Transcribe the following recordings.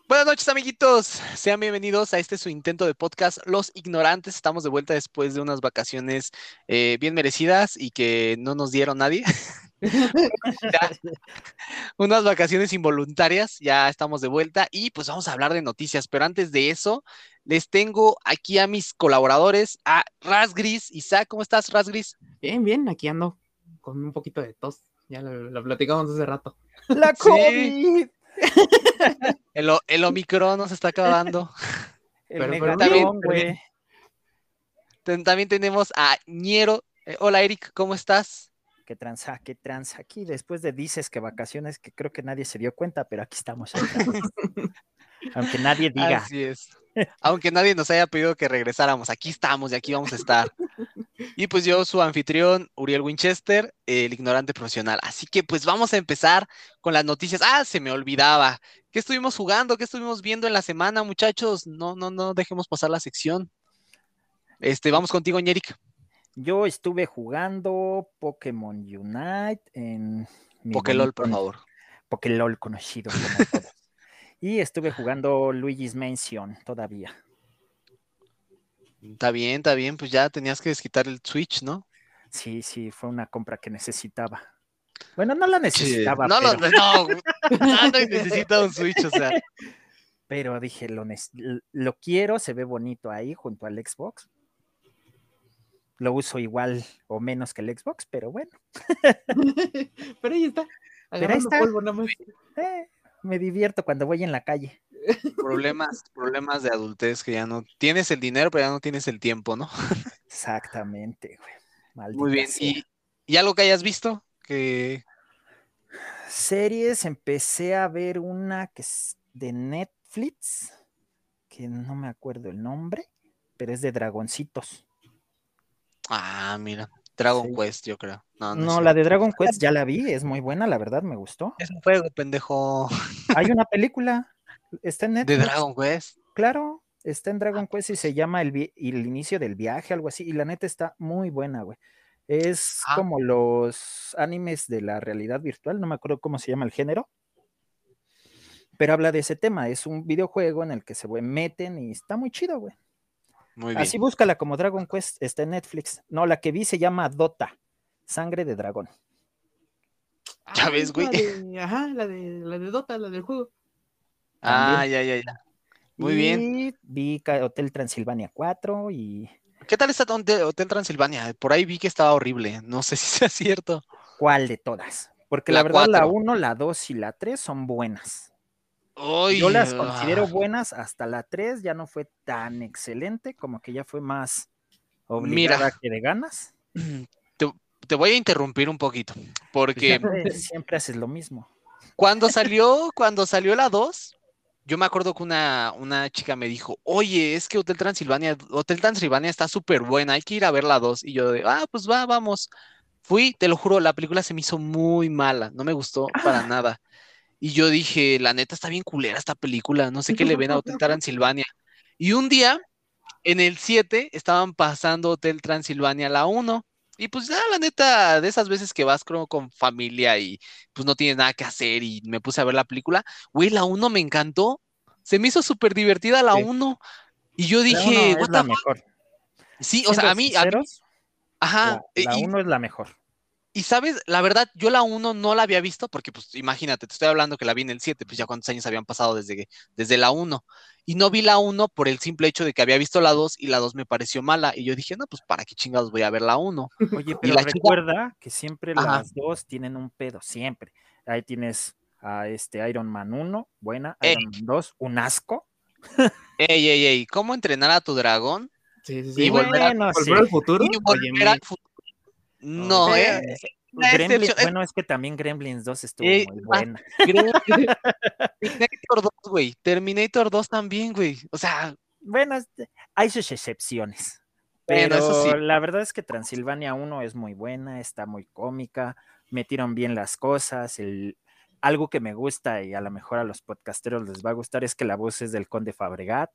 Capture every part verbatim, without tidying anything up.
Buenas noches, amiguitos. Sean bienvenidos a este su intento de podcast Los Ignorantes. Estamos de vuelta después de unas vacaciones eh, bien merecidas y que no nos dieron nadie. Ya, unas vacaciones involuntarias. Ya estamos de vuelta y pues vamos a hablar de noticias. Pero antes de eso, les tengo aquí a mis colaboradores, a Rasgris. Isaac, ¿cómo estás, Rasgris? Bien, bien, aquí ando con un poquito de tos. Ya lo, lo platicamos hace rato. La Sí, COVID, el, o- el Omicron nos está acabando. el Pero, pero También, bien, Megatron, pero bien. güey. ten- también tenemos a Ñero. Eh, hola, Eric, ¿cómo estás? Que tranza, que tranza. Aquí después de dices que vacaciones, que creo que nadie se dio cuenta, pero aquí estamos otra vez. Aunque nadie diga. Así es. Aunque nadie nos haya pedido que regresáramos, aquí estamos y aquí vamos a estar. Y pues yo, su anfitrión, Uriel Winchester, el ignorante profesional. Así que pues vamos a empezar con las noticias. Ah, se me olvidaba. ¿Qué estuvimos jugando? ¿Qué estuvimos viendo en la semana, muchachos? No, no, no, dejemos pasar la sección. Este, vamos contigo, Ñeric. Yo estuve jugando Pokémon Unite en mi Pokélol, bonito por favor. Pokélol conocido como todos. Y estuve jugando Luigi's Mansion todavía. Está bien, está bien, pues ya tenías que desquitar el Switch, ¿no? Sí, sí, fue una compra que necesitaba. Bueno, no la Che, necesitaba, no, pero... no, no, no, no necesita un Switch, o sea. pero dije, lo, lo quiero, se ve bonito ahí junto al Xbox. Lo uso igual o menos que el Xbox, pero bueno. Pero ahí está, pero ahí agarrando está. polvo nada más. Eh, me divierto cuando voy en la calle. Problemas, problemas de adultez que ya no tienes el dinero, pero ya no tienes el tiempo, ¿no? Exactamente, güey. Muy Maldita bien. sea. ¿Y, y algo que hayas visto? Que Series, empecé a ver una que es de Netflix, que no me acuerdo el nombre, pero es de dragoncitos. Ah, mira, Dragon Sí. Quest, yo creo. No, no es No, la de cierto. Dragon Quest ya la vi, es muy buena, la verdad, me gustó. Es un juego, pendejo. Hay una película, está en De Netflix, Dragon Quest. claro, está en Ah, Dragon Quest y pues. se llama el, vi- el inicio del viaje, algo así, y la neta está muy buena, güey. Es Ah, como los animes de la realidad virtual, no me acuerdo cómo se llama el género, pero habla de ese tema. Es un videojuego en el que se güey, meten y está muy chido, güey. muy bien. Así búscala como Dragon Quest, está en Netflix. No, la que vi se llama Dota, Sangre de Dragón. Ya Ah, ves, es güey. la de, ajá, la de, la de Dota, la del juego. Ah, También. ya, ya, ya. Muy bien. Y vi Hotel Transilvania cuatro y... ¿Qué tal está Hotel, Hotel Transilvania? Por ahí vi que estaba horrible. No sé si sea cierto. ¿Cuál de todas? Porque la La verdad la cuatro. uno, la dos y la tres son buenas. Yo Uy, las considero ah, buenas, hasta la tres ya no fue tan excelente, como que ya fue más mira, obligada que de ganas. te, te voy a interrumpir un poquito, Pues porque siempre, siempre haces lo mismo. cuando salió, cuando salió la dos, yo me acuerdo que una, una chica me dijo, oye, es que Hotel Transilvania, Hotel Transilvania está súper buena, hay que ir a ver la dos. Y yo de, ah, pues va, vamos. Fui, te lo juro, la película se me hizo muy mala, no me gustó para Ah, nada. Y yo dije, la neta está bien culera esta película, no sé qué le ven a Hotel Transilvania. Y un día, en el siete estaban pasando Hotel Transilvania la uno. Y pues ya, la neta, de esas veces que vas creo, con familia y pues no tienes nada que hacer y me puse a ver la película, güey, la uno me encantó. Se me hizo súper divertida la sí, uno. Y yo la dije, uno es what la the fuck. mejor. Sí, o sea, Siendo a mí, a mí, sinceros, ajá. la, la Y, uno es la mejor. y sabes, la verdad, yo la uno no la había visto porque, pues, imagínate, te estoy hablando que la vi en el siete, pues ya cuántos años habían pasado desde, desde la uno. Y no vi la uno por el simple hecho de que había visto la dos y la dos me pareció mala. Y yo dije, no, pues, ¿para qué chingados voy a ver la uno? Oye, Y pero la chica, recuerda que siempre ajá, las dos tienen un pedo, siempre. Ahí tienes a este Iron Man uno, buena, ey, Iron Man dos, un asco. ey, ey, ey, ¿cómo entrenar a tu dragón Sí, sí, sí. y volver a, Bueno, ¿Volver sí. al futuro? y Óyeme, volver al futuro? No, óyeme. ¿eh? Pero Era este el Gremlin, show. bueno, es que también Gremlins dos estuvo Eh, muy ah, buena. Gremlin- Terminator dos, güey. Terminator dos también, güey. O sea, Bueno, este, hay sus excepciones, bueno, eso sí. pero la verdad es que Transilvania uno es muy buena, está muy cómica, metieron bien las cosas. El, algo que me gusta y a lo mejor a los podcasteros les va a gustar es que la voz es del Conde Fabregat,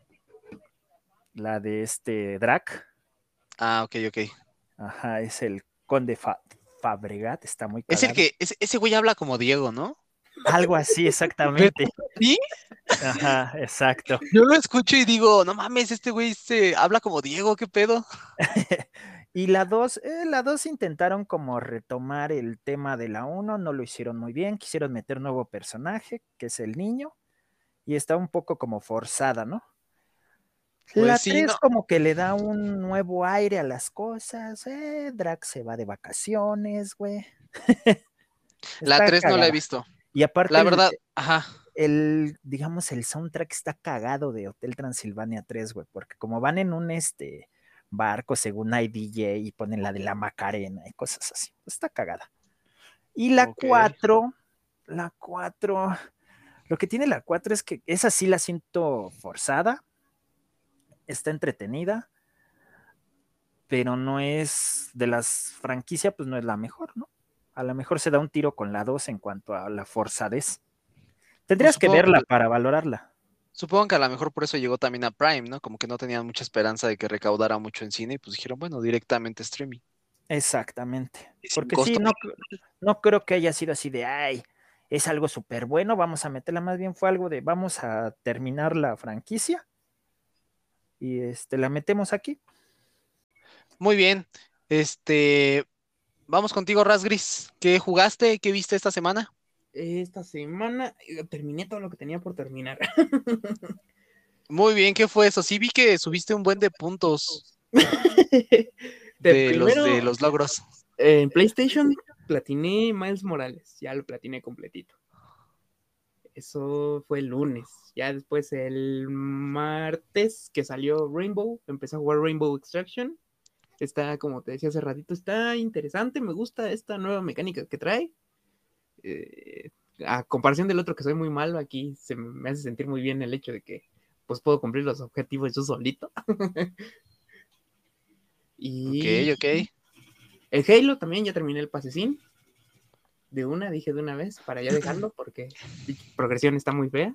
la de este Drac. Ah, ok, ok. Ajá, es el Conde Fa Fabregat, está muy Es el cagado. que, ese, ese güey habla como Diego, ¿no? Algo así, ¿Verdad? exactamente. ¿Sí? Ajá, exacto. Yo lo escucho y digo, no mames, este güey se habla como Diego, ¿qué pedo? Y la dos, eh, la dos intentaron como retomar el tema de la uno, no lo hicieron muy bien, quisieron meter nuevo personaje, que es el niño, y está un poco como forzada, ¿no? Pues La sí, tres no. como que le da un nuevo aire a las cosas, eh, Drax se va de vacaciones, güey. La Está tres no la he cagada. visto. Y aparte La el, verdad, ajá. el, digamos, el soundtrack está cagado de Hotel Transilvania tres, güey, porque como van en un este barco, según hay D J y ponen la de la Macarena y cosas así, está cagada. Y la Ok. cuatro, la cuatro, lo que tiene la cuatro es que esa sí la siento forzada, está entretenida, pero no es de las franquicias, pues no es la mejor, ¿no? A lo mejor se da un tiro con la dos en cuanto a la forzadez. Pues Tendrías que supongo verla que, para valorarla. supongo que a lo mejor por eso llegó también a Prime, ¿no? Como que no tenían mucha esperanza de que recaudara mucho en cine y pues dijeron, bueno, directamente streaming. Exactamente. Y sin Porque sí, costo. no, no creo que haya sido así de, ay, es algo súper bueno, vamos a meterla. Más bien fue algo de, vamos a terminar la franquicia y este, la metemos aquí. Muy bien. Este, vamos contigo, Rasgris. ¿Qué jugaste? ¿Qué viste esta semana? Esta semana eh, terminé todo lo que tenía por terminar. Muy bien, ¿qué fue eso? Sí vi que subiste un buen de puntos De de los de primero, los logros. eh, en PlayStation platiné Miles Morales, ya lo platiné completito. Eso fue el lunes. Ya después el martes que salió Rainbow, empecé a jugar Rainbow Extraction. Está, como te decía hace ratito, está interesante, me gusta esta nueva mecánica que trae. Eh, a comparación del otro que soy muy malo, aquí se me hace sentir muy bien el hecho de que pues puedo cumplir los objetivos yo solito. Ok, Y ok. el Halo también ya terminé el pasecín. De una, dije de una vez, para ya dejarlo, porque la progresión está muy fea.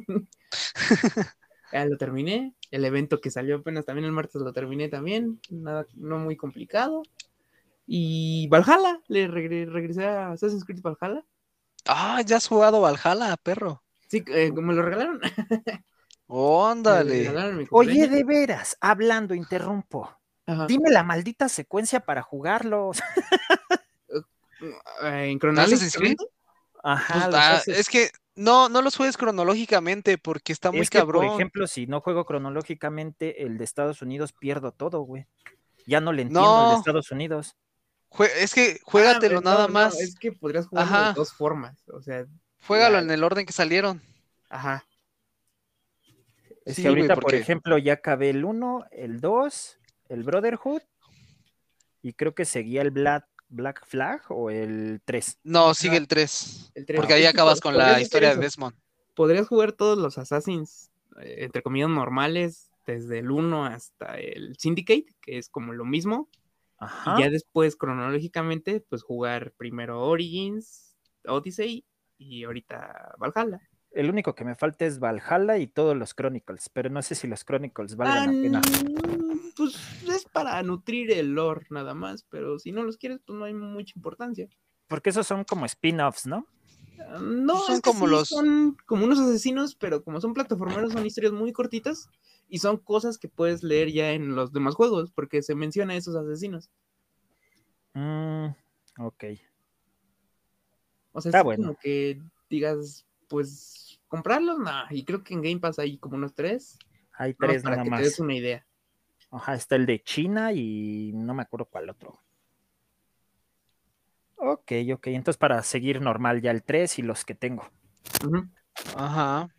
Ya lo terminé. El evento que salió apenas también el martes lo terminé también. Nada, no muy complicado. Y Valhalla, le regre- regresé a Assassin's Creed Valhalla. Ah, ya has jugado Valhalla, perro. Sí, eh, me lo regalaron. Me lo Óndale. regalaron en mi Oye, cumpleaños. de veras, hablando, interrumpo. Ajá. Dime la maldita secuencia para jugarlos. Eh, en ¿Assassin's Creed? cronológicamente. Ajá, Pues los ah, haces. es que no, no los juegues cronológicamente porque está muy Es que, por cabrón. ejemplo, si no juego cronológicamente, el de Estados Unidos pierdo todo, güey. Ya no le entiendo al de No, Estados Unidos. jue- es que Ah, eh, juégatelo nada no, no, más. es que podrías jugarlo de Ajá, dos formas. O sea, juégalo la. en el orden que salieron. Ajá. Es que Sí, güey, ahorita, por porque ejemplo, ya acabé el uno, el dos, el Brotherhood, y creo que seguía el Black, Black Flag o el tres. no, sigue Ajá. el tres, El tres. porque Ah, ahí Es que acabas po- con podrías la hacer historia de eso. Desmond. Podrías jugar todos los Assassins, eh, entre comillas, normales, desde el uno hasta el Syndicate, que es como lo mismo. Y ajá. ya después, cronológicamente, pues jugar primero Origins, Odyssey y ahorita Valhalla. El único que me falta es Valhalla y todos los Chronicles, pero no sé si los Chronicles valgan Ah, la pena. pues es para nutrir el lore nada más, pero si no los quieres, pues no hay mucha importancia. Porque esos son como spin-offs, ¿no? Ah, Pues no, son es que como sí, los, son como unos asesinos, pero como son plataformeros, son historias muy cortitas y son cosas que puedes leer ya en los demás juegos, porque se menciona a esos asesinos. Mm, ok. O sea, Está así bueno. como que digas, pues comprarlos, no. Y creo que en Game Pass hay como unos tres, Hay nada más tres para nada que te des más. una idea. Ajá, está el de China y no me acuerdo cuál otro. Ok, ok. Entonces para seguir normal ya el tres y los que tengo. Ujú. ajá,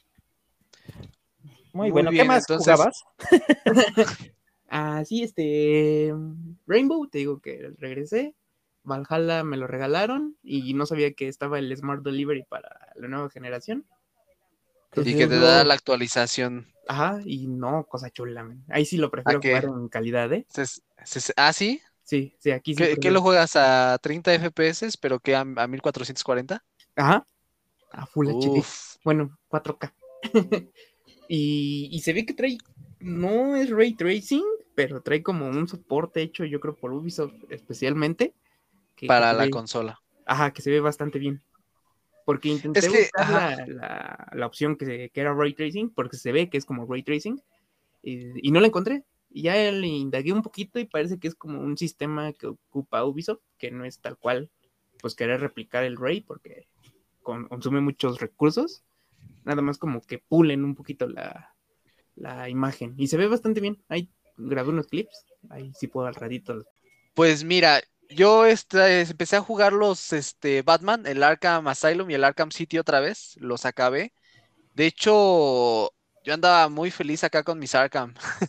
Muy muy bueno. ¿Qué bien, más entonces, jugabas? Ah, sí, este Rainbow, te digo que regresé. Valhalla me lo regalaron y no sabía que estaba el Smart Delivery para la nueva generación. y Entonces que te da eso, la actualización. ajá, y no, cosa chula, man. Ahí sí lo ¿A prefiero jugar qué? en calidad, ¿eh? Se- se- ah, sí, Sí, sí, aquí sí ¿qué, qué prefiero. lo juegas a treinta F P S, pero que a, a mil cuatrocientos cuarenta? Ajá, a Full H D. Uf, Bueno, cuatro K. y, y se ve que trae, no es ray tracing, pero trae como un soporte hecho, yo creo, por Ubisoft especialmente, que, que para se la ve, consola. ajá, que se ve bastante bien. Porque intenté Es que, buscar ajá. la, la, la opción que, que era Ray Tracing, porque se ve que es como Ray Tracing, y, y no la encontré. Y ya le indagué un poquito y parece que es como un sistema que ocupa Ubisoft, que no es tal cual, pues querer replicar el Ray, porque con, consume muchos recursos, nada más como que pulen un poquito la, la imagen. Y se ve bastante bien. Ahí grabé unos clips, ahí sí puedo al ratito. Pues mira, yo este, empecé a jugar los este, Batman, el Arkham Asylum y el Arkham City otra vez, los acabé. De hecho, yo andaba muy feliz acá con mis Arkham,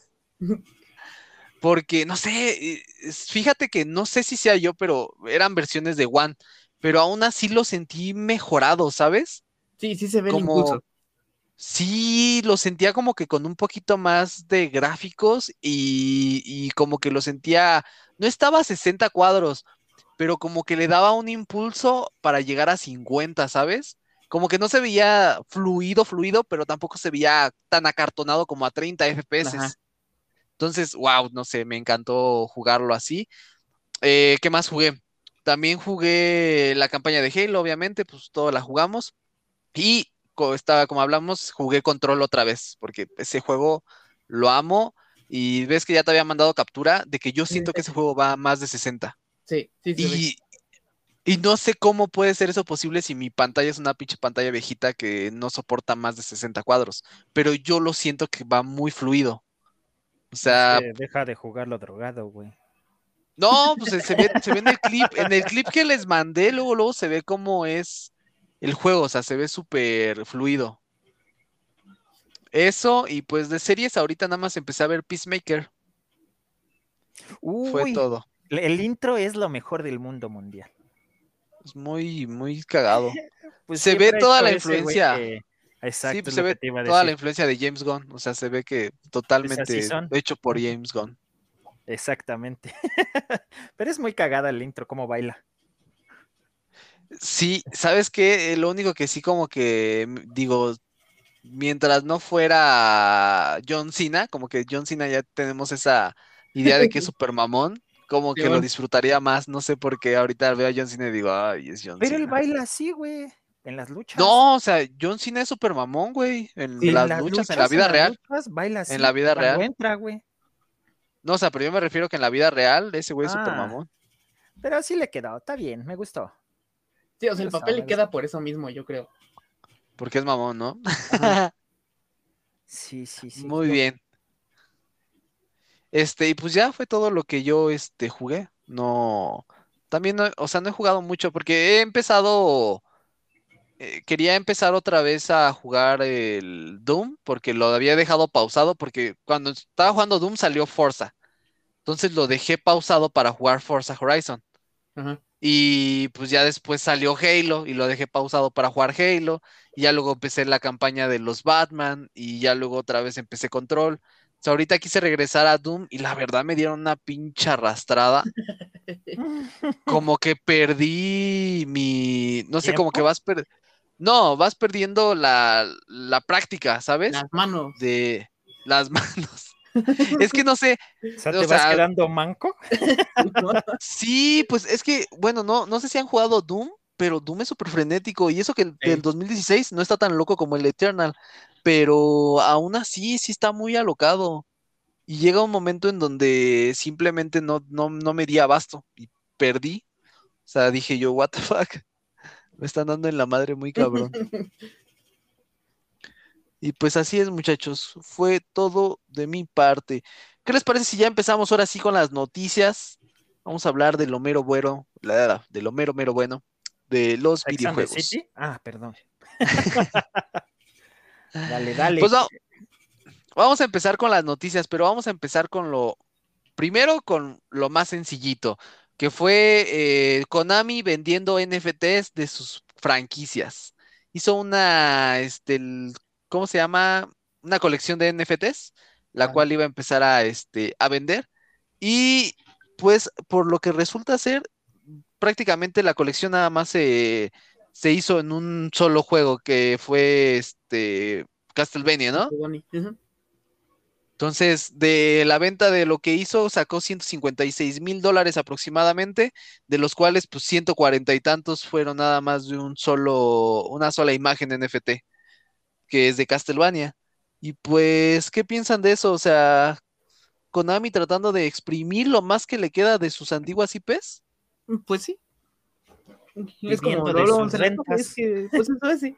porque no sé, eh, es- fíjate que no sé si sea yo, pero eran versiones de One, pero aún así lo sentí mejorado, ¿sabes? Sí, sí se ve el Como, impulso. sí, lo sentía como que con un poquito más de gráficos y, y como que lo sentía, no estaba a sesenta cuadros, pero como que le daba un impulso para llegar a cincuenta, ¿sabes? Como que no se veía fluido, fluido, pero tampoco se veía tan acartonado como a treinta F P S. Ajá. Entonces, wow, no sé, me encantó jugarlo así. Eh, ¿qué más jugué? También jugué la campaña de Halo, obviamente, pues todos la jugamos. Y co- estaba, como hablamos, jugué Control otra vez, porque ese juego lo amo. Y ves que ya te había mandado captura de que yo siento que ese juego va a más de sesenta. Sí, sí se ve. Y, y no sé cómo puede ser eso posible si mi pantalla es una pinche pantalla viejita que no soporta más de sesenta cuadros. Pero yo lo siento que va muy fluido. O Es sea, que deja de jugarlo drogado, güey. no, pues se se ve, se ve en el clip, en el clip que les mandé, luego, luego se ve cómo es el juego, o sea, se ve súper fluido. Eso, y pues de series ahorita nada más empecé a ver Peacemaker, fue Uy, todo. el intro es lo mejor del mundo mundial. Es muy, muy cagado. Pues Se ve siempre ha toda hecho la ese güey influencia, que... sí, Exacto, pues es se lo que ve te iba a toda la decir. influencia de James Gunn, o sea, se ve que Pues así totalmente son. hecho por James Gunn. Exactamente. Pero es muy cagada el intro, cómo baila. Sí, ¿sabes qué? Eh, Lo único que sí como que m- digo, mientras no fuera John Cena, como que John Cena ya tenemos esa idea de que es super mamón, como que lo Simón. disfrutaría más, no sé por qué ahorita veo a John Cena y digo, ay, es John Pero él Cena. baila así, güey, en las luchas. No, o sea, John Cena es super mamón, güey, en En las las luchas, en la luchas, en vida las real, luchas, baila en la así. vida Cuando real. entra, güey. No, o sea, pero yo me refiero que en la vida real ese güey es super Ah, mamón, pero sí le quedó. Está bien, me gustó. Sí, o Me sea, el gustó, papel me le gustó. queda por eso mismo, yo creo. porque es mamón, ¿no? Ajá. Sí, sí, sí. Muy bien. Este, y pues ya fue todo lo que yo, este, jugué. No, también, no- o sea, no he jugado mucho porque he empezado, eh, quería empezar otra vez a jugar el Doom porque lo había dejado pausado porque cuando estaba jugando Doom salió Forza. Entonces lo dejé pausado para jugar Forza Horizon. Ajá. Y pues ya después salió Halo y lo dejé pausado para jugar Halo. Y ya luego empecé la campaña de los Batman y ya luego otra vez empecé Control. O sea, ahorita quise regresar a Doom y la verdad me dieron una pincha arrastrada. Como que perdí mi, no sé, como que ¿Tiempo? vas per- no, vas perdiendo la, la práctica, ¿sabes? Las manos. De las manos. Es que no sé, O sea, o ¿te vas sea, quedando manco? sí, pues es que, bueno, no, no sé si han jugado Doom, pero Doom es súper frenético y eso que el del Sí. dos mil dieciséis no está tan loco como el Eternal, pero aún así sí está muy alocado y llega un momento en donde simplemente no, no, no me di abasto y perdí. O sea, dije yo, what the fuck, me están dando en la madre muy cabrón. Y pues así es, muchachos, fue todo de mi parte. ¿Qué les parece si ya empezamos ahora sí con las noticias? Vamos a hablar de lo mero bueno, la- de lo mero mero bueno, de los ¿Sex and the videojuegos. City? Ah, perdón. Dale, dale. Pues va- vamos a empezar con las noticias, pero vamos a empezar con lo, primero con lo más sencillito, que fue eh, Konami vendiendo N F Ts de sus franquicias. Hizo una, este, el- ¿cómo se llama? Una colección de N F Ts, la Ajá. cual iba a empezar a, este, a vender. Y pues por lo que resulta ser, prácticamente la colección nada más se, se hizo en un solo juego, que fue este Castlevania, ¿no? Bonnie. Ujú. Entonces, de la venta de lo que hizo, sacó ciento cincuenta y seis mil dólares aproximadamente, de los cuales, pues, ciento cuarenta y tantos fueron nada más de un solo, una sola imagen N F T, que es de Castlevania. Y pues, ¿qué piensan de eso? O sea, Konami tratando de exprimir lo más que le queda de sus antiguas I Ps. Pues sí, es como Viviendo lo de hablamos sus en la clase, es rentas. que, pues eso es, sí.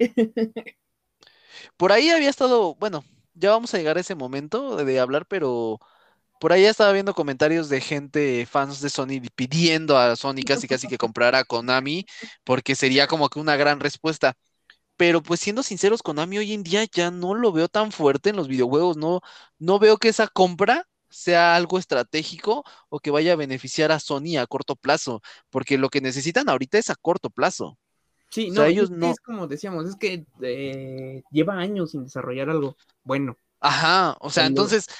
Por ahí había estado, bueno, ya vamos a llegar a ese momento de hablar, pero por ahí ya estaba viendo comentarios de gente, fans de Sony, pidiendo a Sony casi casi que comprara a Konami, porque sería como que una gran respuesta. Pero pues siendo sinceros, Konami hoy en día ya no lo veo tan fuerte en los videojuegos, no, no veo que esa compra sea algo estratégico o que vaya a beneficiar a Sony a corto plazo, porque lo que necesitan ahorita es a corto plazo. Sí, O sea, no, y es ellos que no, es como decíamos, es que eh, lleva años sin desarrollar algo bueno. ajá, o sea, Salió- entonces,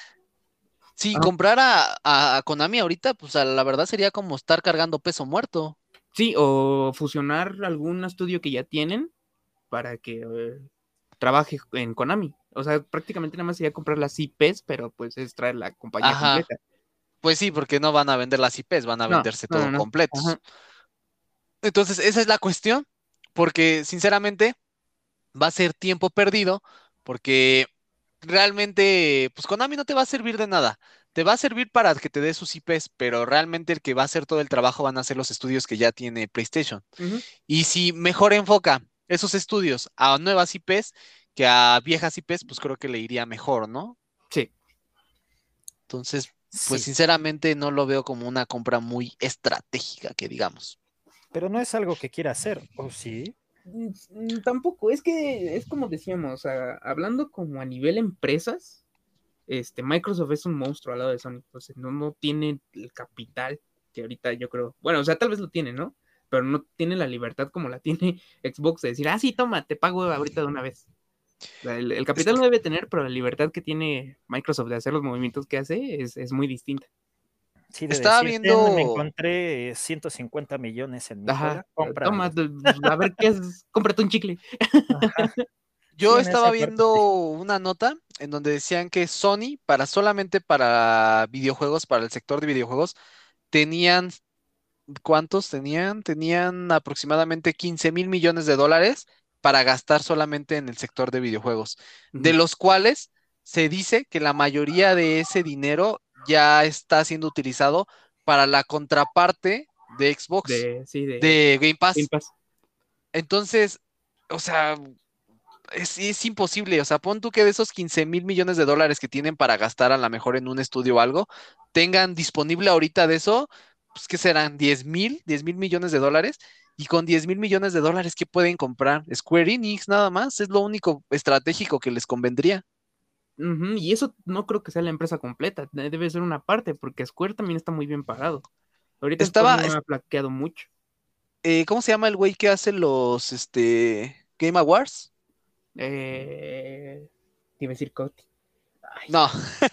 si ajá. comprara a, a Konami ahorita, pues a la verdad sería como estar cargando peso muerto. Sí, o fusionar algún estudio que ya tienen para que eh, trabaje en Konami. O sea, prácticamente nada más sería comprar las I Ps, pero pues es traer la compañía Ajá, completa. pues sí, porque no van a vender las I Ps, van a No, venderse no, no, todo no. completos. Ajá. Entonces, esa es la cuestión, porque sinceramente va a ser tiempo perdido, porque realmente, pues Konami no te va a servir de nada. Te va a servir para que te dé sus I Ps, pero realmente el que va a hacer todo el trabajo van a ser los estudios que ya tiene PlayStation. Ujú. Y si mejor enfoca esos estudios a nuevas I Ps que a viejas I Ps, pues creo que le iría mejor, ¿no? Sí. Entonces, pues Sí, sinceramente no lo veo como una compra muy estratégica, que digamos. pero no es algo que quiera hacer, ¿o sí? Mm, mm, Tampoco, es que es como decíamos, o sea, hablando como a nivel empresas, este, Microsoft es un monstruo al lado de Sony, entonces no, no tiene el capital que ahorita yo creo, bueno, o sea, tal vez lo tiene, ¿no? Pero no tiene la libertad como la tiene Xbox de decir, ah, sí, toma, te pago ahorita de una vez. O sea, el, el Es- capital lo debe tener, pero la libertad que tiene Microsoft de hacer los movimientos que hace es, es muy distinta. Sí, de Estaba decir, "Ten, me viendo, encontré ciento cincuenta millones en mi Ajá, cola, toma, cómpralo". a ver qué es, cómprate un chicle. Ajá. Sí, yo en esa estaba parte viendo sí. una nota en donde decían que Sony, para solamente para videojuegos, para el sector de videojuegos, tenían, ¿cuántos tenían? Tenían aproximadamente quince mil millones de dólares para gastar solamente en el sector de videojuegos, de Ujú. los cuales se dice que la mayoría de ese dinero ya está siendo utilizado para la contraparte de Xbox, De, sí, de de Game Game Pass. Pass. Entonces, o sea, es, es imposible. O sea, pon tú que de esos quince mil millones de dólares que tienen para gastar a lo mejor en un estudio o algo, tengan disponible ahorita de eso, pues que serán diez mil, diez mil millones de dólares. Y con diez mil millones de dólares, ¿qué pueden comprar? Square Enix nada más, es lo único estratégico que les convendría. Ujú, y eso no creo que sea la empresa completa, de- debe ser una parte, porque Square también está muy bien parado. Ahorita Square Estaba, no es- ha plaqueado mucho. eh, ¿cómo se llama el güey que hace los este, Game Awards? Eh, te iba a decir Coti. Ay, No,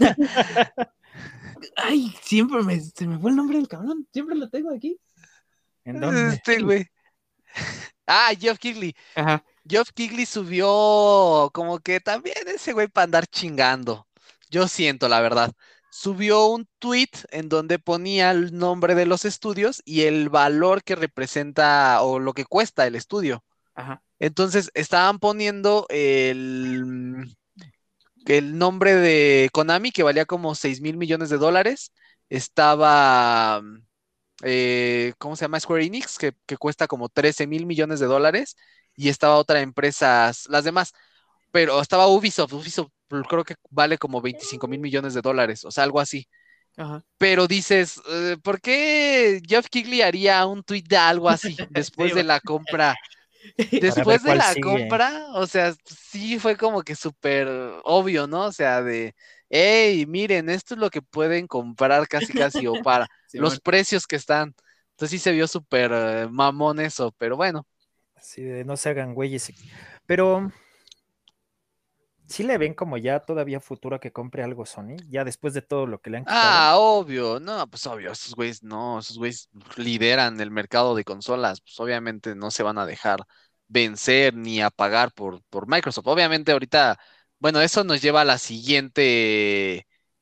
ay, siempre me, se me fue el nombre del cabrón, siempre lo tengo aquí. ¿En dónde? este güey. Ah, Jeff Keighley. Ajá, Geoff Keighley subió como que también ese güey para andar chingando. Yo siento, la verdad. Subió un tweet en donde ponía el nombre de los estudios y el valor que representa o lo que cuesta el estudio. ajá, Entonces estaban poniendo el, el nombre de Konami, que valía como seis mil millones de dólares. Estaba, eh, ¿cómo se llama? Square Enix, que, que cuesta como trece mil millones de dólares. Y estaba otra empresa, las demás, pero estaba Ubisoft, Ubisoft creo que vale como veinticinco mil millones de dólares, o sea, algo así. ajá. Pero dices, eh, ¿por qué Jeff Keighley haría un tweet de algo así Sí, después de va. la compra? Para ver Después de cuál la sigue. compra, o sea, sí fue como que súper obvio, ¿no? O sea, de, hey, miren, esto es lo que pueden comprar casi casi o para los Simón. precios que están. Entonces sí se vio súper eh, mamón eso, pero bueno. Así de no se hagan güeyes. Pero sí le ven como ya todavía futuro a que compre algo Sony, ya después de todo lo que le han quitado. Ah, obvio, no, pues obvio, esos güeyes no, esos güeyes lideran el mercado de consolas, pues obviamente no se van a dejar vencer ni apagar por, por Microsoft. Obviamente ahorita, bueno, eso nos lleva a la siguiente,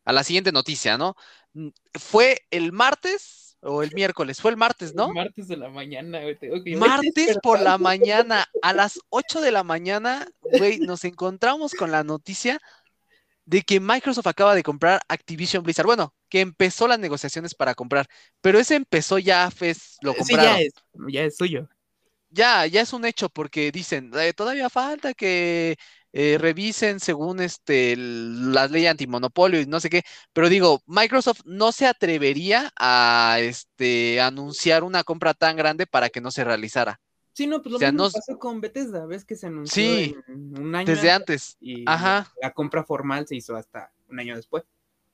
a la siguiente noticia, ¿no? Mm, Fue el martes o el miércoles, fue el martes, ¿no? Martes de la mañana, güey. Tengo que yo Martes por la despertando. mañana, a las ocho de la mañana, güey, nos encontramos con la noticia de que Microsoft acaba de comprar Activision Blizzard. Bueno, que empezó las negociaciones para comprar, pero ese empezó ya, Fez, lo Sí, ya compraron. es, ya es suyo. Ya, ya es un hecho porque dicen, "Eh, todavía falta que eh, revisen según este el- las leyes antimonopolio y no sé qué, pero digo, Microsoft no se atrevería a este anunciar una compra tan grande para que no se realizara. Sí, no, pues O lo sea, mismo no, pasó con Bethesda, ves que se anunció en sí, un año desde antes antes. y Ajá. la compra formal se hizo hasta un año después.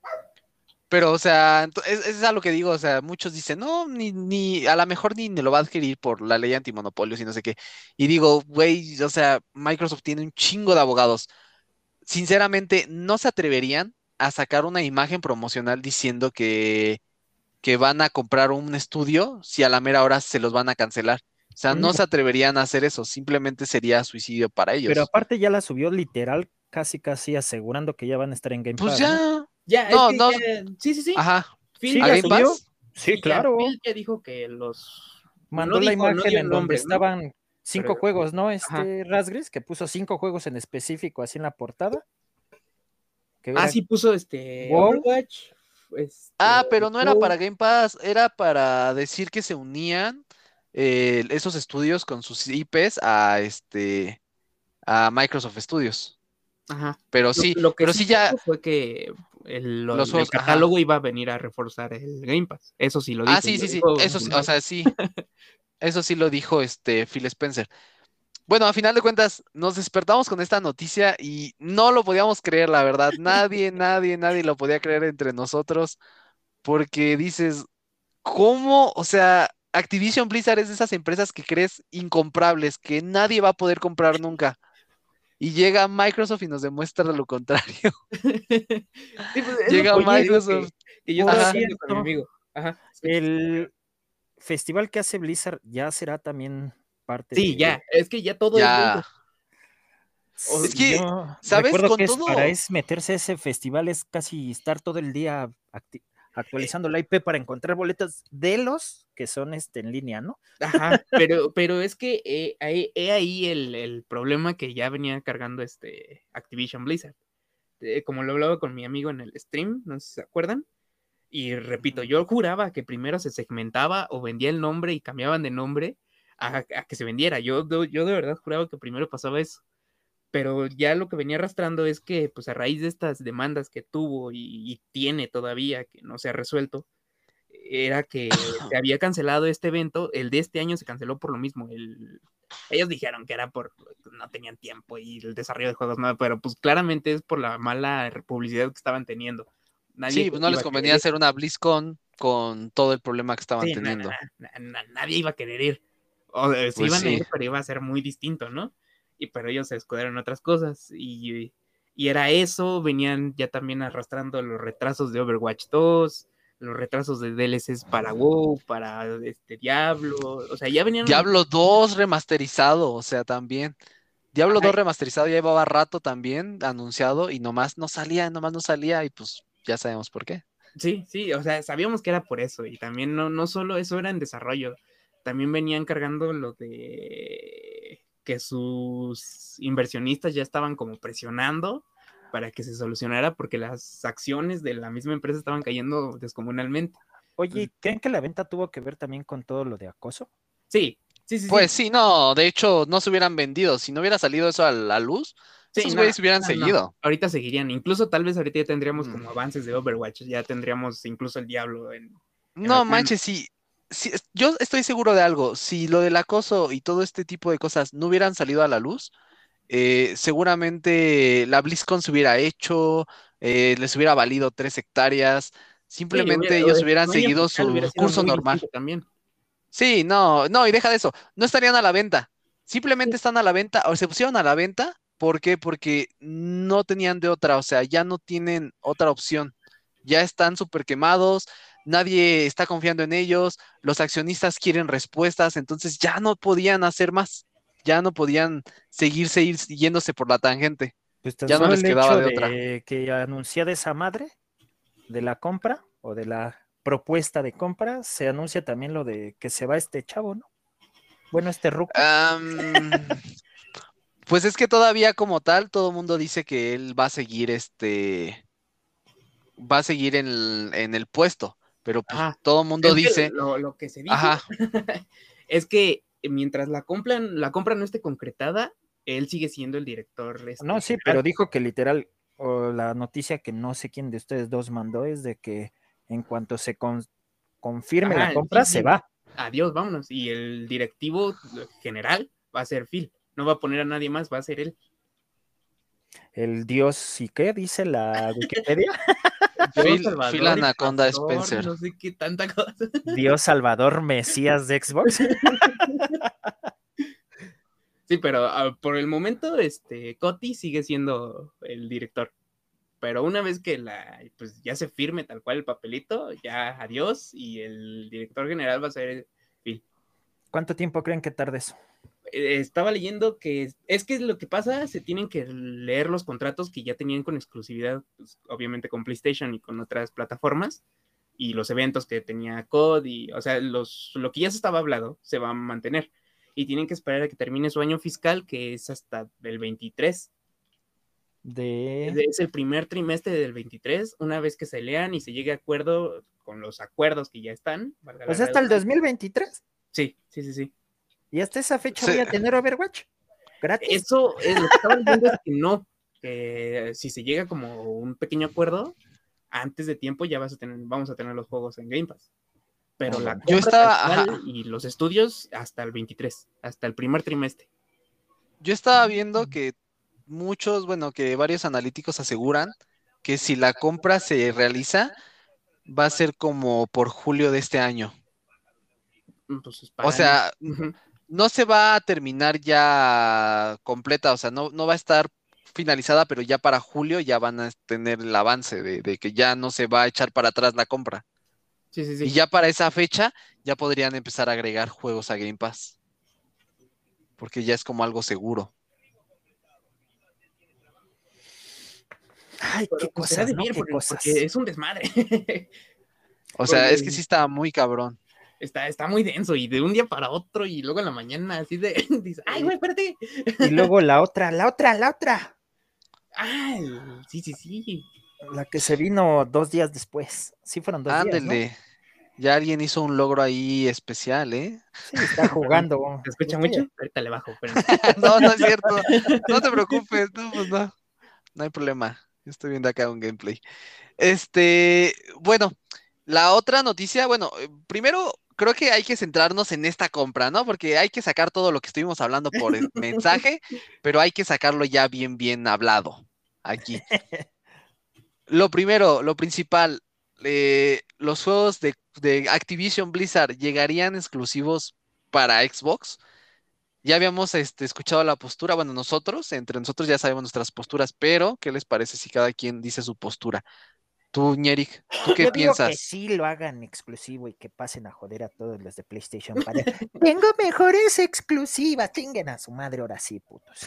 Pero, o sea, ento- es, es a lo que digo, o sea, muchos dicen, no, ni, ni, a lo mejor ni, ni lo va a adquirir por la ley antimonopolio y no sé qué. Y digo, güey, o sea, Microsoft tiene un chingo de abogados. Sinceramente, no se atreverían a sacar una imagen promocional diciendo que, que van a comprar un estudio si a la mera hora se los van a cancelar. O sea, no se atreverían a hacer eso, simplemente sería suicidio para Pero ellos. aparte ya la subió literal, casi casi asegurando que ya van a estar en Game Pues Pass, ¿no? ya, Ya, es no, que no, ya, sí, sí, sí. ajá, Phil Sí, ¿a ya la Game dijo, subió. Pass? Sí, sí, ya, claro. Phil ya dijo que los, no Mandó la dijo, no imagen dio en donde nombres, ¿no? estaban cinco Pero, juegos, ¿no? ajá. Este Rasgris, que puso cinco juegos en específico así en la portada. Que Ah, era sí puso este WoW. Overwatch, este, Ah, pero no era WoW. para Game Pass, era para decir que se unían eh, esos estudios con sus I Ps a este a Microsoft Studios. Ajá. Pero Lo, sí, lo que pero sí sí ya puso fue que el, lo- los el juegos, ajá. catálogo iba a venir a reforzar el Game Pass. Eso sí lo Ah, dijo, sí, lo sí, sí, dijo eso sí, o normal. sea, sí, eso sí lo dijo este Phil Spencer. Bueno, a final de cuentas, nos despertamos con esta noticia y no lo podíamos creer, la verdad. Nadie, nadie, nadie lo podía creer entre nosotros, porque dices, ¿cómo? O sea, Activision Blizzard es de esas empresas que crees incomprables, que nadie va a poder comprar nunca. Y llega Microsoft y nos demuestra lo contrario. Sí, pues es lo Llega que te Oye, digo Microsoft. que, que yo por estaba Ajá. hablando con mi cierto, amigo. Ajá, escuchas. el festival que hace Blizzard ya será también parte Sí, de... ya, es que ya todo es de Ya. ellos. O- Es Sí, que, yo ¿sabes? recuerdo Con que es para todo. es meterse a ese festival, es casi estar todo el día acti- actualizando la I P para encontrar boletos de los que son este, en línea, ¿no? Ajá, pero, pero es que eh, ahí, he ahí el, el problema que ya venía cargando este Activision Blizzard. Eh, como lo hablaba con mi amigo en el stream, no sé si se acuerdan. Y repito, yo juraba que primero se segmentaba o vendía el nombre y cambiaban de nombre a, a que se vendiera. Yo, de- yo de verdad juraba que primero pasaba eso. Pero ya lo que venía arrastrando es que, pues a raíz de estas demandas que tuvo y, y tiene todavía, que no se ha resuelto, era que se había cancelado este evento. El de este año se canceló por lo mismo. El, ellos dijeron que era por no tenían tiempo y el desarrollo de juegos, no, pero pues claramente es por la mala publicidad que estaban teniendo. Nadie Sí, pues no iba les a querer convenía ir. hacer una BlizzCon con todo el problema que estaban Sí, na- teniendo. na- na- na- nadie iba a querer ir. O eh, se Pues iban a sí. ir, pero iba a ser muy distinto, ¿no? Y pero ellos se escudaron en otras cosas. Y, y era eso, venían ya también arrastrando los retrasos de Overwatch dos, los retrasos de D L Cs para WoW, para este Diablo. O sea, ya venían anunciando. Diablo dos remasterizado, o sea, también. Diablo Ajá, dos remasterizado ya llevaba rato también anunciado y nomás no salía, nomás no salía y pues ya sabemos por qué. sí, sí, o sea, sabíamos que era por eso. Y también no, no solo eso era en desarrollo, también venían cargando lo de que sus inversionistas ya estaban como presionando para que se solucionara porque las acciones de la misma empresa estaban cayendo descomunalmente. Oye, ¿creen que la venta tuvo que ver también con todo lo de acoso? Sí, sí, sí, sí. Pues sí, no, de hecho no se hubieran vendido. Si no hubiera salido eso a la luz, Sí, esos no, güeyes hubieran no, no. seguido. Ahorita seguirían. Incluso tal vez ahorita ya tendríamos Mm. como avances de Overwatch. Ya tendríamos incluso el Diablo en, en No las manos. manches, sí, sí, es- yo estoy seguro de algo. Si lo del acoso y todo este tipo de cosas no hubieran salido a la luz, eh, seguramente la BlizzCon se hubiera hecho, eh, les hubiera valido tres hectáreas, Sí, simplemente hubiera, ellos el hubieran tamaño seguido social hubiera su sido curso muy normal. distinto también. Sí, no, no, y deja de eso, no estarían a la venta, Sí, simplemente están a la venta, o se pusieron a la venta, ¿por qué? Porque no tenían de otra, o sea, ya no tienen otra opción, ya están súper quemados, nadie está confiando en ellos, los accionistas quieren respuestas, entonces ya no podían hacer más, ya no podían seguirse ir yéndose por la tangente, Pues tan ya no solo les el quedaba hecho de otra. de que anunciara esa madre de la compra o de la propuesta de compra, se anuncia también lo de que se va este chavo, ¿no? Bueno, este ruco. Am, pues es que todavía como tal, todo el mundo dice que él va a seguir este, va a seguir en el, en el puesto, pero pues Ajá. todo el mundo Es que dice, lo, lo que se dice ajá, es que mientras la compra, la compra no esté concretada, él sigue siendo el director. Este, No, sí, general. pero dijo que literal, o la noticia que no sé quién de ustedes dos mandó es de que en cuanto se con- confirme Ajá, la compra, sí, se sí. va. Adiós, vámonos. Y el directivo general va a ser Phil. No va a poner a nadie más, va a ser él. El dios, ¿y qué dice la Wikipedia? Dios, Phil, Phil Salvador y Anaconda Pastor, Spencer. no sé qué tanta cosa. Dios Salvador Mesías de Xbox. Sí, pero uh, por el momento, este, Coti sigue siendo el director. Pero una vez que la, pues ya se firme tal cual el papelito, ya adiós, y el director general va a ser Phil. ¿Cuánto tiempo creen que tarde eso? Eh, estaba leyendo que es que lo que pasa, se tienen que leer los contratos que ya tenían con exclusividad, pues, obviamente con PlayStation y con otras plataformas, y los eventos que tenía C O D, y, o sea, los, lo que ya se estaba hablado se va a mantener, y tienen que esperar a que termine su año fiscal, que es hasta el veintitrés. De... Es el primer trimestre del veintitrés, una vez que se lean y se llegue a acuerdo con los acuerdos que ya están. O sea, hasta el dos mil veintitrés. Sí, sí, sí, sí. Y hasta esa fecha Sí. voy a tener Overwatch. ¿Gratis? Eso es lo que estaban diciendo, es que no, que si se llega como un pequeño acuerdo, antes de tiempo ya vas a tener, vamos a tener los juegos en Game Pass. Pero Oh, la bueno. Yo compra estaba, tal cual ajá. y los estudios hasta el veintitrés, hasta el primer trimestre. Yo estaba viendo que muchos, bueno, que varios analíticos aseguran que si la compra se realiza, va a ser como por julio de este año. Entonces, O para el... sea, n- Ujú. no se va a terminar ya completa, o sea, no, no va a estar finalizada, pero ya para julio ya van a tener el avance de, de que ya no se va a echar para atrás la compra. Sí, sí, Y sí. ya para esa fecha ya podrían empezar a agregar juegos a Game Pass, porque ya es como algo seguro. Ay, Pero qué pues será cosas, de ¿no? bien, Qué porque, cosas. porque es un desmadre. O sea, es que Porque sí está muy cabrón. está, está muy denso y de un día para otro y luego en la mañana así de, dice, ay, güey, espérate. Y luego la otra, la otra, la otra. Ay, sí, sí, sí. La que se vino dos días después. Sí, fueron dos días, ¿no? Ándele, ya alguien hizo un logro ahí especial, ¿eh? Sí, está Perdón, jugando. ¿te escucha Usted. mucho? Ahorita le bajo, espérame. No, no es cierto. No te preocupes, no, pues no, no hay problema. Yo estoy viendo acá un gameplay. Este, bueno, la otra noticia, bueno, eh, primero creo que hay que centrarnos en esta compra, ¿no? Porque hay que sacar todo lo que estuvimos hablando por eh, mensaje, pero hay que sacarlo ya bien, bien hablado aquí. Lo primero, lo principal, eh, los juegos de, de Activision Blizzard llegarían exclusivos para Xbox. Ya habíamos este, escuchado la postura, bueno, nosotros, entre nosotros ya sabemos nuestras posturas, pero ¿qué les parece si cada quien dice su postura? Tú, Ñeric, ¿tú qué Yo digo que piensas? sí lo hagan exclusivo y que pasen a joder a todos los de PlayStation para. Tengo mejores exclusivas, chinguen a su madre ahora sí, putos.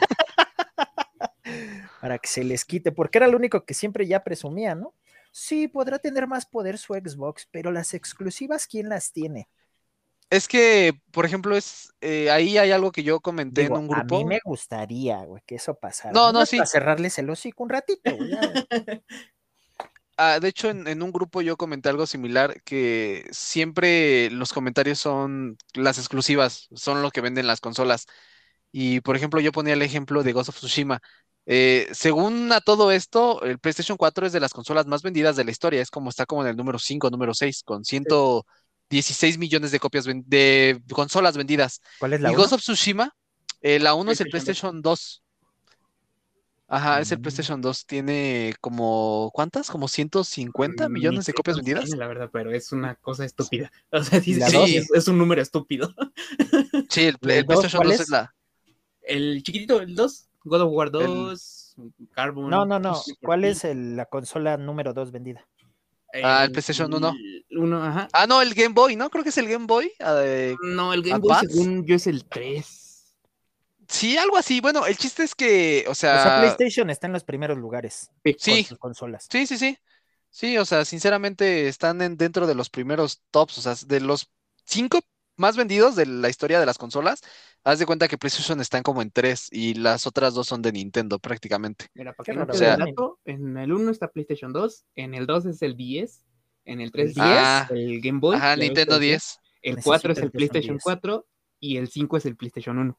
Para que se les quite, porque era lo único que siempre ya presumía, ¿no? Sí, podrá tener más poder su Xbox, pero las exclusivas, ¿quién las tiene? Es que, por ejemplo, es eh, ahí hay algo que yo comenté en Digo, un a mí grupo. me gustaría, güey, que eso pasara. No, Nada no, más para sí. cerrarles el hocico un ratito, güey. Ya. Ah, de hecho, en, en un grupo yo comenté algo similar, que siempre los comentarios son las exclusivas, son lo que venden las consolas. Y, por ejemplo, yo ponía el ejemplo de Ghost of Tsushima. Eh, según a todo esto, el PlayStation cuatro es de las consolas más vendidas de la historia. Es como está como en el número cinco, número seis, con ciento dieciséis millones de copias ven- de consolas vendidas. ¿Cuál es la Y Ghost uno? of Tsushima, eh, la uno es el PlayStation dos. PlayStation dos. Ajá, es el Mm, PlayStation dos. Tiene como, ¿cuántas? Como ciento cincuenta Mm, Ni millones de sé copias cuántos tiene, vendidas. la verdad, pero es una cosa estúpida. O sea, sí, ¿Y la sí, dos? es, Sí, es un número estúpido. sí, el, ¿Y el el dos PlayStation cuál dos es es? la, El chiquitito, el dos, God of War el, dos, No, Carbon, no, Need no. for ¿Cuál Speed, es el- la consola número dos vendida? ah, el el PlayStation uno. uno, ajá. Ah, no, el Game Boy, ¿no? Creo que es el Game Boy eh, No, el Game Boy, Advance. según yo, es el tres. Sí, algo así. Bueno, el chiste es que, o O sea, sea, PlayStation está en los primeros lugares Sí. con sí, sus consolas. sí, sí, sí. Sí, o sea, sinceramente están en- dentro de los primeros tops, o sea, de los cinco más vendidos de la historia de las consolas, haz de cuenta que PlayStation están como en tres y las otras dos son de Nintendo prácticamente. Mira, para Qué que no raro, O quede el sea, ¿verdad? dato, en el uno está PlayStation dos, en el dos es el diez, en el ¿El tres es diez? ah, el Game Boy, ajá, ya ves que Nintendo decía, diez. el cuatro es Necesito el el PlayStation PlayStation diez. cuatro y el cinco es el PlayStation uno.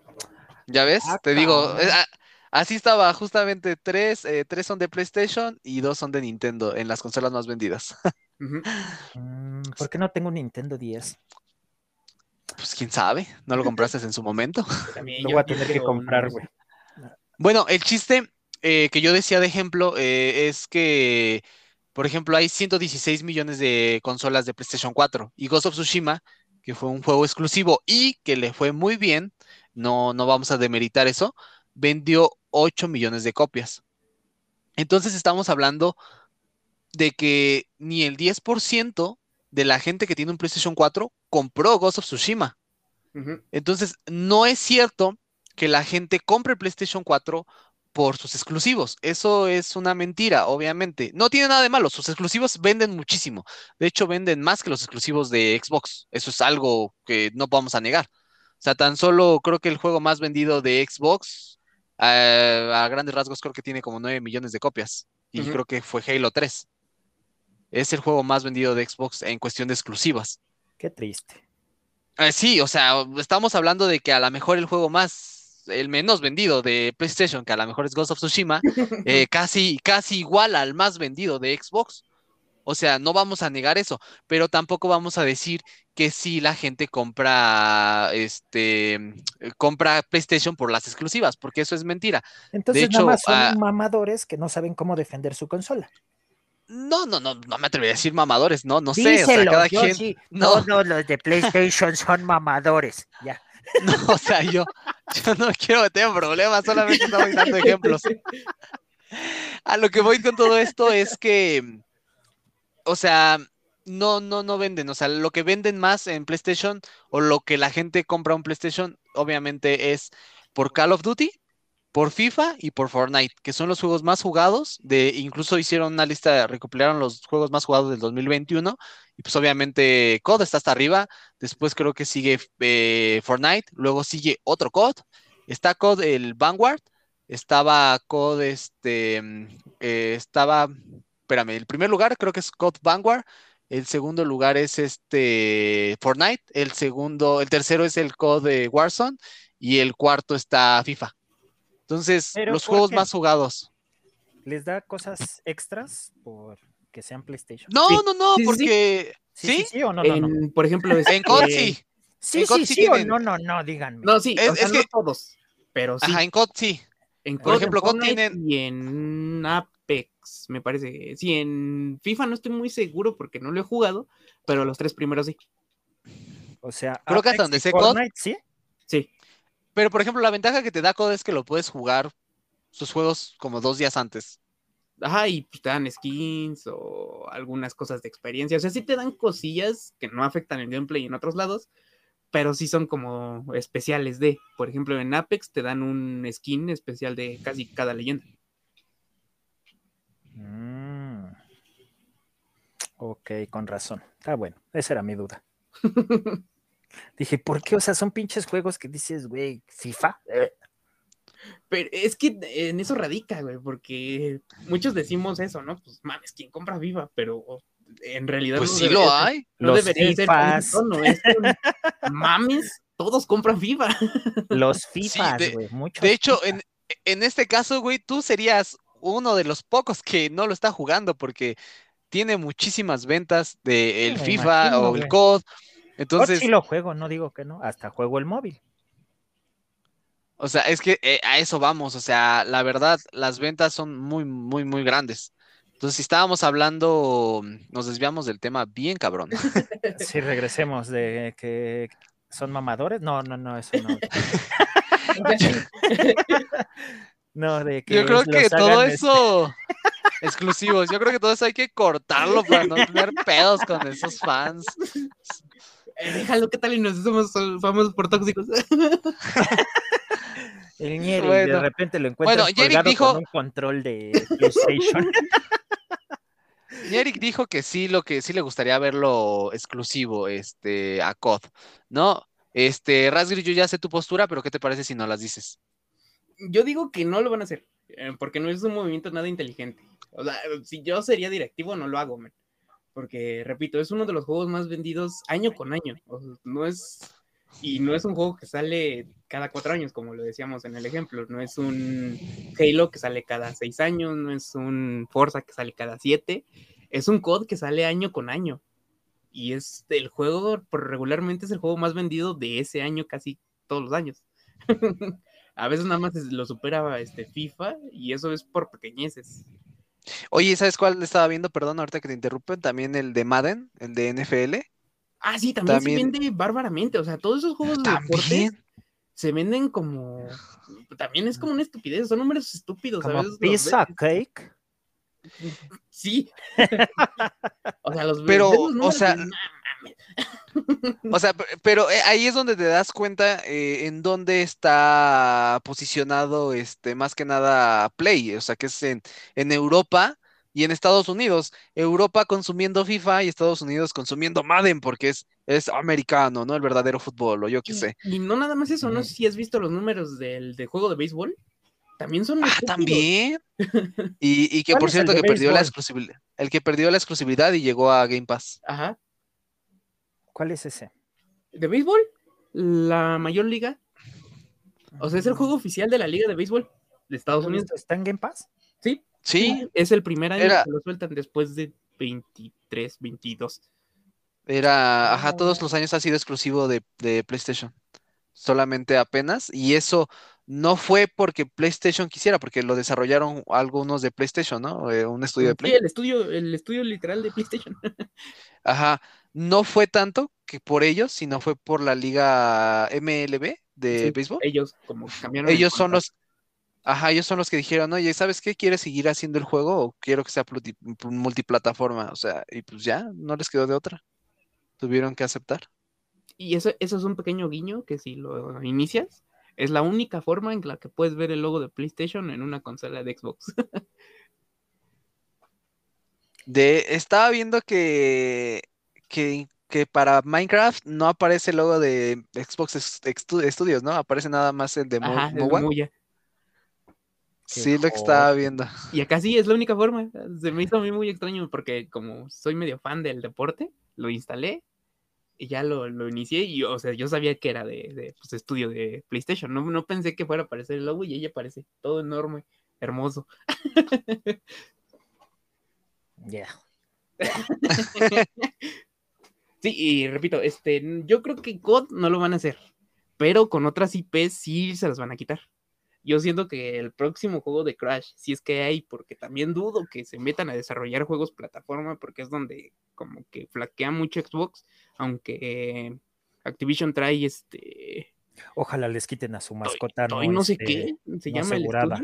¿Ya Ah, ves? Te digo, eh, cabrón. ah, así estaba, justamente tres, eh, tres son de PlayStation y dos son de Nintendo en las consolas más vendidas. Ujú. Mm, ¿por qué no tengo un Nintendo diez? Pues quién sabe, ¿no lo compraste en su momento? Yo también, Lo yo, voy a yo tener que quiero uno de comprar, güey. esos. Bueno, el chiste eh, que yo decía de ejemplo eh, es que, por ejemplo, hay ciento dieciséis millones de consolas de PlayStation cuatro y Ghost of Tsushima, que fue un juego exclusivo y que le fue muy bien, no, no vamos a demeritar eso, vendió ocho millones de copias. Entonces estamos hablando de que ni el diez por ciento de la gente que tiene un PlayStation cuatro compró Ghost of Tsushima. Ujú. Entonces, no es cierto que la gente compre PlayStation cuatro por sus exclusivos. Eso es una mentira, obviamente. No tiene nada de malo. Sus exclusivos venden muchísimo. De hecho, venden más que los exclusivos de Xbox. Eso es algo que no vamos a negar. O sea, tan solo creo que el juego más vendido de Xbox, eh, a grandes rasgos, creo que tiene como nueve millones de copias. Y Ujú. creo que fue Halo tres. Es el juego más vendido de Xbox en cuestión de exclusivas. Qué triste. Eh, sí, o sea, estamos hablando de que a lo mejor el juego más, el menos vendido de PlayStation, que a lo mejor es Ghost of Tsushima, eh, casi, casi igual al más vendido de Xbox. O sea, no vamos a negar eso, pero tampoco vamos a decir que si la gente compra, este, eh, compra PlayStation por las exclusivas, porque eso es mentira. De Entonces nada hecho, más ah, son mamadores que no saben cómo defender su consola. no, no, no, no me atrevería a decir mamadores, no, no sé, o sea, Díselos, cada yo quien, sí, no. todos los de PlayStation son mamadores. Ya. No, o sea, yo, yo no quiero meter en problemas, solamente estamos dando ejemplos. A lo que voy con todo esto es que, o sea, no, no, no venden. O sea, lo que venden más en PlayStation o lo que la gente compra un PlayStation, obviamente es por Call of Duty, por FIFA y por Fortnite, que son los juegos más jugados. De, incluso hicieron una lista, recopilaron los juegos más jugados del dos mil veintiuno. Y pues obviamente C O D está hasta arriba. Después creo que sigue eh, Fortnite. Luego sigue otro C O D. Está C O D el Vanguard. Estaba C O D, este, mm, eh, estaba, espérame, el primer lugar creo que es C O D Vanguard. El segundo lugar es este Fortnite. El segundo, el tercero es el C O D de Warzone. Y el cuarto está FIFA. Entonces, Pero los ¿por juegos qué? más jugados. ¿Les da cosas extras por que sean PlayStation? No, Sí, no, no, sí, sí, sí. porque. Sí, sí, ¿Sí? sí o no, no, no. En, por ejemplo, En C O D este, sí. Sí, En C O D sí, sí sí o tienen. no, no, no, díganme. no, sí, o Es, sea, es no que. todos, pero Ajá, sí. en C O D sí. En Por C O D, en ejemplo, C O D Fortnite tienen. y en Apex, me parece. Sí, en FIFA no estoy muy seguro porque no lo he jugado, pero los tres primeros sí. O sea, Creo que hasta Apex donde y sé C O D. Fortnite, ¿sí? Sí. Pero, por ejemplo, la ventaja que te da C O D es que lo puedes jugar sus juegos como dos días antes. Ajá, y pues te dan skins o algunas cosas de experiencia. O sea, sí te dan cosillas que no afectan el gameplay en otros lados, pero sí son como especiales de. Por ejemplo, en Apex te dan un skin especial de casi cada leyenda. Mm, ok, con razón. Está bueno, esa era mi duda. Dije, ¿por qué? O sea, son pinches juegos que dices, güey, FIFA. Eh. Pero es que en eso radica, güey, porque muchos decimos eso, ¿no? Pues mames, ¿quién compra FIFA? Pero en realidad Pues no sí debería lo ser, hay. no Los debería ser con ese FIFAs, tono, es con, mames, todos compran FIFA. los Sí, FIFAs, de, güey, de muchos hecho, FIFAs. en, en este caso, güey, tú serías uno de los pocos que no lo está jugando porque tiene muchísimas ventas de Sí, el me FIFA imagino, o el güey. C O D. C O D sí Entonces, lo juego, no digo que no, hasta juego el móvil. o sea, es que eh, a eso vamos. O sea, la verdad, las ventas son muy, muy, muy grandes. Entonces, si estábamos hablando, nos desviamos del tema bien cabrón. Si regresemos de que son mamadores, no, no, no, eso no. No, de Yo que creo que los todo hagan este. eso, exclusivos, yo creo que todo eso hay que cortarlo para no tener pedos con esos fans. Eh, déjalo, ¿qué tal? Y nos somos famosos por tóxicos. El ñero y de Bueno, repente lo bueno, encuentras Yerick colgado con dijo, un control de PlayStation. Mi Eric dijo que sí, lo que sí le gustaría verlo exclusivo, este, a C O D, ¿no? Este, Razgrid, yo ya sé tu postura, pero ¿qué te parece si no las dices? Yo digo que no lo van a hacer, eh, porque no es un movimiento nada inteligente. O sea, si yo sería directivo, no lo hago, man. Porque, repito, es uno de los juegos más vendidos año con año. O sea, no es... Y no es un juego que sale cada cuatro años, como lo decíamos en el ejemplo. No es un Halo que sale cada seis años, no es un Forza que sale cada siete. Es un C O D que sale año con año. Y es el juego, por regularmente es el juego más vendido de ese año casi todos los años. A veces nada más lo supera este FIFA y eso es por pequeñeces. Oye, ¿sabes cuál estaba viendo? Perdón, ahorita que te interrumpen, también el de Madden, el de N F L. Ah, sí, también se También, vende bárbaramente. O sea, todos esos juegos de deportes también. se venden como. También es como una estupidez. Son números estúpidos. Como A veces los pizza ves. cake. Sí. O sea, los ves Pero, los o números sea, y, "No mames". o sea, pe- pero eh, ahí es donde te das cuenta eh, en dónde está posicionado, este, más que nada Play, o sea, que es en, en Europa y en Estados Unidos. Europa consumiendo FIFA y Estados Unidos consumiendo Madden porque es, es americano, ¿no? El verdadero fútbol, o yo qué Y, sé. y no nada más eso. No Ujú. sé si has visto los números del, del juego de béisbol. También son Ah, estúpidos. también. Y, y que ¿Cuál por es el cierto de que perdió la béisbol? exclusividad, el que perdió la exclusividad y llegó a Game Pass. Ajá. ¿Cuál es ese? ¿De béisbol? La mayor liga. O sea, es el juego oficial de la liga de béisbol de Estados ¿Lo he Unidos. visto? ¿Está en Game Pass? Sí, Sí, es el primer año era, que lo sueltan después de veintitrés, veintidós. era, ajá, todos los Oh. años ha sido exclusivo de, de PlayStation. Solamente apenas, y eso no fue porque PlayStation quisiera, porque lo desarrollaron algunos de PlayStation, ¿no? Eh, un estudio de Sí, Play. el estudio, el estudio literal de PlayStation. Ajá, no fue tanto que por ellos, sino fue por la liga M L B de Sí, béisbol. ellos como F- cambiaron el Ellos son contrato. los, ajá, ellos son los que dijeron, oye, ¿sabes qué? ¿Quieres seguir haciendo el juego o quiero que sea pluti- multiplataforma? O sea, y pues ya, no les quedó de otra. Tuvieron que aceptar. Y eso, eso es un pequeño guiño que si lo inicias, es la única forma en la que puedes ver el logo de PlayStation en una consola de Xbox. De, estaba viendo que, que, que para Minecraft no aparece el logo de Xbox Ex- Ex- Studios, ¿no? Aparece nada más el de Mo- Ajá, es de Mobile. Muya. Qué Sí, lo que estaba joder. viendo. Y acá sí es la única forma. Se me hizo a mí muy extraño porque como soy medio fan del deporte, lo instalé y ya lo, lo inicié y, o sea, yo sabía que era de, de pues, estudio de PlayStation. No, no pensé que fuera a aparecer el logo y ella aparece todo enorme, hermoso. Ya. Sí, y repito, este, yo creo que C O D no lo van a hacer, pero con otras I Ps sí se las van a quitar. Yo siento que el próximo juego de Crash, si es que hay, porque también dudo que se metan a desarrollar juegos plataforma, porque es donde como que flaquea mucho Xbox, aunque eh, Activision trae este Ojalá les quiten a su Toy, mascota Toy no, no sé este, qué, se no llama el asegurada. estudio.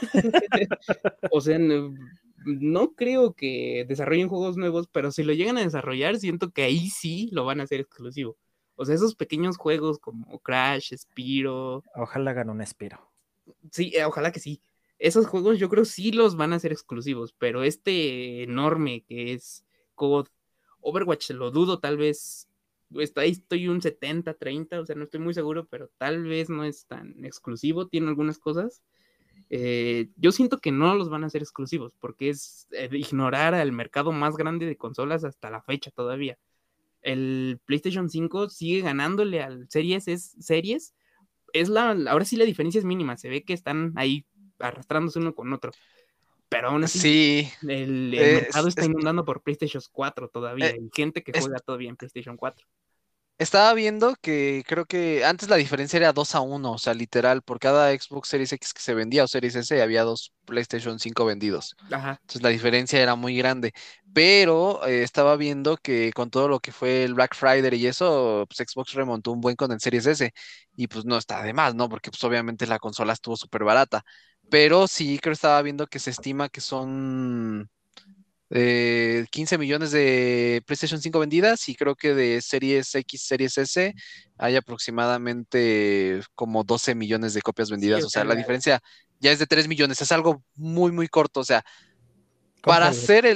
O sea, no, no creo que desarrollen juegos nuevos, pero si lo llegan a desarrollar, siento que ahí sí lo van a hacer exclusivo. O sea, esos pequeños juegos como Crash, Spyro, Ojalá hagan un Spiro. sí, eh, ojalá que sí. Esos juegos yo creo sí los van a hacer exclusivos, pero este enorme que es C O D, Overwatch lo dudo, tal vez está ahí estoy un setenta treinta, o sea, no estoy muy seguro, pero tal vez no es tan exclusivo, tiene algunas cosas. Eh, yo siento que no los van a hacer exclusivos, porque es eh, ignorar al mercado más grande de consolas hasta la fecha todavía. El PlayStation cinco sigue ganándole al Series, es Series, es la, ahora sí la diferencia es mínima, se ve que están ahí arrastrándose uno con otro, pero aún así Sí, el, el mercado es- está es- inundando por PlayStation cuatro eh, todavía, y gente que es- juega todavía en PlayStation cuatro. estaba viendo que creo que antes la diferencia era dos a uno, o sea, literal, por cada Xbox Series X que se vendía o Series S había dos PlayStation cinco vendidos. Ajá, Entonces la diferencia era muy grande. Pero eh, estaba viendo que con todo lo que fue el Black Friday y eso, pues Xbox remontó un buen con el Series S. Y pues no está de más, ¿no? Porque pues obviamente la consola estuvo súper barata. Pero sí creo que estaba viendo que se estima que son eh, quince millones de PlayStation cinco vendidas y creo que de Series X, Series S hay aproximadamente como doce millones de copias sí, vendidas. o O sea, sea, la la, diferencia ya es de tres millones. Es algo muy, muy corto. O sea, para Cómprale, hacer el,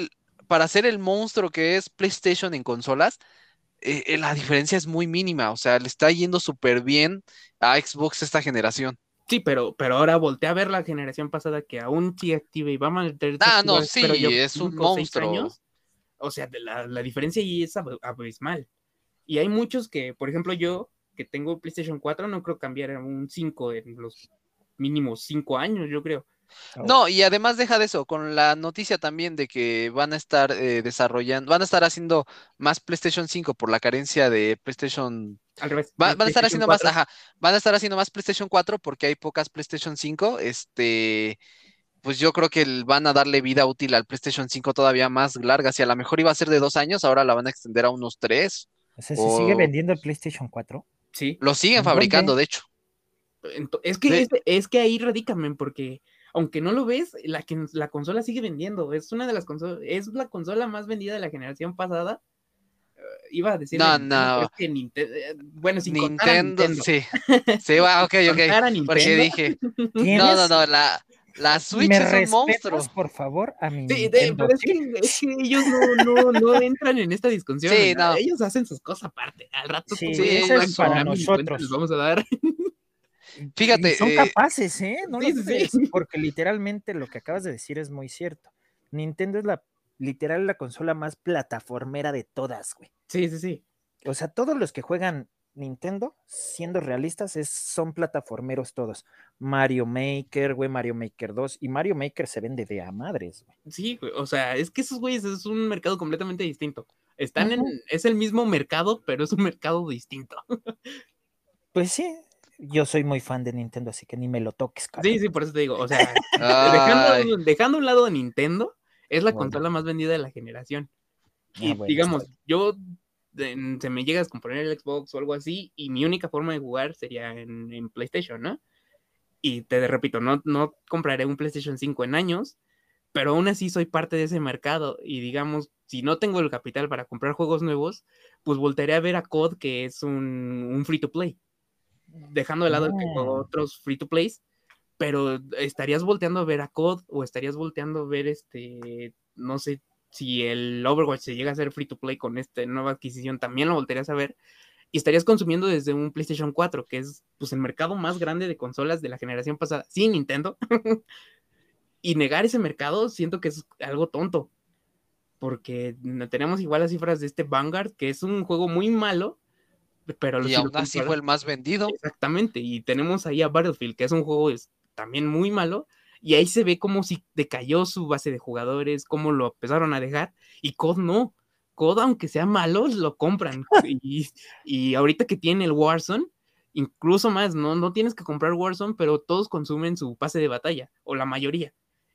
para ser el monstruo que es PlayStation en consolas, eh, eh, la diferencia es muy mínima, o sea, le está yendo súper bien a Xbox esta generación. Sí, pero, pero ahora voltea a ver la generación pasada que aún sigue activa y va a mantenerse Ah, no, activa, espero yo, sí, es un cinco o seis monstruo. años. O sea, de la, la diferencia ahí es ab- abismal. Y hay muchos que, por ejemplo, yo, que tengo PlayStation cuatro, no creo cambiar a un cinco en los mínimos cinco años, yo creo. No, y además deja de eso, con la noticia también de que van a estar eh, desarrollando, van a estar haciendo más PlayStation cinco por la carencia de PlayStation. Al revés, Va- más van a estar PlayStation haciendo más, cuatro. ajá, van a estar haciendo más PlayStation cuatro porque hay pocas PlayStation cinco. Este, pues yo creo que el- van a darle vida útil al PlayStation cinco todavía más larga. Si a lo mejor iba a ser de dos años, ahora la van a extender a unos tres. O sea, ¿se sigue O vendiendo el PlayStation cuatro? Sí. lo siguen ¿En dónde? fabricando, de hecho. Ento- es que, De- es, es que ahí radica, men, porque aunque no lo ves, la, que- la consola sigue vendiendo. Es una de las consolas, es la consola más vendida de la generación pasada. Eh, iba a decir de no, Nintendo, pero no, es que Nintendo, bueno, sin contar a Nintendo, Nintendo, sí, sí, va, ok, sin ok, contar a porque Nintendo. dije, no, no, ¿Tienes? no, la, la Switch ¿Me es un monstruo. respetas, por favor, a mi Sí, de- Nintendo? pero es ¿Sí? que, es que ellos no, no, no entran en esta discusión, Sí, men. no, Ellos hacen sus cosas aparte. Al rato Sí, tú sí, ves esa una es ellos para Konami, ni cuenta les nosotros. vamos a dar. Y son fíjate, eh, capaces, ¿eh? No lo Sí, sí, dudes, sí. porque literalmente lo que acabas de decir es muy cierto. Nintendo es la, literal, la consola más plataformera de todas, güey. Sí, sí, sí. O sea, todos los que juegan Nintendo, siendo realistas, es, son plataformeros todos. Mario Maker, güey, Mario Maker dos, y Mario Maker se vende de a madres, güey. Sí, güey, o sea, es que esos güeyes es un mercado completamente distinto. Están en, Ujú. es el mismo mercado, pero es un mercado distinto. Pues sí, yo soy muy fan de Nintendo, así que ni me lo toques, cara. Sí, sí, por eso te digo, o sea, ay, dejando, dejando a un lado a Nintendo, es la Bueno, consola más vendida de la generación. ah, Y bueno, digamos, está bien. yo de- se me llega a descomponer el Xbox o algo así, y mi única forma de jugar sería en, en PlayStation, ¿no? Y te repito, no, no compraré un PlayStation cinco en años, pero aún así soy parte de ese mercado y digamos, si no tengo el capital para comprar juegos nuevos, pues voltearé a ver a C O D, que es un, un free to play, dejando de lado el que juego Mm, otros free to plays, pero estarías volteando a ver a C O D o estarías volteando a ver este, no sé si el Overwatch se llega a ser free to play con esta nueva adquisición, también lo voltearías a ver y estarías consumiendo desde un PlayStation cuatro, que es pues el mercado más grande de consolas de la generación pasada, sin Nintendo. Y negar ese mercado siento que es algo tonto, porque tenemos igual las cifras de este Vanguard, que es un juego muy malo, pero y si lo aún así fue comparas, el más vendido. exactamente, y tenemos ahí a Battlefield, que es un juego es, también muy malo, y ahí se ve como si decayó su base de jugadores, cómo lo empezaron a dejar, y C O D no. C O D, aunque sea malo, lo compran. Y, y ahorita que tiene el Warzone, incluso más, ¿no? No tienes que comprar Warzone, pero todos consumen su pase de batalla, o la mayoría.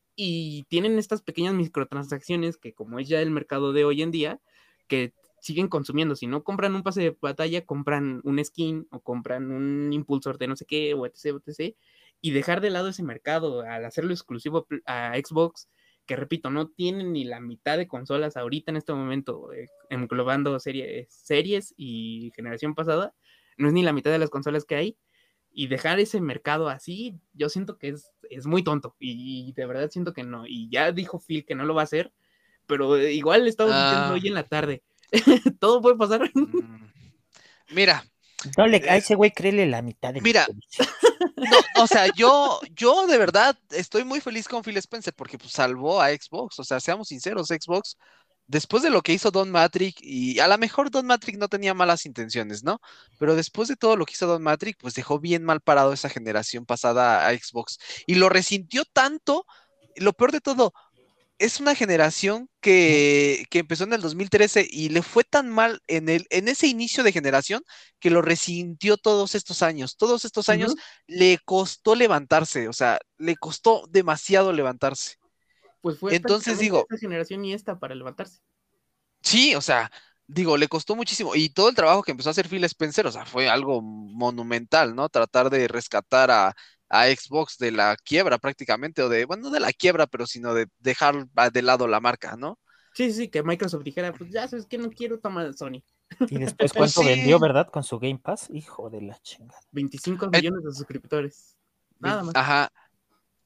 Y tienen estas pequeñas microtransacciones que como es ya el mercado de hoy en día, que siguen consumiendo. Si no compran un pase de batalla, compran un skin o compran un impulsor de no sé qué, o etc, etc. Y dejar de lado ese mercado al hacerlo exclusivo a Xbox, que repito, no tienen ni la mitad de consolas ahorita en este momento, eh, englobando serie, series y generación pasada, no es ni la mitad de las consolas que hay. Y dejar ese mercado así, yo siento que es, es muy tonto. Y, y de verdad siento que no. Y ya dijo Phil que no lo va a hacer, pero igual le estamos diciendo Ah, hoy en la tarde. Todo puede pasar. mm, mira, no le, a eh, ese güey créele la mitad de lo mira, que dice. no, o sea, yo, yo de verdad estoy muy feliz con Phil Spencer porque pues salvó a Xbox, o sea, seamos sinceros, Xbox, después de lo que hizo Don Matrick, y a lo mejor Don Matrick no tenía malas intenciones, ¿no? Pero después de todo lo que hizo Don Matrick, pues dejó bien mal parado esa generación pasada a Xbox y lo resintió tanto, lo peor de todo, es una generación que, que empezó en el dos mil trece y le fue tan mal en el, en ese inicio de generación que lo resintió todos estos años. Todos estos años Ujú. le costó levantarse, o sea, le costó demasiado levantarse. Pues fue Entonces prácticamente digo, esta generación y esta para levantarse. sí, o sea, digo, le costó muchísimo. Y todo el trabajo que empezó a hacer Phil Spencer, o sea, fue algo monumental, ¿no? Tratar de rescatar a, a Xbox de la quiebra prácticamente, o de, bueno, no de la quiebra, pero sino de dejar a- de lado la marca, ¿no? Sí, sí, que Microsoft dijera, pues ya sabes que no quiero tomar Sony. Y después, Pues ¿cuánto vendió, sí, verdad? Con su Game Pass. Hijo de la chingada. veinticinco eh, millones de suscriptores. Nada veinte más. ajá.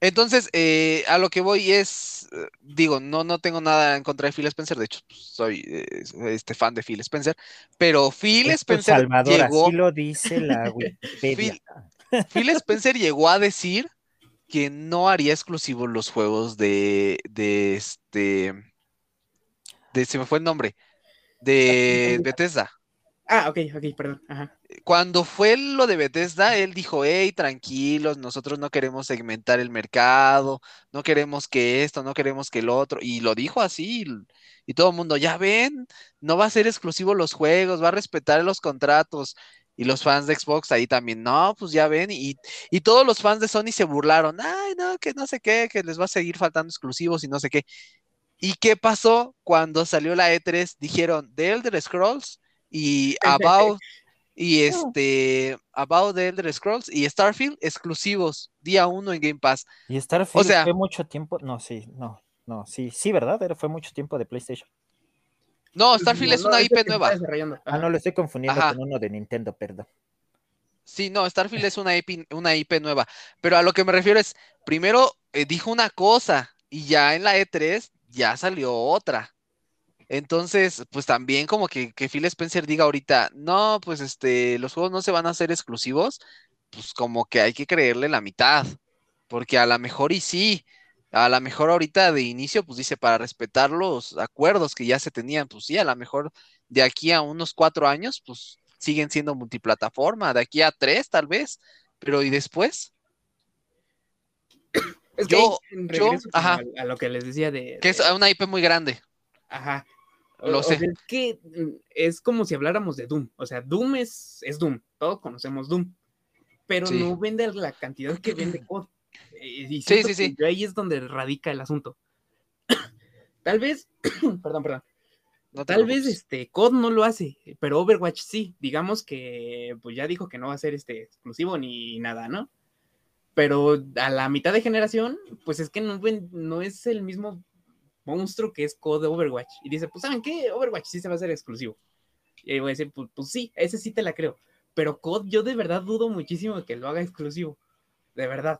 Entonces, eh, a lo que voy es, eh, digo, no, no tengo nada en contra de Phil Spencer, de hecho, pues, soy eh, este fan de Phil Spencer, pero Phil Es tu Spencer salvador, así llegó, lo dice la Wikipedia. Phil, Phil Spencer llegó a decir que no haría exclusivos los juegos de, de este, de, se me fue el nombre, de Bethesda. Ah, ok, ok, perdón. Ajá. Cuando fue lo de Bethesda, él dijo, hey, tranquilos, nosotros no queremos segmentar el mercado, no queremos que esto, no queremos que el otro, y lo dijo así, y y todo el mundo, ya ven, no va a ser exclusivo los juegos, va a respetar los contratos, y los fans de Xbox ahí también, no, pues ya ven, y, y todos los fans de Sony se burlaron, ay, no, que no sé qué, que les va a seguir faltando exclusivos y no sé qué. ¿Y qué pasó cuando salió la E tres? Dijeron, The Elder Scrolls y About y este, About the Elder Scrolls y Starfield exclusivos, día uno en Game Pass. Y O Starfield sea, fue mucho tiempo, no, sí, no, no, sí, sí, ¿verdad? Era, fue mucho tiempo de PlayStation. no, Starfield No, es no, una es el I P que se está nueva. desarrollando. Ah, no, Ajá. lo estoy confundiendo con Ajá. uno de Nintendo, perdón. Sí, no, Starfield es una I P, una I P nueva. Pero a lo que me refiero es, primero eh, dijo una cosa y ya en la E tres ya salió otra. Entonces, pues también como que, que Phil Spencer diga ahorita, no, pues este, los juegos no se van a hacer exclusivos, pues como que hay que creerle la mitad, porque a lo mejor y sí, a lo mejor ahorita de inicio, pues dice, para respetar los acuerdos que ya se tenían, pues sí, a lo mejor de aquí a unos cuatro años, pues siguen siendo multiplataforma, de aquí a tres tal vez, pero ¿y después? Es que ahí Yo, yo, regreso como a, ajá, a lo que les decía de, que es de- una I P muy grande, Ajá. O, lo o sé, sea, es que mm, es como si habláramos de Doom. O sea, Doom es, es Doom. Todos conocemos Doom. Pero sí, no vende la cantidad que vende C O D. Eh, Y sí, siento sí, que sí, ahí es donde radica el asunto. Tal vez, perdón, perdón. no te Tal vez preocupes. este C O D no lo hace, pero Overwatch sí. Digamos que pues ya dijo que no va a ser este exclusivo ni nada, ¿no? Pero a la mitad de generación, pues es que no, no es el mismo monstruo que es C O D de Overwatch. Y dice, pues ¿saben qué? Overwatch sí se va a hacer exclusivo. Y ahí voy a decir, pues, pues sí, ese sí te la creo. Pero C O D yo de verdad dudo muchísimo de que lo haga exclusivo. De verdad.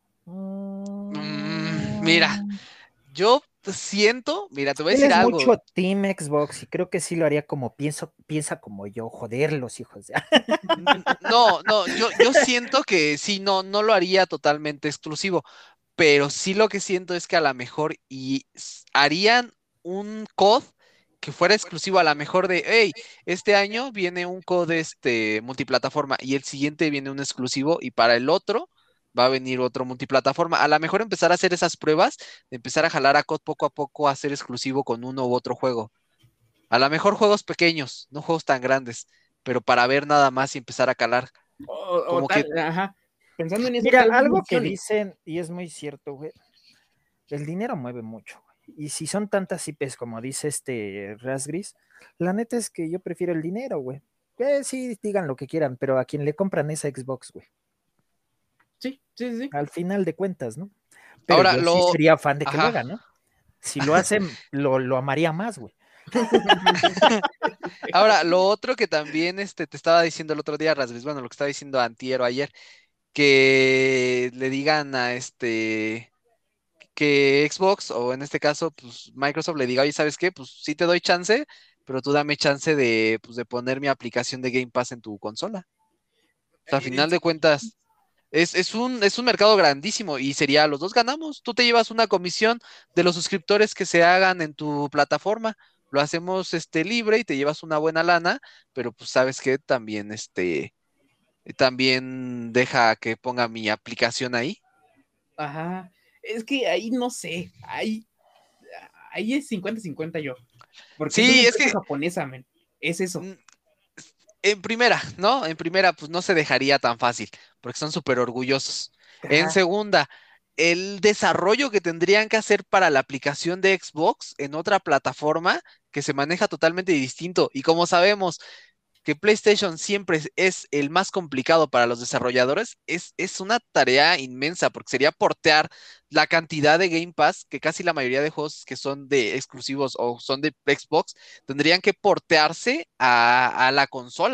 Mm, mira, Mm, yo siento, mira, te voy a Él decir es algo. mucho Team Xbox y creo que sí lo haría como pienso, piensa como yo, joder los hijos de... N- No, no, yo, yo siento que sí, no, no lo haría totalmente exclusivo, pero sí lo que siento es que a lo mejor y s- harían un C O D que fuera exclusivo a lo mejor de, hey, este año viene un C O D este, multiplataforma y el siguiente viene un exclusivo y para el otro va a venir otro multiplataforma. A lo mejor empezar a hacer esas pruebas, de empezar a jalar a C O D poco a poco a ser exclusivo con uno u otro juego. A lo mejor juegos pequeños, no juegos tan grandes, pero para ver nada más y empezar a calar. O, o Como tal, que, ajá. Pensando en eso, Mira, tal vez algo que funcione. dicen, y es muy cierto, güey, el dinero mueve mucho, güey. Y si son tantas I Ps como dice este Rasgris, la neta es que yo prefiero el dinero, güey. Eh, sí, digan lo que quieran, pero a quien le compran esa Xbox, güey. Sí, sí, sí. Sí. Al final de cuentas, ¿no? Pero ahora yo sí lo, sería fan de que lo ajá. hagan, ¿no? Si lo hacen, lo, lo amaría más, güey. Ahora, lo otro que también este, te estaba diciendo el otro día, Rasgris, bueno, lo que estaba diciendo antier o ayer, que le digan a este, que Xbox, o en este caso, pues Microsoft le diga, oye, ¿sabes qué? Pues sí te doy chance, pero tú dame chance de, pues, de poner mi aplicación de Game Pass en tu consola. O sea, a final Es- de cuentas, es, es un, es un mercado grandísimo y sería, los dos ganamos. Tú te llevas una comisión de los suscriptores que se hagan en tu plataforma. Lo hacemos este, libre y te llevas una buena lana, pero pues sabes que también, este, también deja que ponga mi aplicación ahí. Ajá. Es que ahí no sé. Ahí, ahí es cincuenta cincuenta yo. Porque es una Sí, es empresa que japonesa, men. Es eso. mm, en primera, ¿no? En primera, pues no se dejaría tan fácil, porque son súper orgullosos. En Ajá. segunda, el desarrollo que tendrían que hacer para la aplicación de Xbox en otra plataforma que se maneja totalmente distinto. Y como sabemos que PlayStation siempre es, es el más complicado para los desarrolladores, es, es una tarea inmensa, porque sería portear la cantidad de Game Pass, que casi la mayoría de juegos que son de exclusivos o son de Xbox, tendrían que portearse a, a la consola.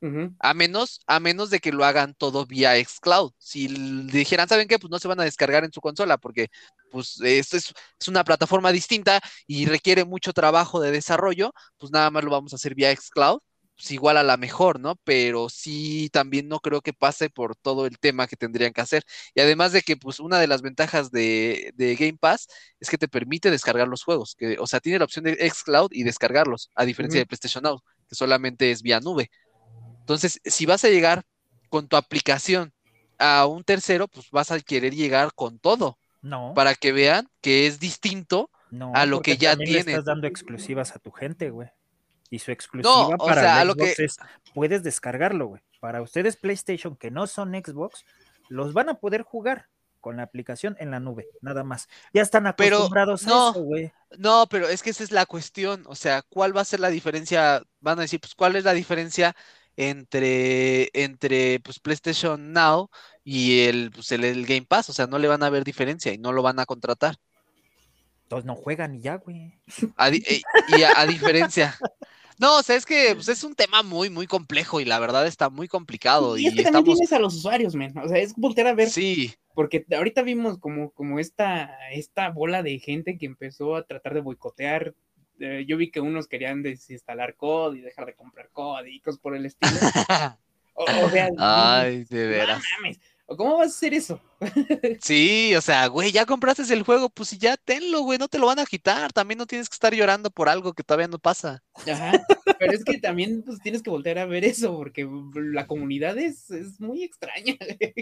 Ujú. A menos, a menos de que lo hagan todo vía xCloud. Si l- dijeran, ¿saben qué? Pues no se van a descargar en su consola porque pues esto es, es una plataforma distinta y requiere mucho trabajo de desarrollo, pues nada más lo vamos a hacer vía xCloud. Pues igual a la mejor, ¿no? Pero sí, también no creo que pase por todo el tema que tendrían que hacer. Y además de que, pues, una de las ventajas de, de Game Pass es que te permite descargar los juegos. Que, o sea, tiene la opción de xCloud y descargarlos, a diferencia Ujú. de PlayStation Now, que solamente es vía nube. Entonces, si vas a llegar con tu aplicación a un tercero, pues vas a querer llegar con todo No, para que vean que es distinto a no, lo porque que ya también le estás tienen. dando exclusivas a tu gente, güey. Y su No, exclusiva o para el sea, a lo que, Xbox es, puedes descargarlo, güey. Para ustedes PlayStation que no son Xbox, los van a poder jugar con la aplicación en la nube, nada más. Ya están pero acostumbrados a no, eso, güey. no, pero es que esa es la cuestión. O sea, ¿cuál va a ser la diferencia? Van a decir, pues, ¿cuál es la diferencia entre, entre pues, PlayStation Now y el, pues, el, el Game Pass? O sea, no le van a ver diferencia y no lo van a contratar. Entonces no juegan y ya, güey. A di- eh, y a, a diferencia. No, o sea, es que pues, es un tema muy, muy complejo y la verdad está muy complicado Y es y que también estamos, tienes a los usuarios, men. O sea, es voltear a ver, sí, porque ahorita vimos como, como esta, esta bola de gente que empezó a tratar de boicotear. Eh, yo vi que unos querían desinstalar COD y dejar de comprar COD y cosas por el estilo. O, o sea, dices, ay, de no veras. mames, ¿o ¿cómo vas a hacer eso? Sí, o sea, güey, ya compraste el juego, pues sí, ya tenlo, güey, no te lo van a quitar, también no tienes que estar llorando por algo que todavía no pasa. Ajá. Pero es que también pues, tienes que voltear a ver eso, porque la comunidad es, es muy extraña.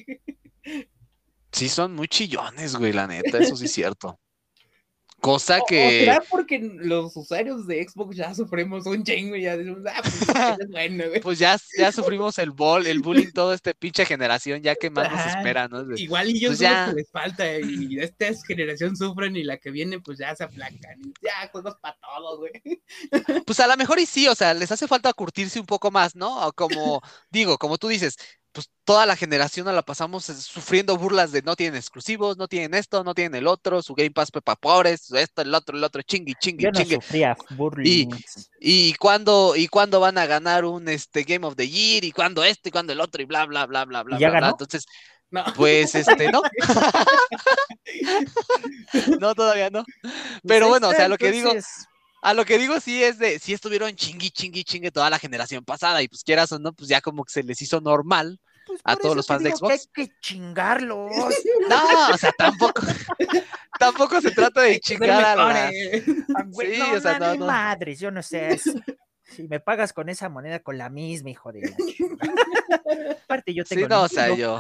Sí, son muy chillones, güey, la neta, eso sí es cierto. Cosa O, o que, será porque los usuarios de Xbox ya sufrimos un chingo y ya decimos, ah, pues es bueno, güey. pues ya, ya sufrimos el bol, el bullying, toda esta pinche generación, ya que más nos Ajá. espera, ¿no? De- Igual y ellos Pues son los que ya. les falta y esta generación sufren y la que viene pues ya se aplacan. Y ya, juegos para todos, güey. Pues a lo mejor y sí, o sea, les hace falta curtirse un poco más, ¿no? O como digo, como tú dices, pues toda la generación nos la pasamos eh, sufriendo burlas de no tienen exclusivos, no tienen esto, no tienen el otro, su Game Pass para pobres, esto, el otro, el otro, chingue, chingue, Yo no chingue. sufría Y, bullying. y cuándo, y cuándo van a ganar un este Game of the Year, y cuándo esto, y cuándo el otro, y bla, bla, bla, bla, ¿Y bla, ya bla, bla. ganó? Entonces, No. pues este, no, no, todavía no. Pues Pero ahí bueno, o está, sea, lo que digo, entonces. a lo que digo sí es de, sí estuvieron chingui, chingui, chingue toda la generación pasada y pues quieras o no, pues ya como que se les hizo normal Pues a por todos eso los te fans de digo que hay Xbox. que chingarlos. No, o sea, tampoco, tampoco se trata de Hay que ser chingar a la... mejores. Ah, güey, Sí, no, o sea, no, no, ni no. madres, yo no sé. es- Si me pagas con esa moneda, con la misma, hijo de la chingada. Aparte, yo Sí, tengo no, o sea, Nintendo. yo...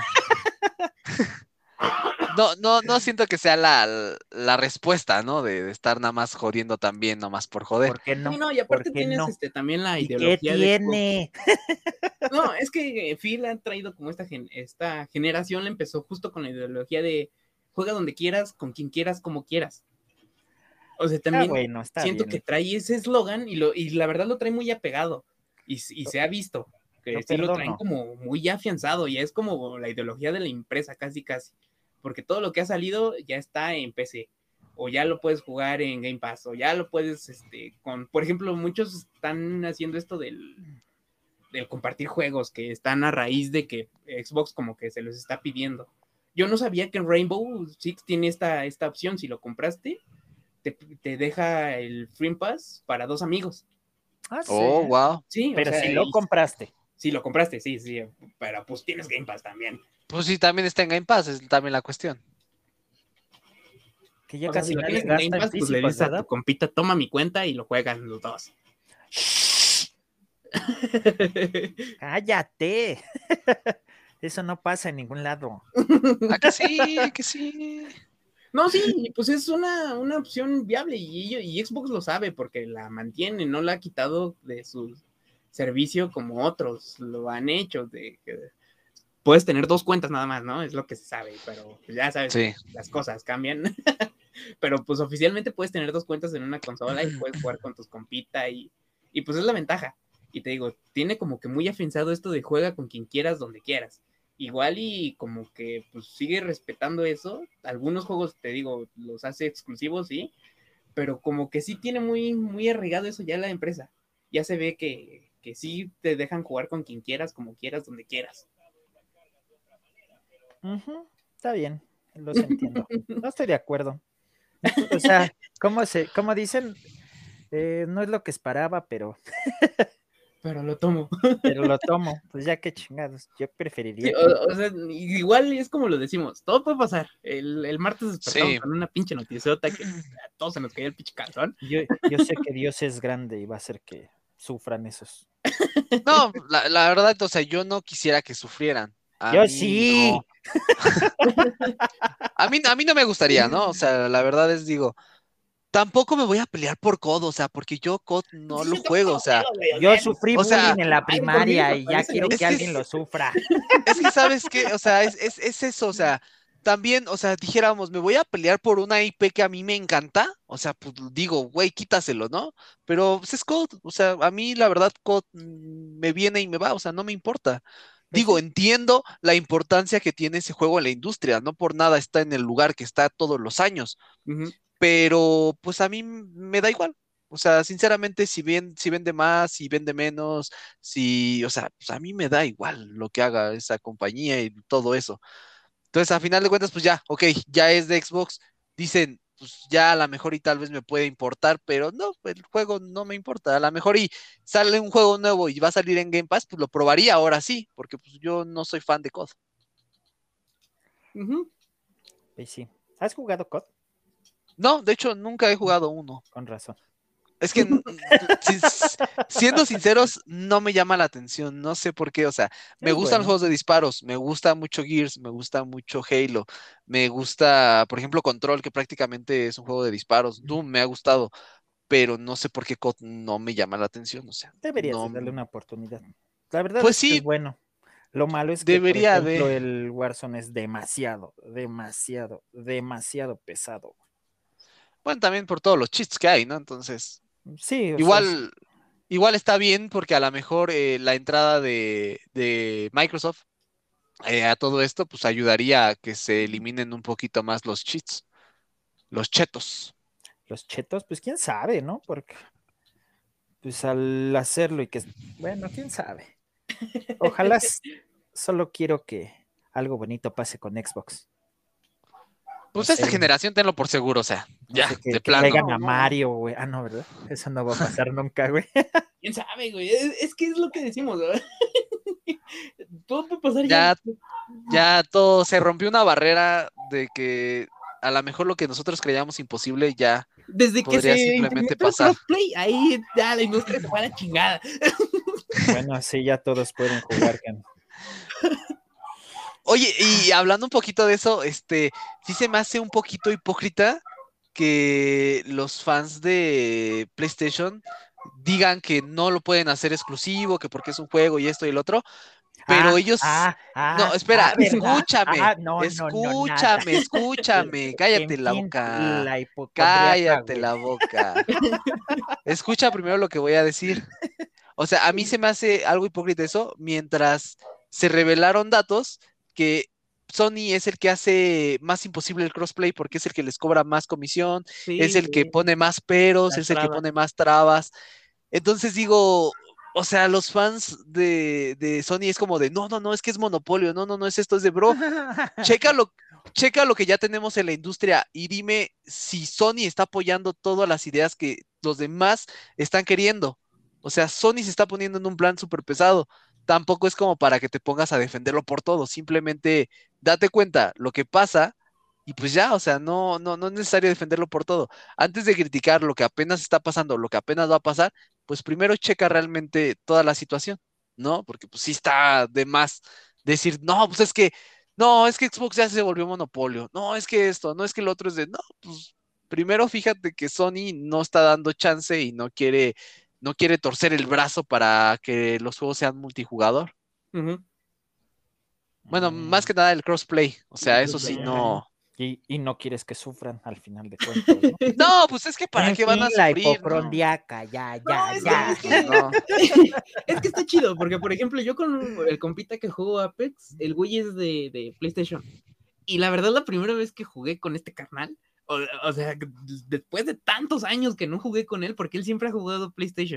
No, no, no siento que sea la, la respuesta, ¿no? De, de estar nada más jodiendo también, nomás por joder. ¿Por qué Sí, no? no, y ¿Por aparte qué tienes no? este, también la ¿Y qué ideología de Xbox. tiene? No, es que Phil ha traído como esta, gen esta generación, le empezó justo con la ideología de juega donde quieras, con quien quieras, como quieras. O sea, Ah, también bueno, está siento que bien. trae ese eslogan y, lo, y la verdad lo trae muy apegado. Y, y se ha visto que Lo sí lo traen perdono. como muy afianzado, ya es como la ideología de la empresa, casi casi. Porque todo lo que ha salido ya está en P C. O ya lo puedes jugar en Game Pass. O ya lo puedes, este, con. Por ejemplo, muchos están haciendo esto del, del compartir juegos, que están a raíz de que Xbox como que se los está pidiendo. Yo no sabía que Rainbow Six tiene esta, esta opción. Si lo compraste, te, te deja el Free Pass para dos amigos. Ah, sí. Oh, wow. Sí, Pero o sea, si lo y, compraste. si lo compraste, sí, sí, pero pues tienes Game Pass también. Pues sí, también está en Game Pass, es también la cuestión. Que ya O sea, si casi lo nadie tienes en Game gasta en Pass, pues le físicos, dices a tu ¿verdad? compita, toma mi cuenta y lo juegan los dos. Cállate. Eso no pasa en ningún lado. Ah, que sí, que sí. No, sí, pues es una, una opción viable y, y Xbox lo sabe porque la mantiene, no la ha quitado de su servicio como otros lo han hecho. De, de, puedes tener dos cuentas nada más, ¿no? Es lo que se sabe, pero ya sabes Sí. que las cosas cambian. Pero pues oficialmente puedes tener dos cuentas en una consola y puedes jugar con tus compita y, y pues es la ventaja. Y te digo, tiene como que muy afianzado esto de juega con quien quieras, donde quieras. Igual y como que pues sigue respetando eso. Algunos juegos, te digo, los hace exclusivos, sí, pero como que sí tiene muy, muy arraigado eso ya la empresa. Ya se ve que, que sí te dejan jugar con quien quieras, como quieras, donde quieras. Uh-huh. Está bien, los entiendo. No estoy de acuerdo. O sea, ¿cómo, se, cómo dicen? Eh, no es lo que esperaba, pero... Pero lo tomo. Pero lo tomo. Pues ya que chingados. Yo preferiría... Sí, o, o sea, igual es como lo decimos. Todo puede pasar. El, el martes despertamos Sí. con una pinche noticiota que a todos se nos caía el pinche calzón. Yo, yo sé que Dios es grande y va a hacer que sufran esos. No, la, la verdad, o sea, yo no quisiera que sufrieran. A Yo mí sí. no. A mí, a mí no me gustaría, ¿no? O sea, la verdad es, digo, tampoco me voy a pelear por C O D, o sea, porque yo C O D no Sí, lo yo juego, tampoco o sea, lo juego, güey, o Yo sea, sufrí o sea, bullying en la ay, por mí, primaria y por ya eso quiero me que es que alguien es- lo sufra. es que sabes qué, o sea, es, es, es eso, o sea, también, o sea, dijéramos, me voy a pelear por una I P que a mí me encanta, o sea, pues digo, güey, quítaselo, ¿no? Pero pues, es C O D, o sea, a mí la verdad C O D mm, me viene y me va, o sea, no me importa. Pues Digo, sí. entiendo la importancia que tiene ese juego en la industria, no por nada está en el lugar que está todos los años, Ujú. pero pues a mí me da igual. O sea, sinceramente, si bien, si vende más, si vende menos, si, o sea, pues a mí me da igual lo que haga esa compañía y todo eso. Entonces, a final de cuentas, pues ya, ok, ya es de Xbox. Dicen, pues ya a lo mejor y tal vez me puede importar, pero no, el juego no me importa. A lo mejor y sale un juego nuevo y va a salir en Game Pass, pues lo probaría ahora sí, porque pues yo no soy fan de C O D. Ujú. Pues sí. ¿Has jugado C O D? No, de hecho, nunca he jugado uno. Con razón. Es que, mm, si- siendo sinceros, no me llama la atención, no sé por qué, o sea, me Es gustan los bueno. juegos de disparos, me gusta mucho Gears, me gusta mucho Halo, me gusta, por ejemplo, Control, que prácticamente es un juego de disparos, Doom me ha gustado, pero no sé por qué C O D no me llama la atención, o sea, Deberías de no, darle una oportunidad. La verdad pues es que es sí, bueno. Lo malo es que, por debería de, ejemplo, el Warzone es demasiado, demasiado, demasiado pesado. bueno, también por todos los cheats que hay, ¿no? Entonces, Sí, o sea, es- igual, igual está bien porque a lo mejor eh, la entrada de, de Microsoft eh, a todo esto, pues ayudaría a que se eliminen un poquito más los cheats, los chetos. los chetos, pues quién sabe, ¿no? Porque pues al hacerlo y que, bueno, quién sabe. Ojalá s- solo quiero que algo bonito pase con Xbox. No Pues sé, esta generación tenlo por seguro, o sea, no ya, sé, que, de que plano. traigan a No, no. Mario, güey. Ah, no, ¿verdad? Eso no va a pasar nunca, güey. ¿Quién sabe, güey? Es, es que es lo que decimos, ¿verdad? Todo puede pasar ya. Ya, ya todo, se rompió una barrera de que a lo mejor lo que nosotros creíamos imposible ya Desde que podría se simplemente implementó el pasar. crossplay, ahí ya la industria se fue a la chingada. Bueno, así ya todos pueden jugar. Can. Oye, y hablando un poquito de eso, este, sí se me hace un poquito hipócrita que los fans de PlayStation digan que no lo pueden hacer exclusivo, que porque es un juego y esto y el otro, pero Ah, ellos, ah, ah, no, ah, espera, ¿verdad? escúchame, Ah, no, no, no, nada. escúchame, escúchame, En cállate la fin, boca, la hipocondriaca, cállate güey. la boca. Escucha primero lo que voy a decir. O sea, a mí se me hace algo hipócrita eso, mientras se revelaron datos que Sony es el que hace más imposible el crossplay porque es el que les cobra más comisión, es Sí, el que güey, pone más peros, las es el que trabas. pone más trabas. Entonces digo, o sea, los fans de, de Sony es como de, no, no, no, es que es monopolio, no, no, no es esto, es de bro, checa lo, checa lo que ya tenemos en la industria y dime si Sony está apoyando todas las ideas que los demás están queriendo. O sea, Sony se está poniendo en un plan súper pesado. Tampoco es como para que te pongas a defenderlo por todo. Simplemente date cuenta lo que pasa y pues ya, o sea, no, no, no es necesario defenderlo por todo. Antes de criticar lo que apenas está pasando, lo que apenas va a pasar, pues primero checa realmente toda la situación, ¿no? Porque pues sí está de más decir, no, pues es que no, es que Xbox ya se volvió monopolio. No, es que esto, no es que el otro es de, no, pues primero fíjate que Sony no está dando chance y no quiere, no quiere torcer el brazo para que los juegos sean multijugador. Ujú. Bueno, más Mm, que nada el crossplay. O El sea, eso sí, crossplay, ajá. mm, no. y, y no quieres que sufran al final de cuentas, ¿no? No, pues es que para En qué van fin, a la sufrir, ¿no? hipocondriaca, ya, No, ya, es que, ya. No, es pues que, no. es que está chido, porque por ejemplo, yo con el compita que juego Apex, el güey es de, de PlayStation. Y la verdad, la primera vez que jugué con este carnal, o, o sea, después de tantos años que no jugué con él, porque él siempre ha jugado PlayStation.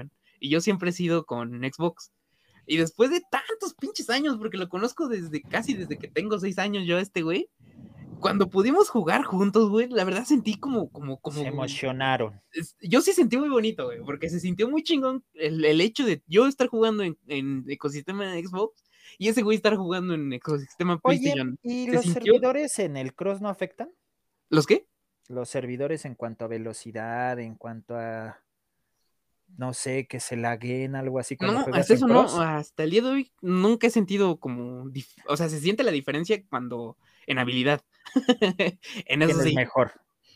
Y yo siempre he sido con Xbox. Y después de tantos pinches años, porque lo conozco desde casi desde que tengo seis años yo a este güey, cuando pudimos jugar juntos, güey, la verdad sentí como, como, como... Se emocionaron. Yo sí sentí muy bonito, güey, porque se sintió muy chingón el, el hecho de yo estar jugando en, en ecosistema de Xbox y ese güey estar jugando en ecosistema PlayStation. Oye, ¿y se los sintió... servidores en el Cross no afectan? ¿Los qué? Los servidores en cuanto a velocidad, en cuanto a... no sé, que se lagueen, algo así cuando no, juegas hasta en eso Cross. no, hasta el día de hoy nunca he sentido como, dif- o sea, se siente la diferencia cuando en habilidad. En eso ¿Quién es sí. mejor?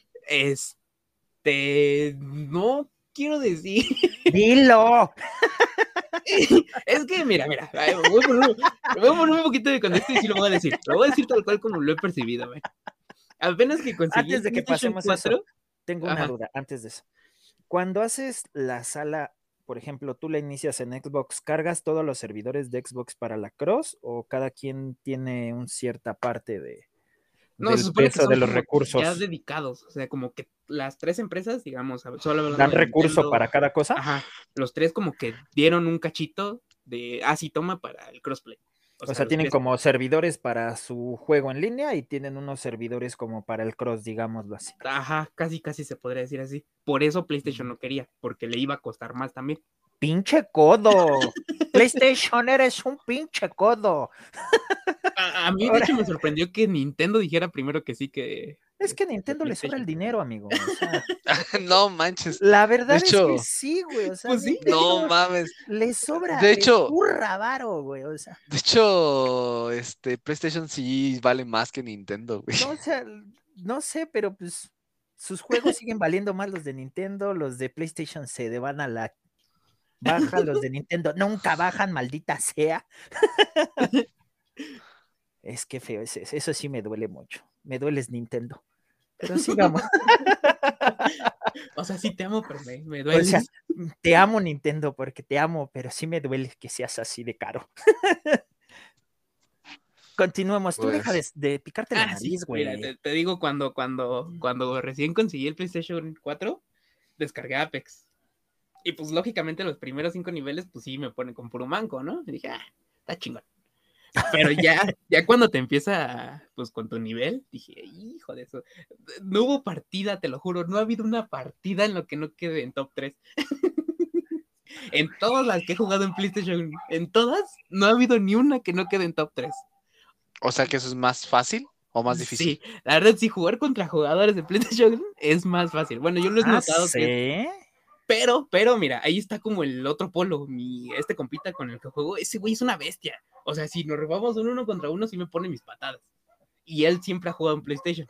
Este, no quiero decir. ¡Dilo! Es que, mira, mira, ay, me voy a poner, me voy a poner un poquito de contexto y sí lo voy a decir. Lo voy a decir tal cual como lo he percibido, güey. Apenas que conseguí Antes de que PlayStation pasemos cuatro, eso, tengo una ajá. duda antes de eso. Cuando haces la sala, por ejemplo, tú la inicias en Xbox, ¿cargas todos los servidores de Xbox para la Cross o cada quien tiene una cierta parte de, No, se del supone que peso son de los como ya recursos? dedicados, o sea, como que las tres empresas, digamos, solo hablando ¿Dan de recurso Nintendo, para cada cosa? ajá, los tres como que dieron un cachito de, ah, sí, toma para el crossplay. O, O sea, sea, los tienen tres. como servidores para su juego en línea y tienen unos servidores como para el Cross, digámoslo así. Ajá, casi, casi se podría decir así. Por eso PlayStation no quería, porque le iba a costar más también. ¡Pinche codo! PlayStation, eres un pinche codo. A, a mí, de Ahora, hecho, me sorprendió que Nintendo dijera primero que sí que... es que a este, Nintendo le sobra el dinero, amigo. O sea, No manches. la De verdad es hecho, que sí, güey. O sea, Pues sí. Nintendo no mames. le sobra, De le hecho, zurra varo, güey. O sea, de hecho, este PlayStation sí vale más que Nintendo, güey. no, o sea, no sé, pero pues sus juegos siguen valiendo más los de Nintendo, los de PlayStation se de- van a la baja, los de Nintendo nunca bajan, maldita sea. Es que feo, ese- eso sí me duele mucho. Me dueles Nintendo. Pero sigamos. O sea, sí te amo, pero me, me O duele. sea, te amo Nintendo porque te amo, pero sí me duele que seas así de caro. Continuemos. Tú deja de, Pues, de picarte la Ah, sí, nariz, mira, güey. te, te digo, cuando, cuando, cuando recién conseguí el PlayStation cuatro, descargué Apex. Y pues lógicamente los primeros cinco niveles, pues sí me ponen con puro manco, ¿no? Y dije, ah, está chingón. Pero ya, ya cuando te empieza, pues con tu nivel, dije, hijo de eso. No hubo partida, te lo juro, no ha habido una partida en lo que no quede en top tres. En todas las que he jugado en PlayStation, en todas, no ha habido ni una que no quede en top tres. o sea que eso es más fácil o más difícil. Sí, la verdad, sí, jugar contra jugadores de PlayStation es más fácil. Bueno, yo lo he Ah, notado que es, ¿sí? pero, pero mira, ahí está como el otro polo. Mi, este compita con el que juego, ese güey es una bestia. O sea, si nos robamos un uno contra uno, sí me pone mis patadas. Y él siempre ha jugado en PlayStation.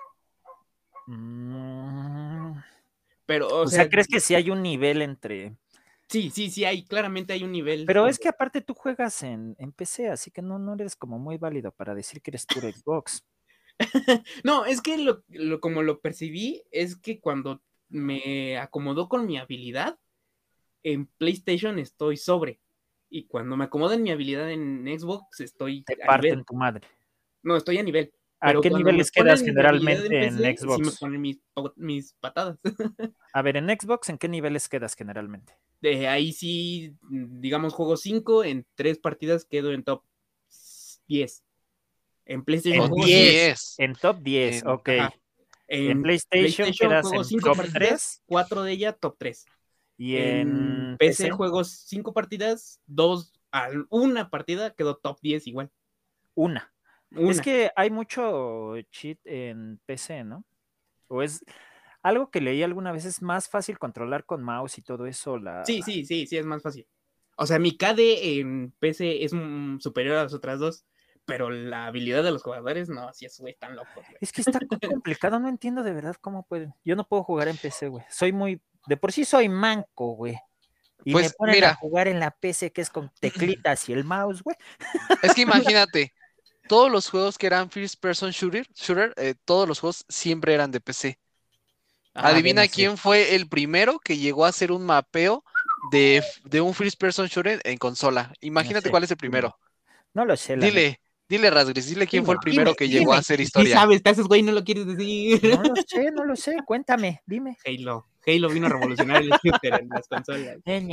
Mm, Pero, o, o sea, sea, ¿crees que sí hay un nivel entre...? sí, sí, sí, hay, claramente hay un nivel. Pero como- es que aparte tú juegas en, en P C, así que no, no eres como muy válido para decir que eres puro Xbox. No, es que lo, lo, como lo percibí, es que cuando me acomodó con mi habilidad, en PlayStation estoy sobre. Y cuando me acomodo en mi habilidad en Xbox, estoy Te a parten nivel. tu madre. No, estoy a nivel. ¿A Pero qué cuando me niveles quedas ponen mi habilidad en generalmente en P C, sí me Xbox? ponen mis, mis patadas. A ver, en Xbox, ¿en qué niveles quedas generalmente? De ahí sí, digamos, juego cinco, en tres partidas quedo en top diez. En PlayStation En Top juego diez. cinco. diez. En top diez, En- ok. Ajá. En, En PlayStation, PlayStation quedas juego en cinco top partidas, tres. cuatro de ellas top tres. Y En en P C, P C, juego cinco partidas, dos, una partida quedó top diez igual. una. Una. Es que hay mucho cheat en P C, ¿no? O es algo que leí alguna vez, es más fácil controlar con mouse y todo eso. La... Sí, sí, sí, sí, es más fácil. O sea, mi K D en P C es mm, superior a las otras dos, pero la habilidad de los jugadores, no, así es, güey, están locos, güey. Es que está complicado, no entiendo de verdad cómo pueden. Yo no puedo jugar en P C, güey. Soy muy, de por sí soy manco, güey. Y me Pues ponen a mira, jugar en la P C que es con teclitas y el mouse, güey. es que imagínate, todos los juegos que eran first person shooter, shooter eh, todos los juegos siempre eran de P C. Ah, Adivina bueno, sí. quién fue el primero que llegó a hacer un mapeo de, de un first person shooter en consola. Imagínate sé, cuál es el dime. primero. No lo sé, la neta. Dile, dile Rasgris, dile quién Dime, fue el primero dime, que dime. llegó a hacer Sí historia. sabes, te haces güey, no lo quieres decir. No lo sé, no lo sé. Cuéntame, dime. Halo. Halo vino a revolucionar el shooter en las consolas.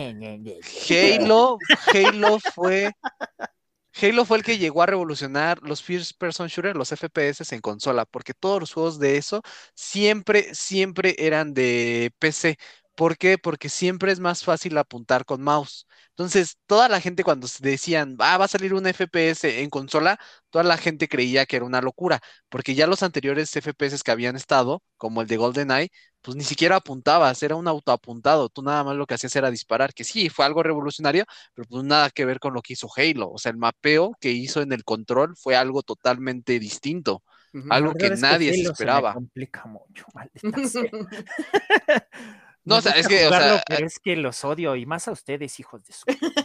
Halo, Halo fue... Halo fue el que llegó a revolucionar los First Person Shooter, los F P S en consola, porque todos los juegos de eso siempre, siempre eran de P C. ¿Por qué? Porque siempre es más fácil apuntar con mouse. Entonces, toda la gente cuando se decían, ah, va a salir un F P S en consola, toda la gente creía que era una locura, porque ya los anteriores F P S que habían estado, como el de GoldenEye, pues ni siquiera apuntabas, era un autoapuntado, tú nada más lo que hacías era disparar, que sí, fue algo revolucionario, pero pues nada que ver con lo que hizo Halo. O sea, el mapeo que hizo en el control fue algo totalmente distinto, Ujú. La algo verdad que es que nadie se Halo se me esperaba. complica mucho, maldita sea. No, Me o sea, es gusta que, o jugarlo, sea, pero es que los odio, y más a ustedes, hijos de su...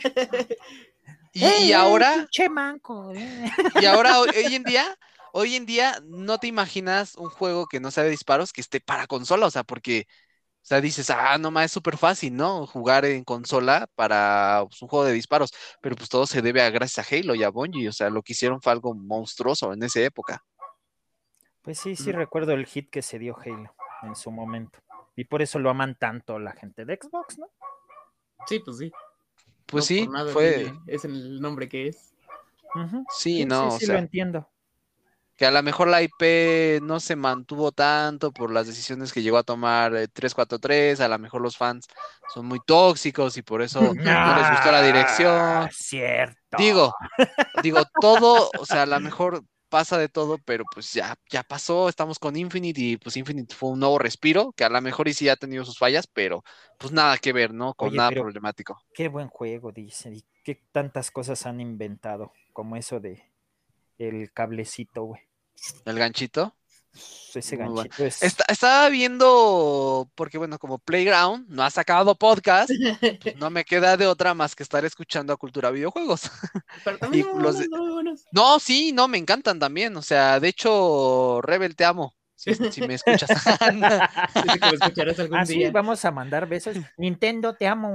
y, ¡Eh, y eh, ahora, pinche manco! eh! y ahora, hoy, hoy en día, hoy en día no te imaginas un juego que no sea de disparos que esté para consola, o sea, porque, o sea, dices, ah, no más, es súper fácil, ¿no? Jugar en consola para pues, un juego de disparos, pero pues todo se debe a gracias a Halo y a Bungie, o sea, lo que hicieron fue algo monstruoso en esa época. Pues sí, sí recuerdo el hit que se dio Halo en su momento. Y por eso lo aman tanto la gente de Xbox, ¿no? Sí, pues sí. Pues No sí, por nada fue, tiene, es el nombre que es. Ujú. sí, Sí, sí, no, o sí, lo sea, entiendo. que a lo mejor la I P no se mantuvo tanto por las decisiones que llegó a tomar eh, trescientos cuarenta y tres, a lo mejor los fans son muy tóxicos y por eso no les gustó la Ah, dirección. cierto. Digo, digo, todo, o sea, a lo mejor pasa de todo, pero pues ya, ya pasó, estamos con Infinite y pues Infinite fue un nuevo respiro, que a lo mejor y sí ha tenido sus fallas, pero pues nada que ver, ¿no? Con Oye, nada pero problemático. qué buen juego, dice. Y qué tantas cosas han inventado, como eso de el cablecito, güey. El ganchito. Ese Muy bueno. ganchito es... Está- estaba viendo, porque bueno, como Playground no ha sacado podcast, pues no me queda de otra más que estar escuchando a Cultura Videojuegos. Pero también Y son muy los buenos, de- son muy buenos. No, sí, no, me encantan también. O sea, de hecho, Rebel, te amo. Si, si me escuchas. Dice que me escucharás algún Ah, sí, día. vamos a mandar besos. Nintendo, te amo.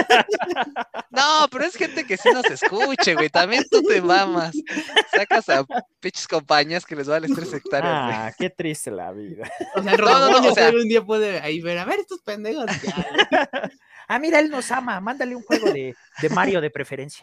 No, pero es gente que sí nos escuche, güey. También tú te mamas. Sacas a pinches compañías que les vale tres hectáreas de. Ah, qué triste la vida. O sea, el No, no, no, Rodaboño o sea, un día puede ahí ver, a ver estos pendejos. Ya. Ah, mira, él nos ama. Mándale un juego de, de Mario de preferencia.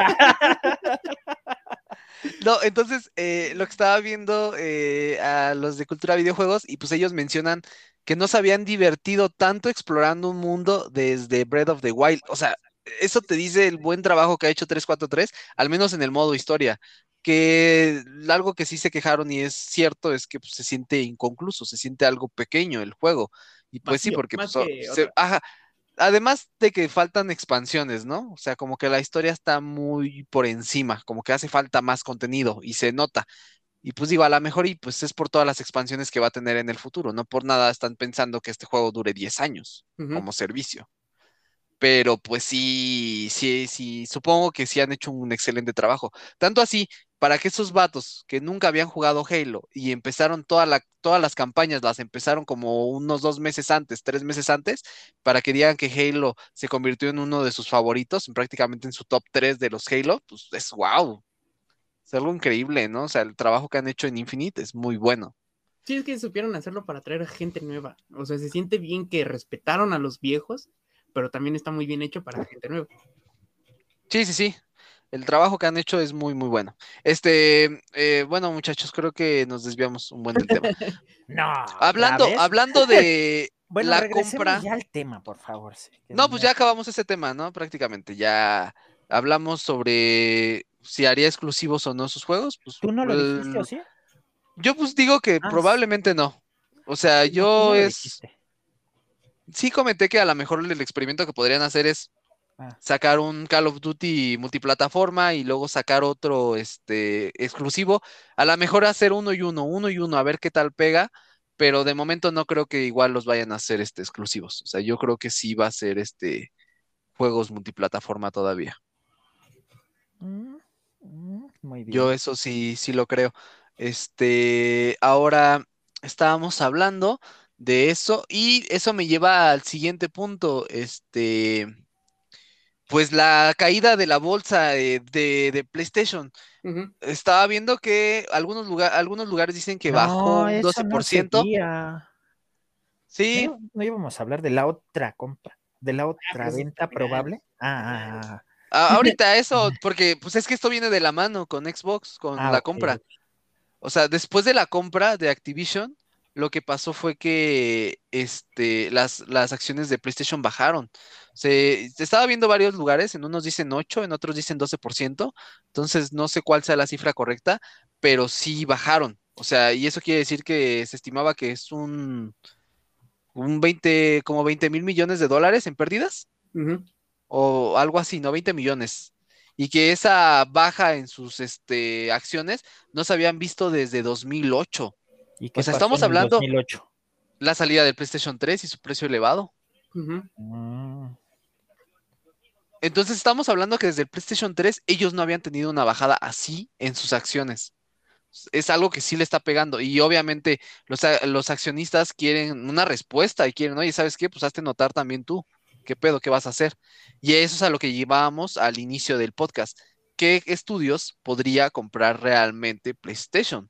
no, entonces eh, lo que estaba viendo eh, a los de Cultura Videojuegos y pues ellos mencionan que no se habían divertido tanto explorando un mundo desde Breath of the Wild. O sea, eso te dice el buen trabajo que ha hecho trescientos cuarenta y tres, al menos en el modo historia. Que algo que sí se quejaron y es cierto es que pues, se siente inconcluso, se siente algo pequeño el juego. Y pues sí, Vacío, porque más pues, o- que se- otra. ajá, además de que faltan expansiones, ¿no? O sea, como que la historia está muy por encima, como que hace falta más contenido y se nota. Y pues digo, a lo mejor y pues es por todas las expansiones que va a tener en el futuro, no por nada están pensando que este juego dure diez años Ujú. como servicio. Pero pues sí, sí, sí, supongo que sí han hecho un excelente trabajo. Tanto así, para que esos vatos que nunca habían jugado Halo y empezaron toda la, todas las campañas, las empezaron como unos dos meses antes, tres meses antes, para que digan que Halo se convirtió en uno de sus favoritos, prácticamente en su top tres de los Halo, pues es wow, es algo increíble, ¿no? O sea, el trabajo que han hecho en Infinite es muy bueno. Sí, es que supieron hacerlo para traer a gente nueva. O sea, se siente bien que respetaron a los viejos, pero también está muy bien hecho para gente nueva. Sí, sí, sí. El trabajo que han hecho es muy, muy bueno. Este, eh, bueno, muchachos, creo que nos desviamos un buen del tema. No, otra Hablando, vez. hablando de Bueno, la regresemos compra, ya al tema, por favor. Sí, que no, pues me- ya acabamos ese tema, ¿no? Prácticamente, ya hablamos sobre si haría exclusivos o no sus juegos. Pues ¿Tú no lo dijiste o el- sí? yo pues digo que Ah, sí, probablemente no. O sea, no, tú yo no lo es, dijiste. sí comenté que a lo mejor el experimento que podrían hacer es Ah, sacar un Call of Duty multiplataforma y luego sacar otro este exclusivo. A lo mejor hacer uno y uno, uno y uno, a ver qué tal pega, pero de momento no creo que igual los vayan a hacer este exclusivos. O sea, yo creo que sí va a ser este juegos multiplataforma todavía. mm, mm, muy Yo bien. eso sí, sí lo creo. Este, ahora estábamos hablando de eso y eso me lleva al siguiente punto. Este, pues la caída de la bolsa de, de- de PlayStation. Ujú. Estaba viendo que algunos, lugar- algunos lugares dicen que bajó No, un eso doce no por ciento. seguía. Sí, No, no íbamos a hablar de la otra compra, de la Ah, otra pero eso venta está final. probable. Ah, ah, a- ahorita eso, porque pues es que esto viene de la mano con Xbox, con ah, la ok. compra. O sea, después de la compra de Activision, lo que pasó fue que este, las, las acciones de PlayStation bajaron. Se, se estaba viendo varios lugares, en unos dicen ocho, en otros dicen doce por ciento. Entonces no sé cuál sea la cifra correcta, pero sí bajaron. O sea, y eso quiere decir que se estimaba que es un, un veinte, como veinte mil millones de dólares en pérdidas, Ujú. o algo así, ¿no? Veinte millones. Y que esa baja en sus este, acciones no se habían visto desde dos mil ocho. ¿Y O qué sea, pasó estamos en el hablando dos mil ocho? la salida del PlayStation tres y su precio elevado. Ujú. Mm, Entonces estamos hablando que desde el PlayStation tres ellos no habían tenido una bajada así en sus acciones. Es algo que sí le está pegando. Y obviamente los, a- los accionistas quieren una respuesta y quieren, oye, ¿sabes qué? Pues hazte notar también tú. ¿Qué pedo? ¿Qué vas a hacer? Y eso es a lo que llevábamos al inicio del podcast. ¿Qué estudios podría comprar realmente PlayStation?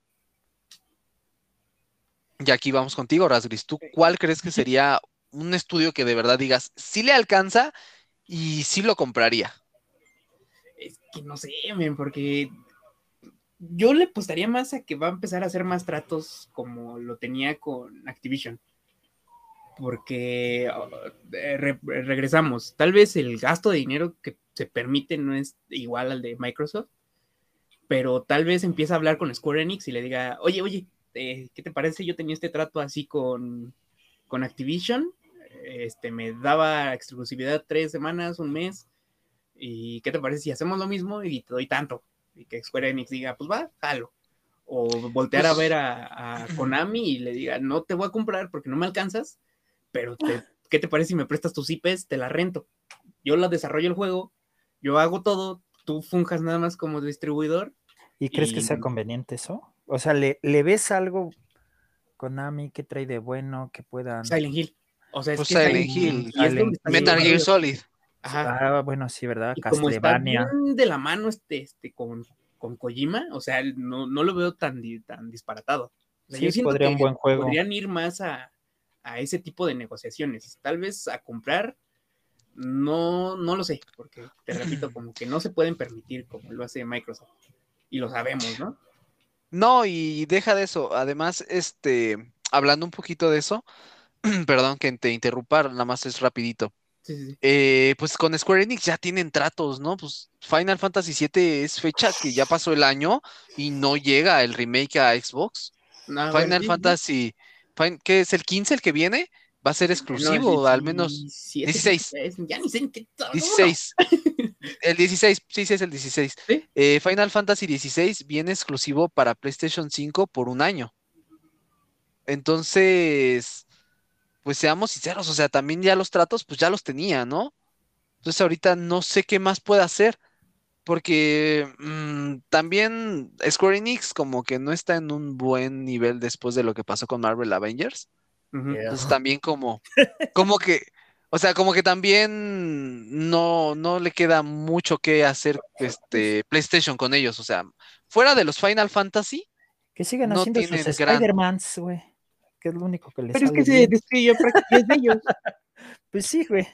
Y aquí vamos contigo, Rasgris. ¿Tú cuál crees que sería un estudio que de verdad digas, sí le alcanza y sí lo compraría? Es que no sé, men, porque yo le apostaría más a que va a empezar a hacer más tratos como lo tenía con Activision. Porque uh, re regresamos. Tal vez el gasto de dinero que se permite no es igual al de Microsoft, pero tal vez empieza a hablar con Square Enix y le diga, oye, oye, eh, ¿qué te parece? Yo tenía este trato así con, con Activision, este, me daba exclusividad tres semanas, un mes, y ¿qué te parece si hacemos lo mismo y te doy tanto? Y que Square Enix diga, pues va, jalo. O voltear a ver Pues, a, a Konami y le diga, no te voy a comprar porque no me alcanzas, pero te, ¿qué te parece si me prestas tus I Ps? Te la rento. Yo la desarrollo el juego, yo hago todo, tú funjas nada más como distribuidor. ¿Y crees que Y sea conveniente eso? O sea, ¿le, le ves algo Konami que trae de bueno que puedan... Silent Hill. O sea, es pues que Silent Silent Mm, Hill, Hill, y es donde Silent está Metal haciendo Hill. Gear ruido. Solid. Ajá. Ah, bueno, sí, ¿verdad? Y como está Castlevania. bien de la mano este, este con, con Kojima, o sea, no, no lo veo tan, tan disparatado. O sea, yo Sí, siento podría que un buen juego. podrían ir más a, a ese tipo de negociaciones. Tal vez a comprar, no, no lo sé, porque te repito, como que no se pueden permitir como lo hace Microsoft. Y lo sabemos, ¿no? No, y deja de eso. Además, este, hablando un poquito de eso, perdón que te interrumpa, nada más es rapidito. Sí, sí, sí. Eh, pues con Square Enix ya tienen tratos, ¿no? Pues Final Fantasy siete es fecha que ya pasó el año y no llega el remake a Xbox. No, bueno, Final sí, sí. Fantasy, fin- ¿qué es el quince el que viene? Va a ser No, el exclusivo, al menos diecisiete, dieciséis, dieciséis, ya ni sé en qué número. dieciséis. El dieciséis, sí, sí es el dieciséis. ¿Sí? Eh, Final Fantasy dieciséis viene exclusivo para PlayStation cinco por un año. Entonces, pues seamos sinceros, o sea, también ya los tratos, pues ya los tenía, ¿no? Entonces ahorita no sé qué más puede hacer, porque mm, también Square Enix como que no está en un buen nivel después de lo que pasó con Marvel Avengers. Ujú. Entonces también como, como que, o sea, como que también no, no le queda mucho que hacer Pues este PlayStation con ellos. O sea, fuera de los Final Fantasy, que sigan no haciendo sus tienen gran. Spider-Mans, güey. Que es lo único que les Pero es que sale se bien. destruyó prácticamente es de ellos. Pues sí, güey.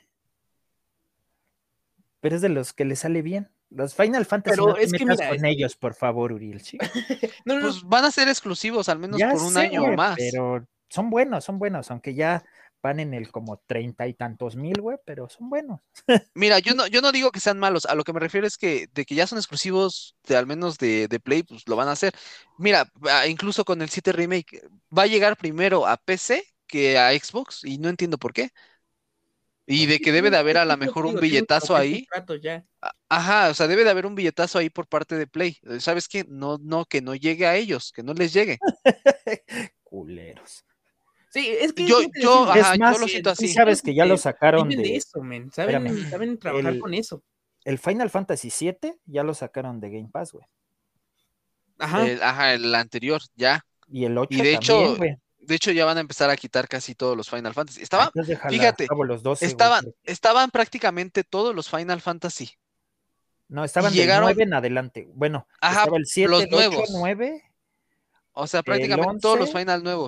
Pero es de los que les sale bien. Los Final Fantasy no Pero te es que metas mira, con este, ellos, por favor, Uriel, ¿sí? no, no, no, Pues van a ser exclusivos al menos Ya por un sé, año o güey, más. pero son buenos, son buenos, aunque ya van en el como treinta y tantos mil, güey, pero son buenos. Mira, yo no, yo no digo que sean malos, a lo que me refiero es que de que ya son exclusivos, de, al menos de, de Play, pues lo van a hacer. Mira, ah, incluso con el siete Remake, va a llegar primero a P C que a Xbox y no entiendo por qué. Y pues de sí, que debe sí, de haber es a que lo es lo que mejor un digo, tienen como billetazo que estos ahí. tratos ya. a- Ajá, o sea, debe de haber un billetazo ahí por parte de Play. Eh, ¿Sabes qué? No, no, que no llegue a ellos, que no les llegue. Culeros. Sí, es que es Yo, lo que yo, decimos. Es ajá, yo más, lo Que siento sí así. ellos sabes que ya lo este, sacaron viven de de, eso, men. espérame, Saben, saben trabajar el, con eso. el Final Fantasy siete ya lo sacaron de Game Pass, güey. Ajá. El, ajá, el anterior, ya. Y el Y ocho de también, hecho, güey. de hecho ya van a empezar a quitar casi todos los Final Fantasy. Ah, Estaban, entonces déjala, fíjate, acabo los doce, güey. estaban, porque- estaban prácticamente todos los Final Fantasy. No, Y estaban del llegaron, nueve en adelante. Bueno, ajá, estaba el siete, los el ocho, nuevos. nueve, O sea, el prácticamente todos los once Final nuevos.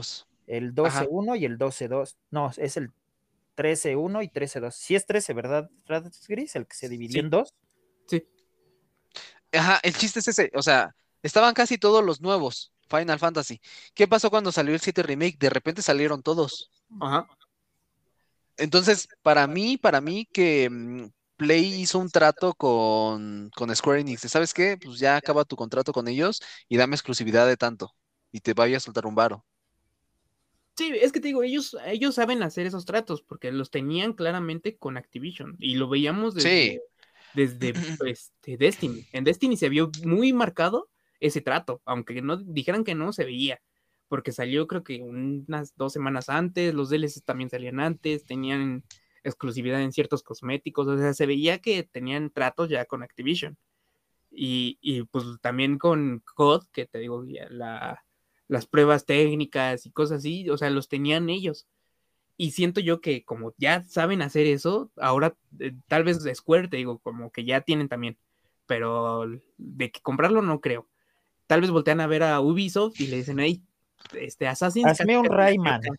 el doce Ajá. uno y el doce dos. No, es el trece uno y trece dos. Sí es trece, ¿verdad, Gris? El que se dividió Sí, en dos. sí. Ajá, el chiste es ese, o sea, estaban casi todos los nuevos Final Fantasy. ¿Qué pasó cuando salió el siete Remake? De repente salieron todos. Ajá. Entonces, para mí, para mí que mm, Play hizo un trato con, con Square Enix. de, ¿Sabes qué? Pues ya acaba tu contrato con ellos y dame exclusividad de tanto. Y te vaya a soltar un varo. Sí, es que te digo, ellos, ellos saben hacer esos tratos porque los tenían claramente con Activision y lo veíamos Sí. desde, desde este, Destiny. En Destiny se vio muy marcado ese trato, aunque no dijeran que no, se veía, porque salió creo que unas dos semanas antes, los D L Cs también salían antes, tenían exclusividad en ciertos cosméticos, o sea, se veía que tenían tratos ya con Activision. Y, y pues también con C O D, que te digo, ya la, las pruebas técnicas y cosas así, o sea, los tenían ellos. Y siento yo que como ya saben hacer eso, ahora eh, tal vez Square, te digo, como que ya tienen también, pero de que comprarlo no creo. Tal vez voltean a ver a Ubisoft y le dicen, hey, este Assassin's casi Hazme un casi nació Rayman. acá".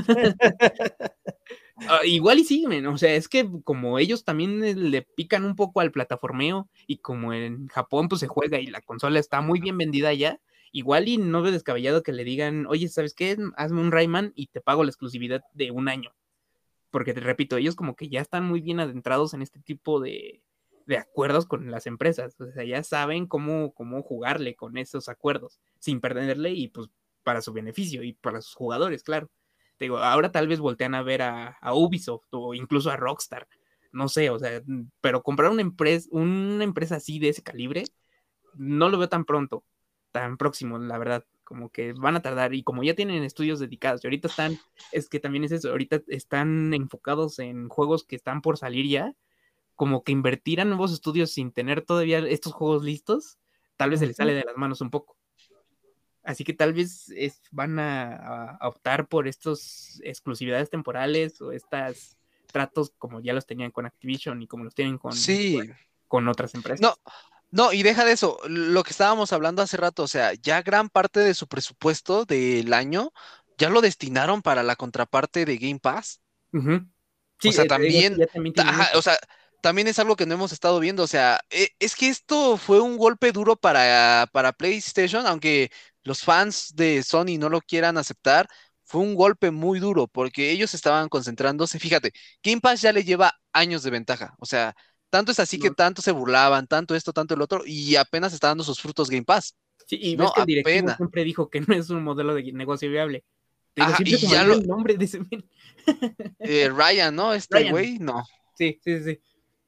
Uh, igual y sí, men, o sea, es que como ellos también eh, le pican un poco al plataformeo y como en Japón pues se juega y la consola está muy bien vendida ya, igual y no veo descabellado que le digan, oye, ¿sabes qué? Hazme un Rayman y te pago la exclusividad de un año. Porque te repito, ellos como que ya están muy bien adentrados en este tipo de, de acuerdos con las empresas, o sea, ya saben cómo, cómo jugarle con esos acuerdos sin perderle y pues para su beneficio y para sus jugadores, claro. Te digo, ahora tal vez voltean a ver a, a Ubisoft o incluso a Rockstar, no sé, o sea, pero comprar una empresa, una empresa así de ese calibre, no lo veo tan pronto, tan próximo, la verdad, como que van a tardar y como ya tienen estudios dedicados y ahorita están, es que también es eso, ahorita están enfocados en juegos que están por salir ya, como que invertir a nuevos estudios sin tener todavía estos juegos listos, tal vez se les sale de las manos un poco. Así que tal vez es, van a, a, optar por estas exclusividades temporales o estos tratos como ya los tenían con Activision y como los tienen con, Sí. con otras empresas. No, no, y deja de eso, lo que estábamos hablando hace rato, o sea, ya gran parte de su presupuesto del año ya lo destinaron para la contraparte de Game Pass. Uh-huh. O Sí, sea, eh, digo, también, ya también tienen ajá, eso. o sea, también es algo que no hemos estado viendo. O sea, e- es que esto fue un golpe duro para, para PlayStation, aunque los fans de Sony no lo quieran aceptar, fue un golpe muy duro porque ellos estaban concentrándose. Fíjate, Game Pass ya le lleva años de ventaja. O sea, tanto es así que No. tanto se burlaban, tanto esto, tanto el otro, y apenas está dando sus frutos Game Pass. Sí, y ves No, que el directivo apenas. siempre dijo que no es un modelo de negocio viable. Te digo, Ajá, siempre se y me ya olvida lo, el nombre de ese men. eh, Ryan, ¿no? Este Ryan. güey, no. Sí, sí, sí.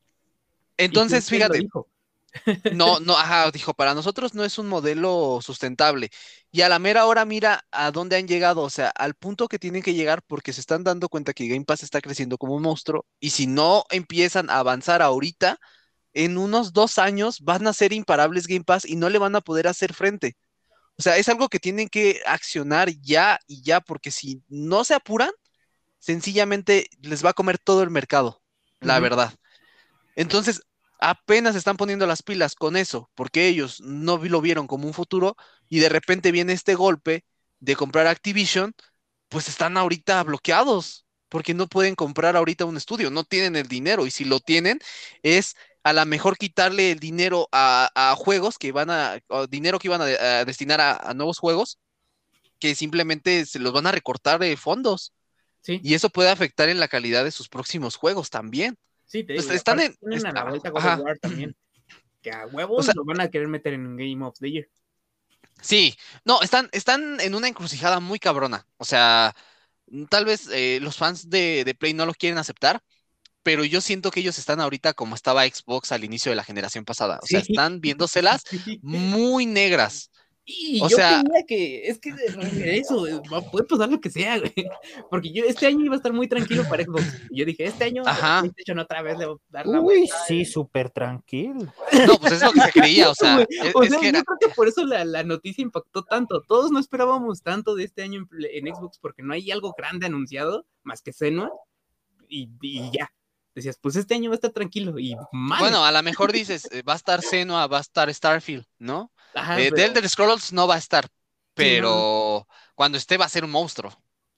Y pues Entonces, él lo fíjate. dijo. No, no, ajá, dijo, para nosotros no es un modelo sustentable. Y a la mera hora mira a dónde han llegado, o sea, al punto que tienen que llegar porque se están dando cuenta que Game Pass está creciendo como un monstruo y si no empiezan a avanzar ahorita, en unos dos años van a ser imparables Game Pass y no le van a poder hacer frente. O sea, es algo que tienen que accionar ya y ya porque si no se apuran, sencillamente les va a comer todo el mercado, la Uh-huh. verdad. Entonces, apenas están poniendo las pilas con eso, porque ellos no vi- lo vieron como un futuro y de repente viene este golpe de comprar Activision, pues están ahorita bloqueados, porque no pueden comprar ahorita un estudio, no tienen el dinero y si lo tienen es a lo mejor quitarle el dinero a, a juegos que van a, o dinero que iban a, de- a destinar a, a nuevos juegos, que simplemente se los van a recortar de fondos Sí, y eso puede afectar en la calidad de sus próximos juegos también. sí, te digo. Est- Y Están aparte en, tienen a la está- vuelta God of ajá. War también. Que a O huevos sea, lo van a querer meter en Game of the Year. sí, no, están, están en una encrucijada muy cabrona. O sea, mm, tal vez eh, los fans de, de Play no lo quieren aceptar, pero yo siento que ellos están ahorita como estaba Xbox al inicio de la generación pasada. O sea, Sí, están viéndoselas sí. muy negras. Y O yo sea, creía que es que eso eh, va- puede pasar lo que sea, güey. Porque yo este año iba a estar muy tranquilo para Xbox. Y yo dije, este año ajá. PlayStation otra vez le va a dar la Uy, vuelta. sí, súper tranquilo. No, pues es lo que se creía. O Eso, sea, güey. es, O es sea, que yo era. creo que por eso la, la noticia impactó tanto. Todos no esperábamos tanto de este año en, Play- en Xbox porque no hay algo grande anunciado más que Senua y, y ya. Decías, pues este año va a estar tranquilo y madre. Bueno, a lo mejor dices, eh, va a estar Senua, va a estar Starfield, ¿no? Ajá, Eh, The pero Elder Scrolls no va a estar, sí, no, no. pero cuando esté va a ser un monstruo.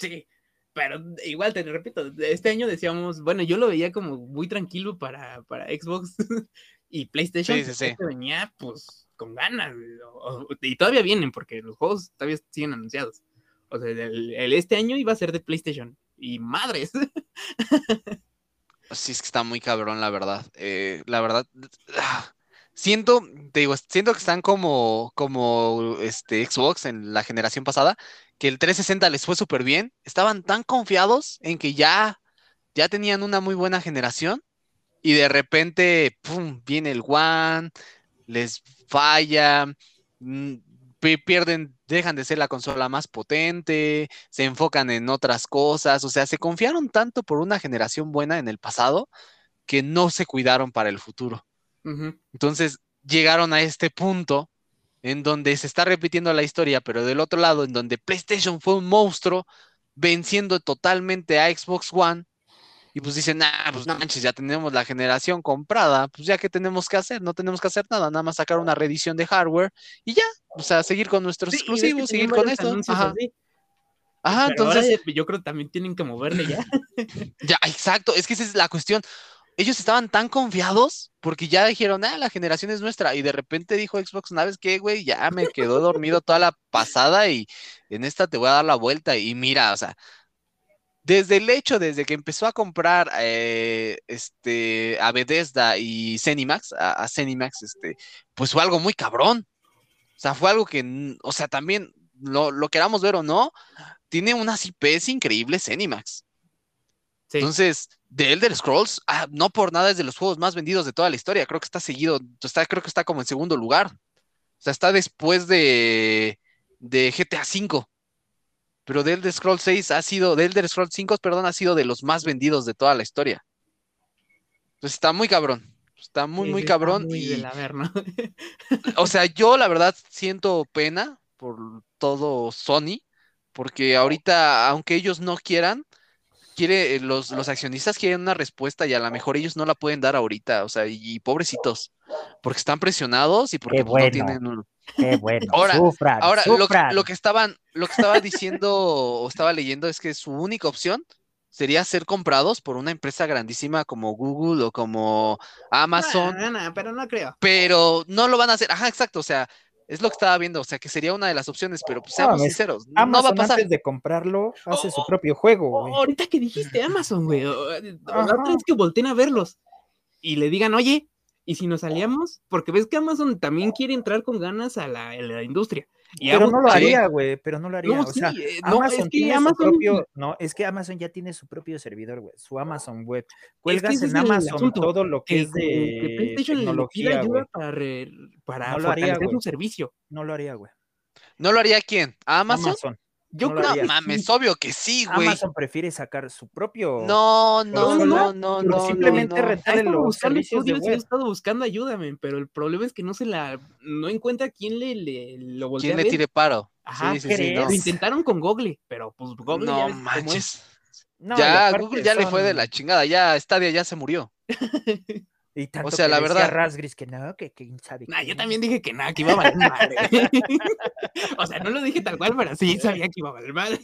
Sí, pero igual te repito, este año decíamos, bueno, yo lo veía como muy tranquilo para, para Xbox y PlayStation, Sí, sí, sí. este venía pues con ganas, o- o- y todavía vienen porque los juegos todavía siguen anunciados. O sea, el, el este año iba a ser de PlayStation y madres. Sí, es que está muy cabrón, la verdad. Eh, la verdad, ah, siento, te digo, siento que están como, como este Xbox en la generación pasada, que el trescientos sesenta les fue súper bien. Estaban tan confiados en que ya, ya tenían una muy buena generación y de repente, pum, viene el One, les falla, mm, pi- pierden, dejan de ser la consola más potente, se enfocan en otras cosas, o sea, se confiaron tanto por una generación buena en el pasado que no se cuidaron para el futuro. Ujú, Entonces, llegaron a este punto en donde se está repitiendo la historia, pero del otro lado, en donde PlayStation fue un monstruo venciendo totalmente a Xbox One. Y pues dicen, nah, pues no manches, ya tenemos la generación comprada, pues ya qué tenemos que hacer, no tenemos que hacer nada, nada más sacar una reedición de hardware y ya, o sea, seguir con nuestros sí, y ves que exclusivos, tenían seguir con varios esto, anuncios ajá, así, ajá, pero ahora entonces, yo creo que también tienen que moverle ya. ya, exacto, es que esa es la cuestión. Ellos estaban tan confiados porque ya dijeron, ah, la generación es nuestra, y de repente dijo Xbox, ¿sabes qué, güey? Ya me quedó dormido toda la pasada y en esta te voy a dar la vuelta y mira, o sea, desde el hecho, desde que empezó a comprar eh, este, a Bethesda y Zenimax, a, a Zenimax, este, pues fue algo muy cabrón. O sea, fue algo que, n- o sea, también lo, lo queramos ver o no, tiene unas I Ps increíbles Zenimax. Sí, Entonces, The Elder Scrolls, ah, no por nada es de los juegos más vendidos de toda la historia. Creo que está seguido, está, creo que está como en segundo lugar. O sea, está después de, de G T A V. Pero The Elder Scrolls seis ha sido, The Elder Scrolls cinco, perdón, ha sido de los más vendidos de toda la historia. Entonces está muy cabrón, está muy, sí, muy sí, está cabrón muy del y, Averno. o sea, yo la verdad siento pena por todo Sony, porque ahorita, aunque ellos no quieran, quiere, los, los accionistas quieren una respuesta y a lo mejor ellos no la pueden dar ahorita, o sea, y, y pobrecitos, porque están presionados y Qué porque pues no bueno, tienen un... qué bueno. Ahora, Sufran, ahora, lo, que- lo sufran. que estaban, lo que estaba diciendo o estaba leyendo es que su única opción sería ser comprados por una empresa grandísima como Google o como No, Amazon, no, no, pero no creo. pero no lo van a hacer. Ajá, exacto, o sea, es lo que estaba viendo, o sea, que sería una de las opciones, pero pues, No seamos mames, sinceros, no va a Amazon pasar. antes de comprarlo O- hace su o- propio juego, o- güey. ahorita que dijiste Amazon, güey, o- o- la otra Ajá. vez que volteen a verlos y le digan, oye, ¿y si nos aliamos? Porque ves que Amazon también quiere entrar con ganas a la, a la industria y ha Pero no lo buscado. Sí, haría, güey, pero no lo haría. No, O sea, sí, eh, no, es Amazon que tiene su Amazon, propio, no, es que Amazon ya tiene su propio servidor, güey, su Amazon Web. es que Cuelgas ese es en el Amazon asunto, todo lo que que, es que, que de PlayStation le pida tecnología, ayuda güey. para, re- para No lo haría, fortalecer güey. su servicio. No lo haría, güey. ¿no lo haría quién? ¿A Amazon? Amazon, Yo no lo creo No que haría. mames, sí. obvio que sí, güey. Amazon prefiere sacar su propio No, no, No, no, consola no, no, no, o no, porque no, simplemente no. ha rentarle estado los buscando servicios de estudios y ha web. estado buscando ayuda, men, pero el problema es que no se la, no encuentra quién le, le lo voltea ¿Quién a le ver. tire paro? Sí, Ajá, sí, sí, lo no. ¿Crees? intentaron con Google, pero pues Google ya No ves cómo es. manches. No, y Ya, Google aparte ya le fue de la son. chingada, ya Stadia ya se murió. Y O tanto sea, que la decía verdad, Rasgris que no, que quién sabe Nah, yo qué. también dije que nada, que iba a valer madre. O sea, no lo dije tal cual, pero sí sabía que iba a valer madre.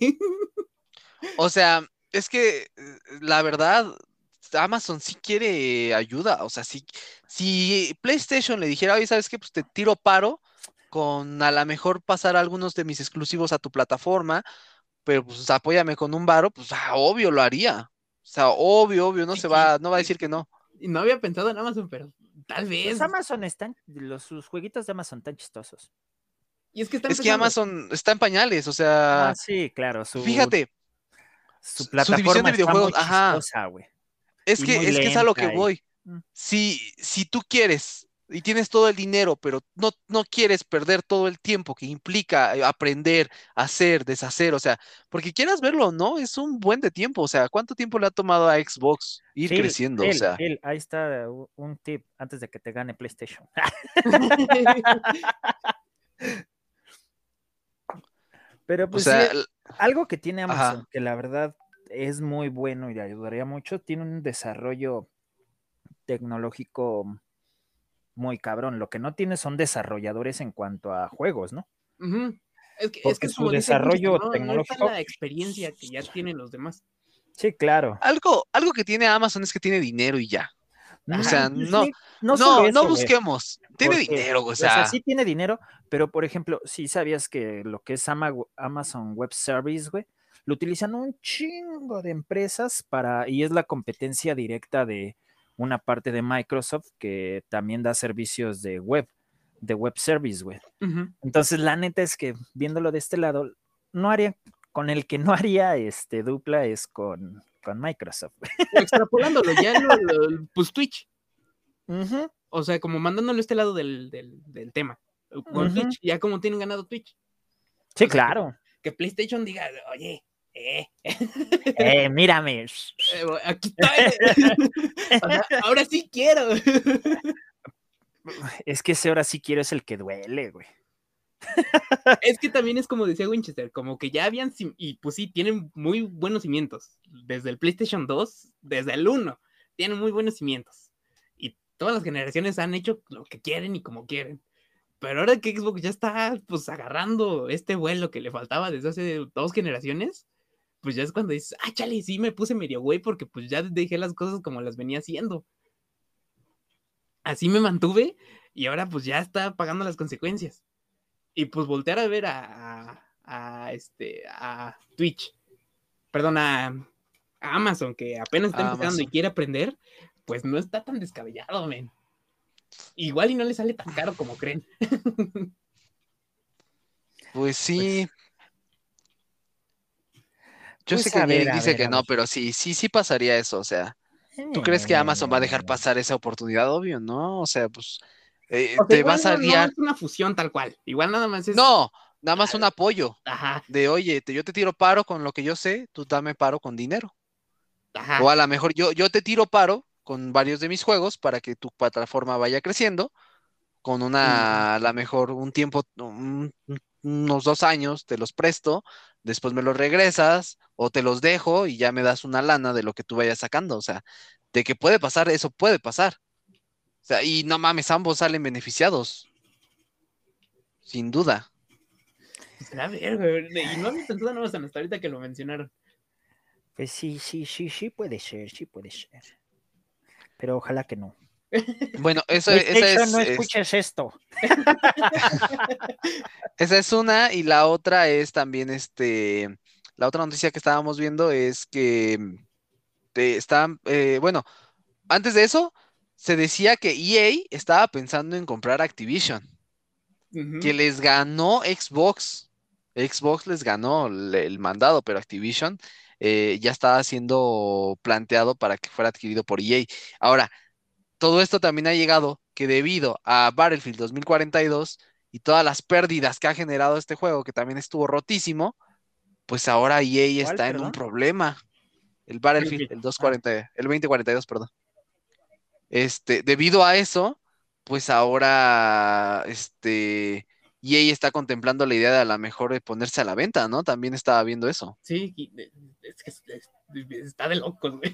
o sea, es que eh, la verdad, Amazon sí quiere ayuda. O sea, sí, si PlayStation le dijera, oye, ¿sabes qué? Pues te tiro paro con a lo mejor pasar algunos de mis exclusivos a tu plataforma, pero pues apóyame con un varo, pues ah, obvio lo haría. O sea, obvio, obvio, no Sí, se y- va, no va a y- decir que no. y no había pensado en Amazon, pero tal Pues vez. Amazon están, los, sus jueguitos de Amazon tan chistosos. Y es que está Es que empezando. Amazon está en pañales, o Ah, sea, sí, claro, su, fíjate, su su su división plataforma de está muy videojuegos, ajá, chistosa, güey. es Y muy que es que es a lo que lenta. Y... voy. Mm. Si, si tú quieres y tienes todo el dinero, pero no, no quieres perder todo el tiempo que implica eh, aprender, hacer, deshacer, o sea, porque quieras verlo, ¿no? Es un buen de tiempo, o sea, ¿cuánto tiempo le ha tomado a Xbox ir Phil, creciendo? O Phil, sea, Phil, ahí está u- un tip antes de que te gane PlayStation. Pero o pues sí, sea, l- algo que tiene Amazon, ajá. que la verdad es muy bueno y le ayudaría mucho, tiene un desarrollo tecnológico muy cabrón. Lo que no tiene son desarrolladores en cuanto a juegos, ¿no? Ujú. Es que, es porque que es su como dice desarrollo Winchester, ¿no? No está tecnológico. la experiencia que ya tienen los demás. Sí, claro. Algo, algo que tiene Amazon es que tiene dinero y ya. O Mm, sea, pues no, sí, no solo no, no eso, güey, busquemos. Tiene porque, dinero, o o sea, sea, sí tiene dinero, pero por ejemplo, si sabías que lo que es Ama- Amazon Web Service, güey, lo utilizan un chingo de empresas para, y es la competencia directa de una parte de Microsoft que también da servicios de web, de web service, güey. Ujú. Entonces, la neta es que viéndolo de este lado, no haría, con el que no haría este dupla es con, con Microsoft. O extrapolándolo, ya lo, lo- pues Twitch. Ujú, O sea, como mandándolo a este lado del, del, del tema. Con ujú. Twitch, ya como tienen ganado Twitch. Sí, O sea, que, claro. que PlayStation diga, oye, eh, Eh, mírame. eh, aquí estoy. O sea, ahora sí quiero. Es que ese ahora sí quiero es el que duele, güey. Es que también es como decía Winchester, como que ya habían, cim- y pues sí, tienen muy buenos cimientos. Desde el PlayStation dos, desde el uno, tienen muy buenos cimientos. Y todas las generaciones han hecho lo que quieren y como quieren. Pero ahora que Xbox ya está pues agarrando este vuelo que le faltaba desde hace dos generaciones, pues ya es cuando dices, ah, chale, sí me puse medio güey porque pues ya dejé las cosas como las venía haciendo. Así me mantuve y ahora pues ya está pagando las consecuencias. Y pues voltear a ver a, a, a, este, a Twitch, perdón, a, a Amazon, que apenas está empezando y Amazon. quiere aprender, pues no está tan descabellado, men. Igual y no le sale tan caro como creen. Pues sí, yo Pues sé que a ver, Neric a dice ver, que a no, ver. pero sí, sí, sí pasaría eso, o sea, ¿tú crees que Amazon va a dejar pasar esa oportunidad? Obvio, ¿no? O sea, pues eh, O sea, te igual vas a no, no guiar. es una fusión tal cual. Igual nada más es. No, nada más un apoyo Ajá, de, oye, te- yo te tiro paro con lo que yo sé, tú dame paro con dinero. O ajá. a lo mejor yo, yo te tiro paro con varios de mis juegos para que tu plataforma vaya creciendo, con Mm, una, a lo mejor un tiempo, un- un- unos dos años, te los presto, después me los regresas o te los dejo y ya me das una lana de lo que tú vayas sacando. O sea, de que puede pasar, eso puede pasar. O sea, y no mames, ambos salen beneficiados, sin duda. pues a ver, güey, y no había pensado nada más en hasta ahorita que lo mencionaron. Pues sí, sí, sí, sí puede ser, sí puede ser. Pero ojalá que no. Bueno, eso, esa PlayStation, es, no es- escuches esto. esa es una, y la otra es también este, la otra noticia que estábamos viendo es que te están, eh, bueno, antes de eso, se decía que E A estaba pensando en comprar Activision, que Ujú. les ganó Xbox. Xbox les ganó el, el mandado, pero Activision eh, ya estaba siendo planteado para que fuera adquirido por E A. Ahora, todo esto también ha llegado que debido a Battlefield dos mil cuarenta y dos y todas las pérdidas que ha generado este juego, que también estuvo rotísimo, pues ahora E A ¿Cuál, está en un perdón? problema. El Battlefield, Battlefield. el Ah, doscientos cuarenta, el dos mil cuarenta y dos, perdón. Este, debido a eso, pues ahora, este, E A está contemplando la idea de a lo mejor de ponerse a la venta, ¿no? También estaba viendo eso. Sí, y- es que es- es- está de locos, güey.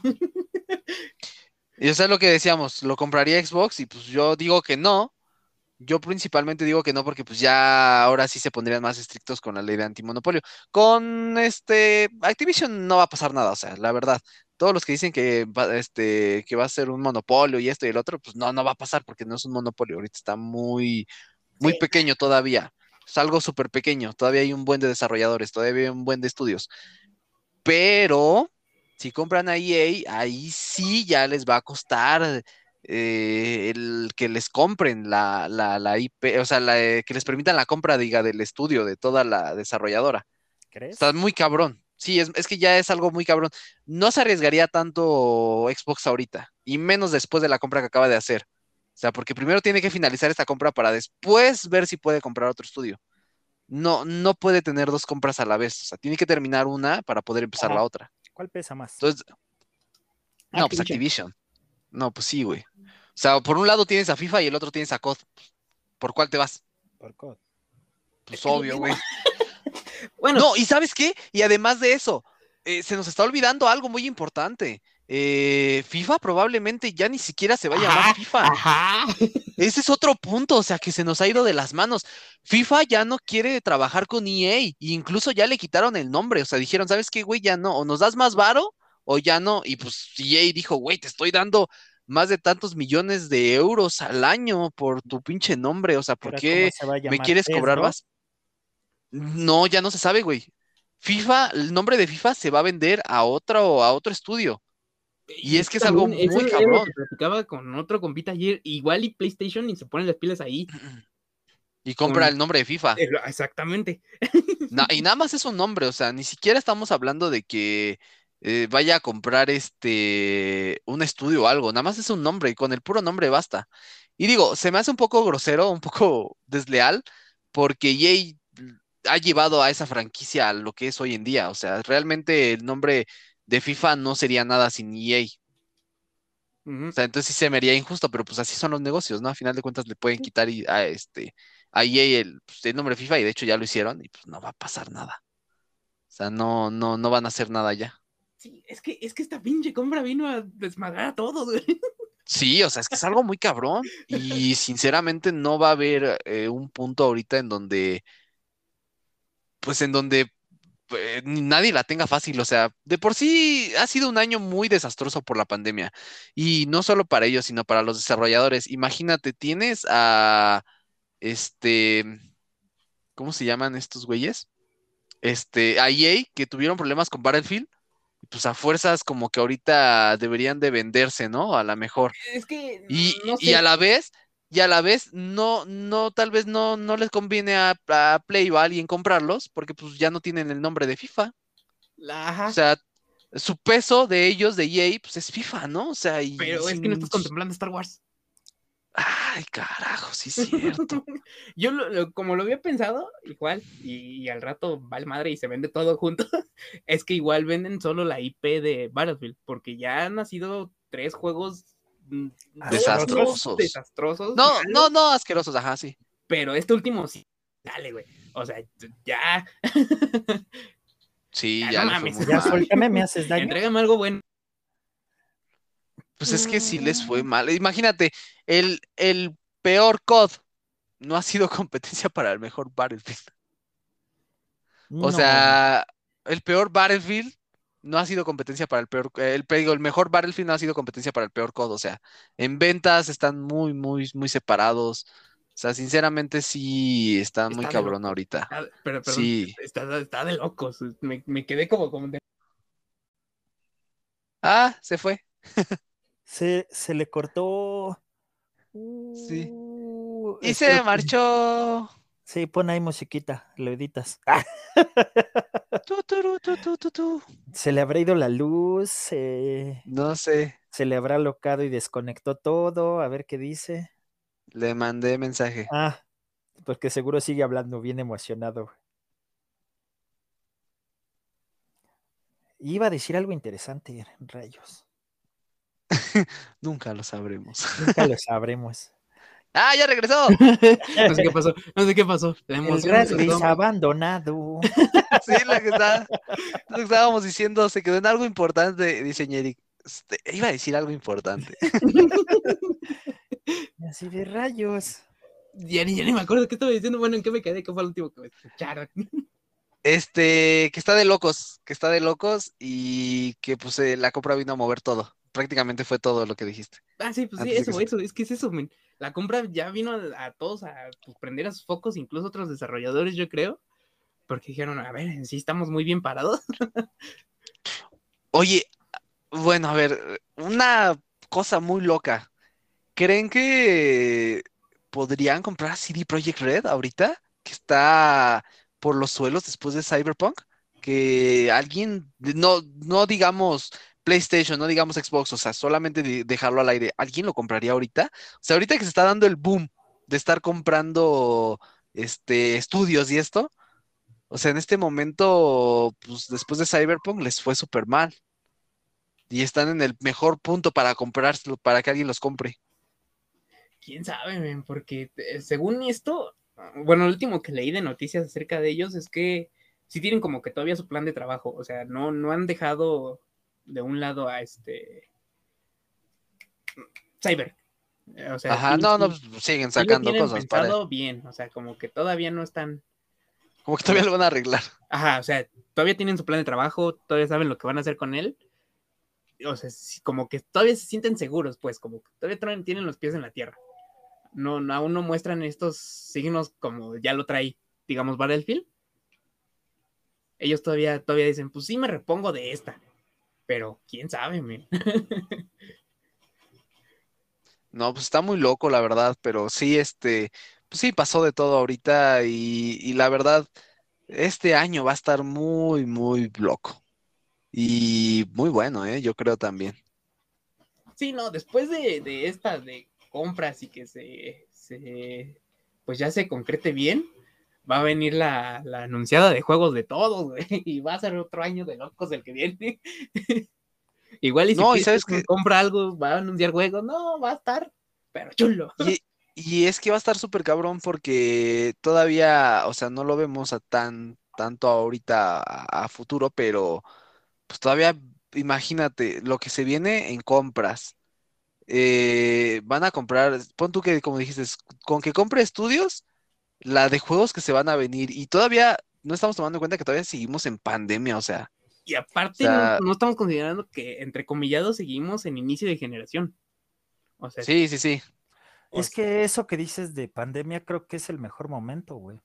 Y eso es lo que decíamos, lo compraría Xbox y pues yo digo que no. Yo principalmente digo que no porque pues ya ahora sí se pondrían más estrictos con la ley de antimonopolio. Con este Activision no va a pasar nada, o sea, la verdad. Todos los que dicen que va, este, que va a ser un monopolio y esto y el otro, pues no, no va a pasar porque no es un monopolio. Ahorita está muy, muy Sí. pequeño todavía. Es algo súper pequeño. Todavía hay un buen de desarrolladores, todavía hay un buen de estudios. Pero si compran a E A, ahí sí ya les va a costar eh, el que les compren la, la, la I P, o sea, la, eh, que les permitan la compra, diga, del estudio de toda la desarrolladora. Está ¿crees? muy cabrón. Sí, es, es que ya es algo muy cabrón. No se arriesgaría tanto Xbox ahorita, y menos después de la compra que acaba de hacer. O sea, porque primero tiene que finalizar esta compra para después ver si puede comprar otro estudio. No, no puede tener dos compras a la vez. O sea, tiene que terminar una para poder empezar Ajá. la otra. ¿Cuál pesa más? Entonces, no, pues Activision. Activision. No, pues sí, güey. O sea, por un lado tienes a FIFA y el otro tienes a C O D. ¿Por cuál te vas? Por C O D. Es Pues que es lo obvio, mismo. güey. Bueno, No, ¿y sabes qué? Y además de eso, eh, se nos está olvidando algo muy importante. eh, FIFA probablemente ya ni siquiera se va a Ajá, llamar FIFA. Ajá. Ese es otro punto, o sea, que se nos ha ido de las manos. FIFA ya no quiere trabajar con E A, e incluso ya le quitaron el nombre, o sea, dijeron, ¿sabes qué, güey? Ya no, o nos das más varo o ya no. Y pues E A dijo, güey, te estoy dando más de tantos millones de euros al año por tu pinche nombre, o sea, ¿por Ahora, ¿cómo qué se va a me llamar? quieres PES cobrar dos. más? No, ya no se sabe, güey. FIFA, el nombre de FIFA se va a vender a otro, a otro estudio. Y Y es es que que es algo también, eso muy es lo que cabrón. platicaba con otro compita ayer, igual y PlayStation y se ponen las pilas ahí. Y compra Con... el nombre de FIFA. Exactamente. Na- y nada más es un nombre, o sea, ni siquiera estamos hablando de que eh, vaya a comprar este un estudio o algo, nada más es un nombre y con el puro nombre basta. Y digo, se me hace un poco grosero, un poco desleal, porque E A ha llevado a esa franquicia a lo que es hoy en día, o sea, realmente el nombre de FIFA no sería nada sin E A. O Ujú. sea, entonces sí se me haría injusto, pero pues así son los negocios, ¿no? A final de cuentas le pueden quitar y- a este a E A el, pues, el nombre FIFA y de hecho ya lo hicieron y pues no va a pasar nada. O sea, no, no, no van a hacer nada ya. Sí, es que, es que esta pinche compra vino a desmadrar a todos, güey. Sí, o sea, es que es algo muy cabrón. Y sinceramente no va a haber eh, un punto ahorita en donde, pues en donde eh, ni nadie la tenga fácil. O sea, de por sí ha sido un año muy desastroso por la pandemia. Y no solo para ellos, sino para los desarrolladores. Imagínate, tienes a este, ¿cómo se llaman estos güeyes? Este, a E A que tuvieron problemas con Battlefield. Y pues a fuerzas como que ahorita deberían de venderse, ¿no? A la mejor. Es que, Y, no y a sé. la vez, y a la vez, no, no, tal vez no, no les conviene a, a Play o a alguien comprarlos, porque pues ya no tienen el nombre de FIFA. La, O ajá, sea, su peso de ellos, de E A, pues es FIFA, ¿no? O sea, y pero es que no sin. estás contemplando Star Wars. Ay, carajo, sí es cierto. Yo lo- lo- como lo había pensado, igual, y, y al rato vale madre y se vende todo junto, es que igual venden solo la I P de Battlefield, porque ya han nacido tres juegos mm, Asquerosos. todos Desastrosos. desastrosos, No, no, malos, no, asquerosos, ajá, sí. pero este último sí, dale, güey. O sea, ya, Sí, ya no ya le fue mames. muy Ya mal. suéltame, ¿me haces daño? Entrégame algo bueno. Pues es que sí les fue Mm, mal. Imagínate, el, el peor C O D no ha sido competencia para el mejor Battlefield. O No, sea, el peor Battlefield no ha sido competencia para el peor, el, pe- digo, el mejor Battlefield no ha sido competencia para el peor C O D. O sea, en ventas están muy, muy, muy separados. O sea, sinceramente sí está muy Está de cabrón locos. ahorita. Está- pero, perdón, Sí. está, está de locos. Me, me quedé como, como de... Ah, se fue. se, se le cortó. Sí. Uh, Y espero se que. marchó. Sí, pon ahí musiquita, lo editas. Tu, turu, tu, tu, tu, tu. Se le habrá ido la luz, se, No sé. se le habrá locado y desconectó todo. A ver qué dice. Le mandé mensaje. Ah, porque seguro sigue hablando bien emocionado. Iba a decir algo interesante, rayos. Nunca lo sabremos. Nunca lo sabremos. ¡Ah, ya regresó! No sé qué pasó, no sé qué pasó. La El emoción me Raspberry saltó. abandonado. Sí, lo que está, lo que estábamos diciendo, se quedó en algo importante, dice Ñeric. Este, iba a decir algo importante. Así de rayos. Ya ni, ya ni me acuerdo qué estaba diciendo. Bueno, ¿en qué me quedé? ¿Qué fue lo último que me escucharon? Este, que está de locos, que está de locos y que pues eh, la compra vino a mover todo. Prácticamente fue todo lo que dijiste Ah, sí, pues sí, antes de que eso, se... eso, es que es eso, men. La compra ya vino a, a todos a pues, prender a sus focos, incluso otros desarrolladores, yo creo, porque dijeron, a ver, sí estamos muy bien parados. Oye, bueno, a ver, una cosa muy loca. ¿Creen que podrían comprar C D Projekt Red ahorita? Que está por los suelos después de Cyberpunk. Que alguien, no, no digamos PlayStation, no digamos Xbox, o sea, solamente de- dejarlo al aire. ¿Alguien lo compraría ahorita? O sea, ahorita que se está dando el boom de estar comprando este estudios y esto. O sea, en este momento, pues después de Cyberpunk les fue súper mal. Y están en el mejor punto para comprárselo, para que alguien los compre. ¿Quién sabe, men? Porque eh, según esto, bueno, lo último que leí de noticias acerca de ellos es que sí tienen como que todavía su plan de trabajo, o sea, no, no han dejado de un lado a este Cyber. O sea, Ajá, sí, no, no, sí, pues, siguen sí lo sacando tienen cosas para. pensado bien, o sea, como que todavía no están, Como que todavía lo van a arreglar. ajá, o sea, todavía tienen su plan de trabajo, todavía saben lo que van a hacer con él, o sea, sí, como que todavía se sienten seguros, pues, como que todavía traen- tienen los pies en la tierra. No, no, aún no muestran estos signos como ya lo trae, digamos, Battlefield. Ellos todavía, todavía dicen, pues sí me repongo de esta, pero quién sabe, man. No, pues está muy loco, la verdad, pero sí, este, pues sí, pasó de todo ahorita y, y la verdad, este año va a estar muy, muy loco y muy bueno, ¿eh? Yo creo también. Sí, no, después de, de esta de compras y que se, se, pues ya se concrete bien, va a venir la, la anunciada de juegos de todos, güey, y va a ser otro año de locos el que viene. Igual y si No, y sabes PlayStation que, compra algo, va a anunciar juegos, no, va a estar, pero chulo. y, y es que va a estar súper cabrón porque todavía, o sea, no lo vemos a tan, tanto ahorita a, a futuro, pero pues todavía, imagínate lo que se viene en compras. Eh, van a comprar, pon tú que, como dijiste, con que compre estudios, la de juegos que se van a venir. Y todavía no estamos tomando en cuenta que todavía seguimos en pandemia, o sea, Y o aparte, no, sea, no estamos considerando que, entre comillados, seguimos en inicio de generación. O sea, sí, sí, sí. o Es sea, que eso que dices de pandemia creo que es el mejor momento, güey.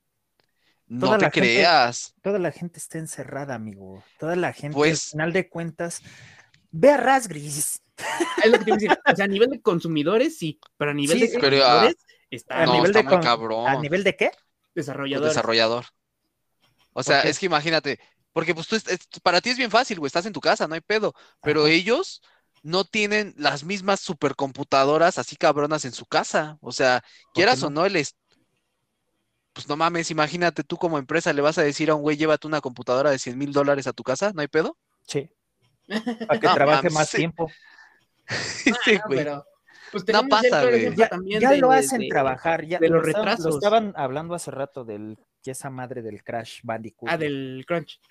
No Toda te la gente, creas. toda la gente está encerrada, amigo. Toda la gente, al Pues, final de cuentas, ve a Rasgris. es lo que te iba a decir. O sea, a nivel de consumidores, sí, pero a nivel Sí, de eh, pero ah, creadores, a está no, nivel está de muy con- ¿a cabrón. nivel de qué? Con desarrolladores. desarrollador. O ¿Por sea, qué? es que imagínate, porque pues tú, es- es- para ti es bien fácil, güey, estás en tu casa, no hay pedo, pero Ajá, ellos no tienen las mismas supercomputadoras así cabronas en su casa. O sea, ¿por qué quieras o no? no, el, pues no mames, imagínate tú como empresa le vas a decir a un güey, llévate una computadora de cien mil dólares a tu casa, ¿no hay pedo? Sí, para que No trabaje mames, más ese, tiempo. ese Ah, güey. pero pues No tenemos ya el pasa, claro güey. ejemplo Ya, también ya de, lo hacen de, trabajar, ya de lo los estaban, lo retrasos. estaban hablando hace rato del que esa madre del Crash Bandicoot, Ah, güey. del crunch.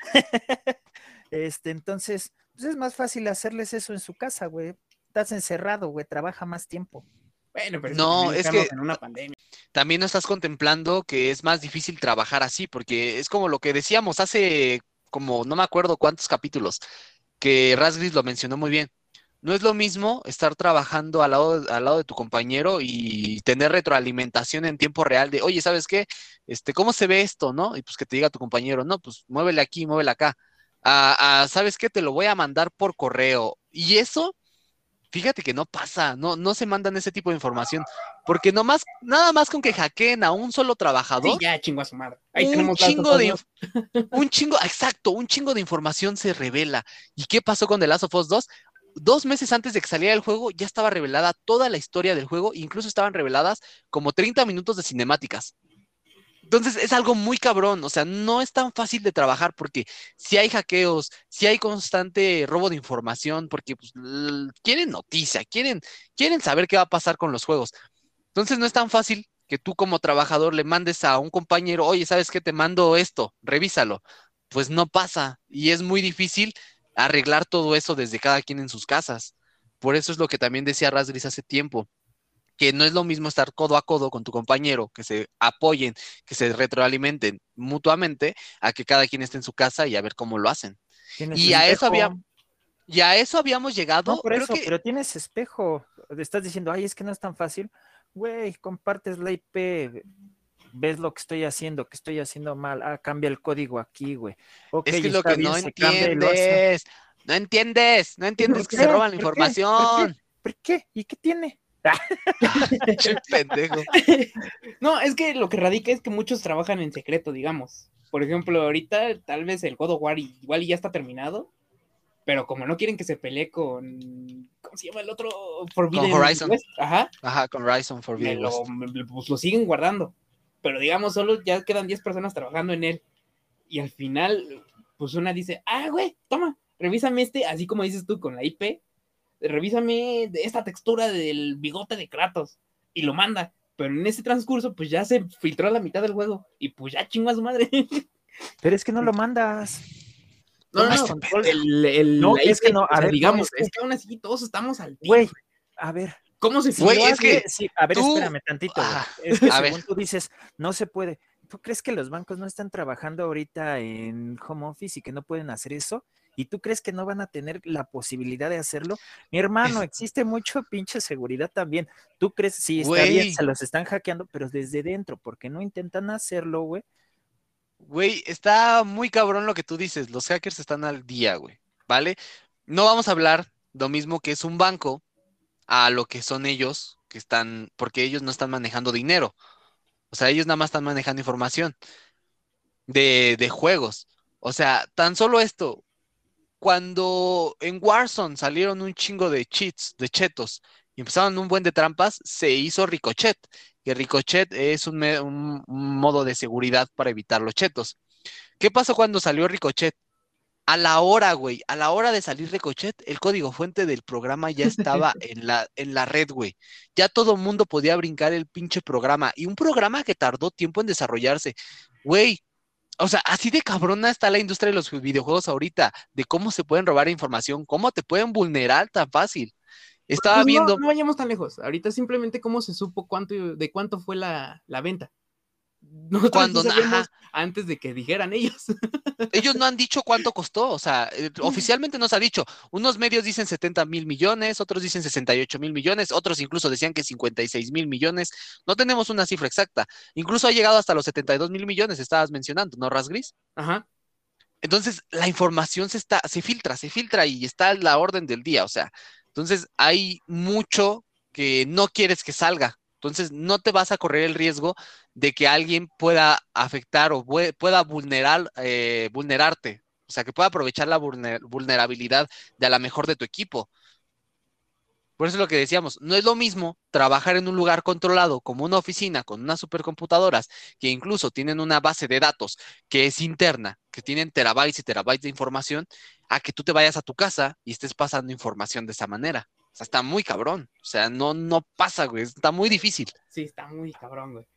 Este, entonces, pues es más fácil hacerles eso en su casa, güey. Estás encerrado, güey, trabaja más tiempo. Bueno, pero es que No, también es estamos que en una pandemia. también no estás contemplando que es más difícil trabajar así, porque es como lo que decíamos hace como no me acuerdo cuántos capítulos, que Rasgris lo mencionó muy bien. No es lo mismo estar trabajando al lado, al lado de tu compañero y tener retroalimentación en tiempo real de, oye, ¿sabes qué? Este, ¿cómo se ve esto, no? Y pues que te diga tu compañero, no, pues muévele aquí, muévele acá. Ah, ah, ¿sabes qué? Te lo voy a mandar por correo. Y eso, fíjate que no pasa, no, no se mandan ese tipo de información, porque nomás, nada más con que hackeen a un solo Sí, trabajador, ya chingó a su madre. Ahí un tenemos las chingo sofás de, dos. inf- un chingo, exacto, un chingo de información se revela. ¿Y qué pasó con The Last of Us dos? Dos meses antes de que saliera el juego, ya estaba revelada toda la historia del juego, incluso estaban reveladas como treinta minutos de cinemáticas. Entonces es algo muy cabrón, o sea, no es tan fácil de trabajar porque si hay hackeos, si hay constante robo de información, porque pues, l- quieren noticia, quieren, quieren saber qué va a pasar con los juegos. Entonces no es tan fácil que tú como trabajador le mandes a un compañero, oye, ¿sabes qué? Te mando esto, revísalo. Pues no pasa y es muy difícil arreglar todo eso desde cada quien en sus casas. Por eso es lo que también decía Rasgris hace tiempo, que no es lo mismo estar codo a codo con tu compañero, que se apoyen, que se retroalimenten mutuamente, a que cada quien esté en su casa y a ver cómo lo hacen. Tienes Y a eso había, espejo. y a eso habíamos No llegado, por creo eso, que pero tienes espejo. Estás diciendo, ay, es que no es tan fácil. Güey, compartes la I P, ves lo que estoy haciendo, que estoy haciendo mal. Ah, cambia el código aquí, güey. Ok, es que es lo está que bien, no se cambia y lo hace. entiendes. No entiendes, no ¿Por entiendes que se qué? roban la ¿Por qué? ¿Por qué? información. ¿Por qué? ¿Y qué tiene? Che pendejo. No, es que lo que radica es que muchos trabajan en secreto, digamos. Por ejemplo, ahorita tal vez el God of War igual y ya está terminado, pero como no quieren que se pelee con, ¿cómo se llama el otro? Con Forbidden Horizon. West, ajá, Ajá, con Horizon me Forbidden lo, West. me- pues lo siguen guardando. Pero digamos, solo ya quedan diez personas trabajando en él. Y al final, pues una dice, ah, güey, toma, revísame este, así como dices tú con la I P, revísame esta textura del bigote de Kratos. Y lo manda. Pero en ese transcurso, pues ya se filtró la mitad del juego. Y pues ya chingó a su madre. Pero es que no lo mandas. No, no, Tomas no, control. el, el, No, la es que I P, no, o a sea, ver, digamos, no, es que- es que aún así todos estamos al día, Güey, güey. a ver. ¿Cómo se Si Güey, lo es hace- que sí, a ver, tú- espérame tantito, güey. Ah, Es que a según ver. tú dices, no se puede. ¿Tú crees que los bancos no están trabajando ahorita en home office y que no pueden hacer eso? ¿Y tú crees que no van a tener la posibilidad de hacerlo? Mi hermano, Es- existe mucho pinche seguridad también. ¿Tú crees? Sí, está Güey. bien, se los están hackeando, pero desde dentro, porque no intentan hacerlo, güey. Güey, está muy cabrón lo que tú dices. Los hackers están al día, güey. ¿Vale? No vamos a hablar lo mismo que es un banco a lo que son ellos, que están, porque ellos no están manejando dinero. O sea, ellos nada más están manejando información de, de juegos. O sea, tan solo esto, cuando en Warzone salieron un chingo de cheats, de chetos, y empezaron un buen de trampas, se hizo Ricochet, que Ricochet es un, me- un- un modo de seguridad para evitar los chetos. ¿Qué pasó cuando salió Ricochet? A la hora, güey, a la hora de salir Ricochet, el código fuente del programa ya estaba en la, en la red, güey. Ya todo el mundo podía brincar el pinche programa. Y un programa que tardó tiempo en desarrollarse. Güey, o sea, así de cabrona está la industria de los videojuegos ahorita, de cómo se pueden robar información, cómo te pueden vulnerar tan fácil. Estaba Pues no, viendo, no vayamos tan lejos. Ahorita simplemente cómo se supo cuánto, de cuánto fue la, la venta. Nosotros cuando, sí sabíamos ajá, antes de que dijeran ellos. ellos no han dicho cuánto costó, o sea, eh, oficialmente no se ha dicho. Unos medios dicen setenta mil millones, otros dicen sesenta y ocho mil millones, otros incluso decían que cincuenta y seis mil millones. No tenemos una cifra exacta. Incluso ha llegado hasta los setenta y dos mil millones, estabas mencionando, ¿no, Rasgris? Ajá. Entonces, la información se está, se filtra, se filtra y está a la orden del día, o sea, entonces hay mucho que no quieres que salga. Entonces, no te vas a correr el riesgo de que alguien pueda afectar o pue- pueda vulnerar, eh, vulnerarte, o sea, que pueda aprovechar la vulner- vulnerabilidad de a la mejor de tu equipo. Por eso es lo que decíamos, no es lo mismo trabajar en un lugar controlado como una oficina con unas supercomputadoras que incluso tienen una base de datos que es interna, que tienen terabytes y terabytes de información, a que tú te vayas a tu casa y estés pasando información de esa manera. O sea, está muy cabrón. O sea, no, no pasa, güey. Está muy difícil. Sí, está muy cabrón, güey.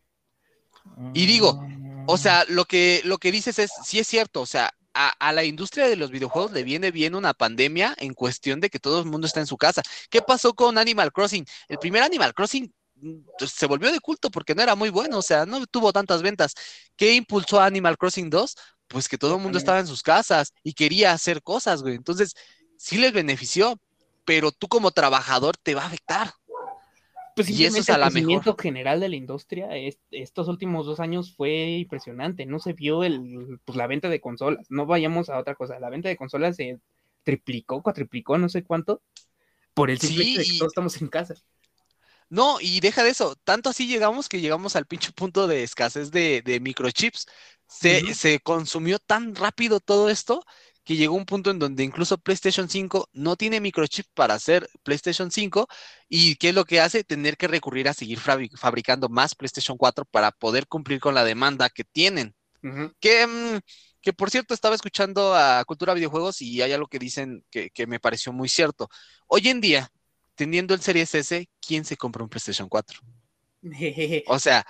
Y digo, o Mm, sea, lo que, lo que dices es, sí es cierto, o sea, a, a la industria de los videojuegos le viene bien una pandemia en cuestión de que todo el mundo está en su casa. ¿Qué pasó con Animal Crossing? El primer Animal Crossing mm, pues, se volvió de culto porque no era muy bueno, o sea, no tuvo tantas ventas. ¿Qué impulsó a Animal Crossing dos? Pues que todo La el mundo pandemia. estaba en sus casas y quería hacer cosas, güey. Entonces, sí les benefició, pero tú como trabajador te va a afectar. Pues Y eso es simplemente a el la mejor. crecimiento general de la industria es- estos últimos dos años fue impresionante. No se vio el, pues, la venta de consolas. No vayamos a otra cosa. La venta de consolas se triplicó, cuatriplicó, no sé cuánto, por el simple hecho de que Sí, todos estamos en casa. no, y deja de eso, tanto así llegamos que llegamos al pinche punto de escasez de, de microchips. Se, Ujú. se consumió tan rápido todo esto que llegó un punto en donde incluso PlayStation cinco no tiene microchip para hacer PlayStation cinco. ¿Y qué es lo que hace? Tener que recurrir a seguir fabri- fabricando más PlayStation cuatro para poder cumplir con la demanda que tienen. Ujú. Que, mm, que por cierto, estaba escuchando a Cultura Videojuegos y hay algo que dicen que, que me pareció muy cierto. Hoy en día, teniendo el Series S, ¿quién se compra un PlayStation cuatro? Jejeje. O sea,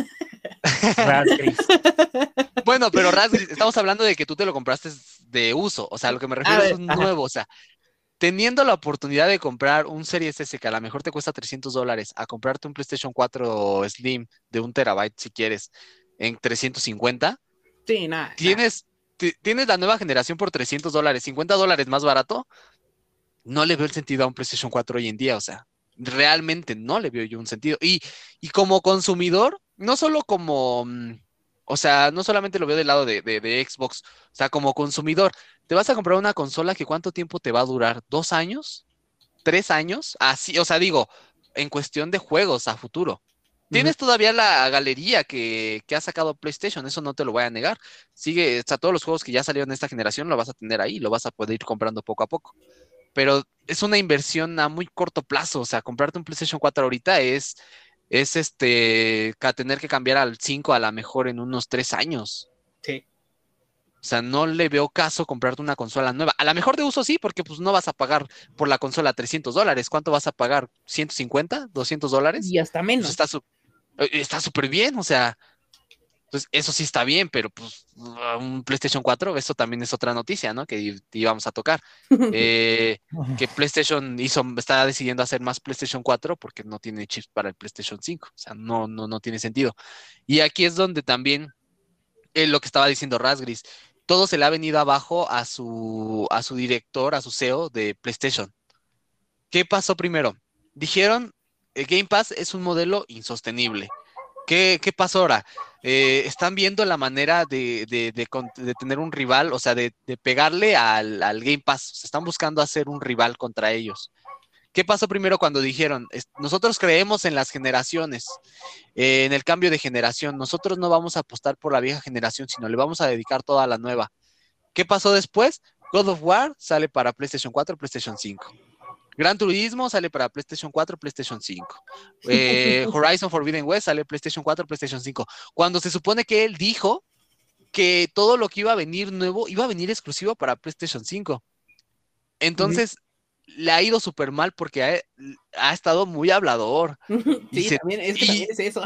Rasgris. bueno, pero Razgris, estamos hablando de que tú te lo compraste de uso, o sea, lo que me A refiero es ver, un ajá. nuevo, o sea, teniendo la oportunidad de comprar un Series S que a lo mejor te cuesta trescientos dólares, a comprarte un PlayStation cuatro Slim de un terabyte si quieres, en trescientos cincuenta, Sí, nada, nada. tienes, ti- tienes la nueva generación por trescientos dólares, cincuenta dólares más barato, no le veo el sentido a un PlayStation cuatro hoy en día, o sea, realmente no le veo yo un sentido. Y, y como consumidor, no solo como, mm, o sea, no solamente lo veo del lado de, de, de Xbox, o sea, como consumidor, te vas a comprar una consola que cuánto tiempo te va a durar, ¿dos años? ¿Tres años? Así, o sea, digo, en cuestión de juegos a futuro. Ujú. Tienes todavía la galería que, que ha sacado PlayStation, eso no te lo voy a negar. Sigue, o sea, todos los juegos que ya salieron en esta generación lo vas a tener ahí, lo vas a poder ir comprando poco a poco, pero es una inversión a muy corto plazo. O sea, comprarte un PlayStation cuatro ahorita es, es este, ca- tener que cambiar al cinco a la mejor en unos tres años. Sí. O sea, no le veo caso comprarte una consola nueva. A la mejor de uso sí, porque pues no vas a pagar por la consola trescientos dólares. ¿Cuánto vas a pagar? ¿ciento cincuenta? ¿doscientos dólares? Y hasta Pues menos. está su- eh, está súper bien. O sea, Entonces, eso sí está bien, pero pues un PlayStation cuatro, eso también es otra noticia, ¿no? Que íbamos a tocar. Eh, que PlayStation hizo, está decidiendo hacer más PlayStation cuatro porque no tiene chips para el PlayStation cinco. O sea, no, no, no tiene sentido. Y aquí es donde también eh, lo que estaba diciendo Razgris, todo se le ha venido abajo a su, a su director, a su C E O de PlayStation. ¿Qué pasó primero? Dijeron, el Game Pass es un modelo insostenible. ¿Qué, qué pasó ahora? Eh, están viendo la manera de, de, de, de tener un rival, o sea, de, de pegarle al, al Game Pass. O sea, están buscando hacer un rival contra ellos. ¿Qué pasó primero cuando dijeron, nosotros creemos en las generaciones, eh, en el cambio de generación, nosotros no vamos a apostar por la vieja generación, sino le vamos a dedicar toda a la nueva? ¿Qué pasó después? God of War sale para PlayStation cuatro, PlayStation cinco. Gran Turismo sale para PlayStation cuatro, PlayStation cinco. Eh, Horizon Forbidden West sale PlayStation cuatro, PlayStation cinco. Cuando se supone que él dijo que todo lo que iba a venir nuevo iba a venir exclusivo para PlayStation cinco. Entonces, sí, le ha ido súper mal porque ha, ha, estado muy hablador. Sí, se, también, es que y, también es eso.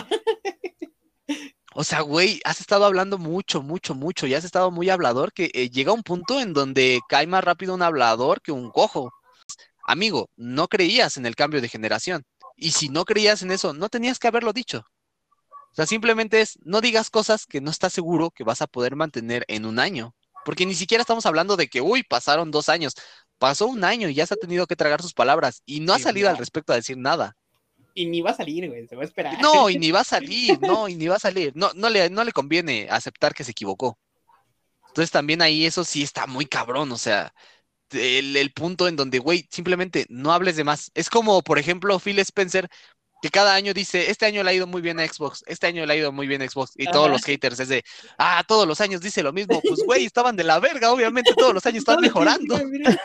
O sea, güey, has estado hablando mucho, mucho, mucho y has estado muy hablador que eh, llega un punto en donde cae más rápido un hablador que un cojo. Amigo, no creías en el cambio de generación. Y si no creías en eso, no tenías que haberlo dicho. O sea, simplemente es, no digas cosas que no estás seguro que vas a poder mantener en un año. Porque ni siquiera estamos hablando de que, uy, pasaron dos años. Pasó un año y ya se ha tenido que tragar sus palabras. Y no sí, ha salido no. al respecto a decir nada. Y ni va a salir, güey, se va a esperar. No, y ni va a salir, no, y ni va a salir. No, no le, no le conviene aceptar que se equivocó. Entonces también ahí eso sí está muy cabrón, o sea... El, el punto en donde, güey, simplemente no hables de más. Es como, por ejemplo, Phil Spencer, que cada año dice, este año le ha ido muy bien a Xbox, este año le ha ido muy bien a Xbox, y Ajá. todos los haters es de, ah, todos los años dice lo mismo. Pues, güey, estaban de la verga, obviamente todos los años están mejorando.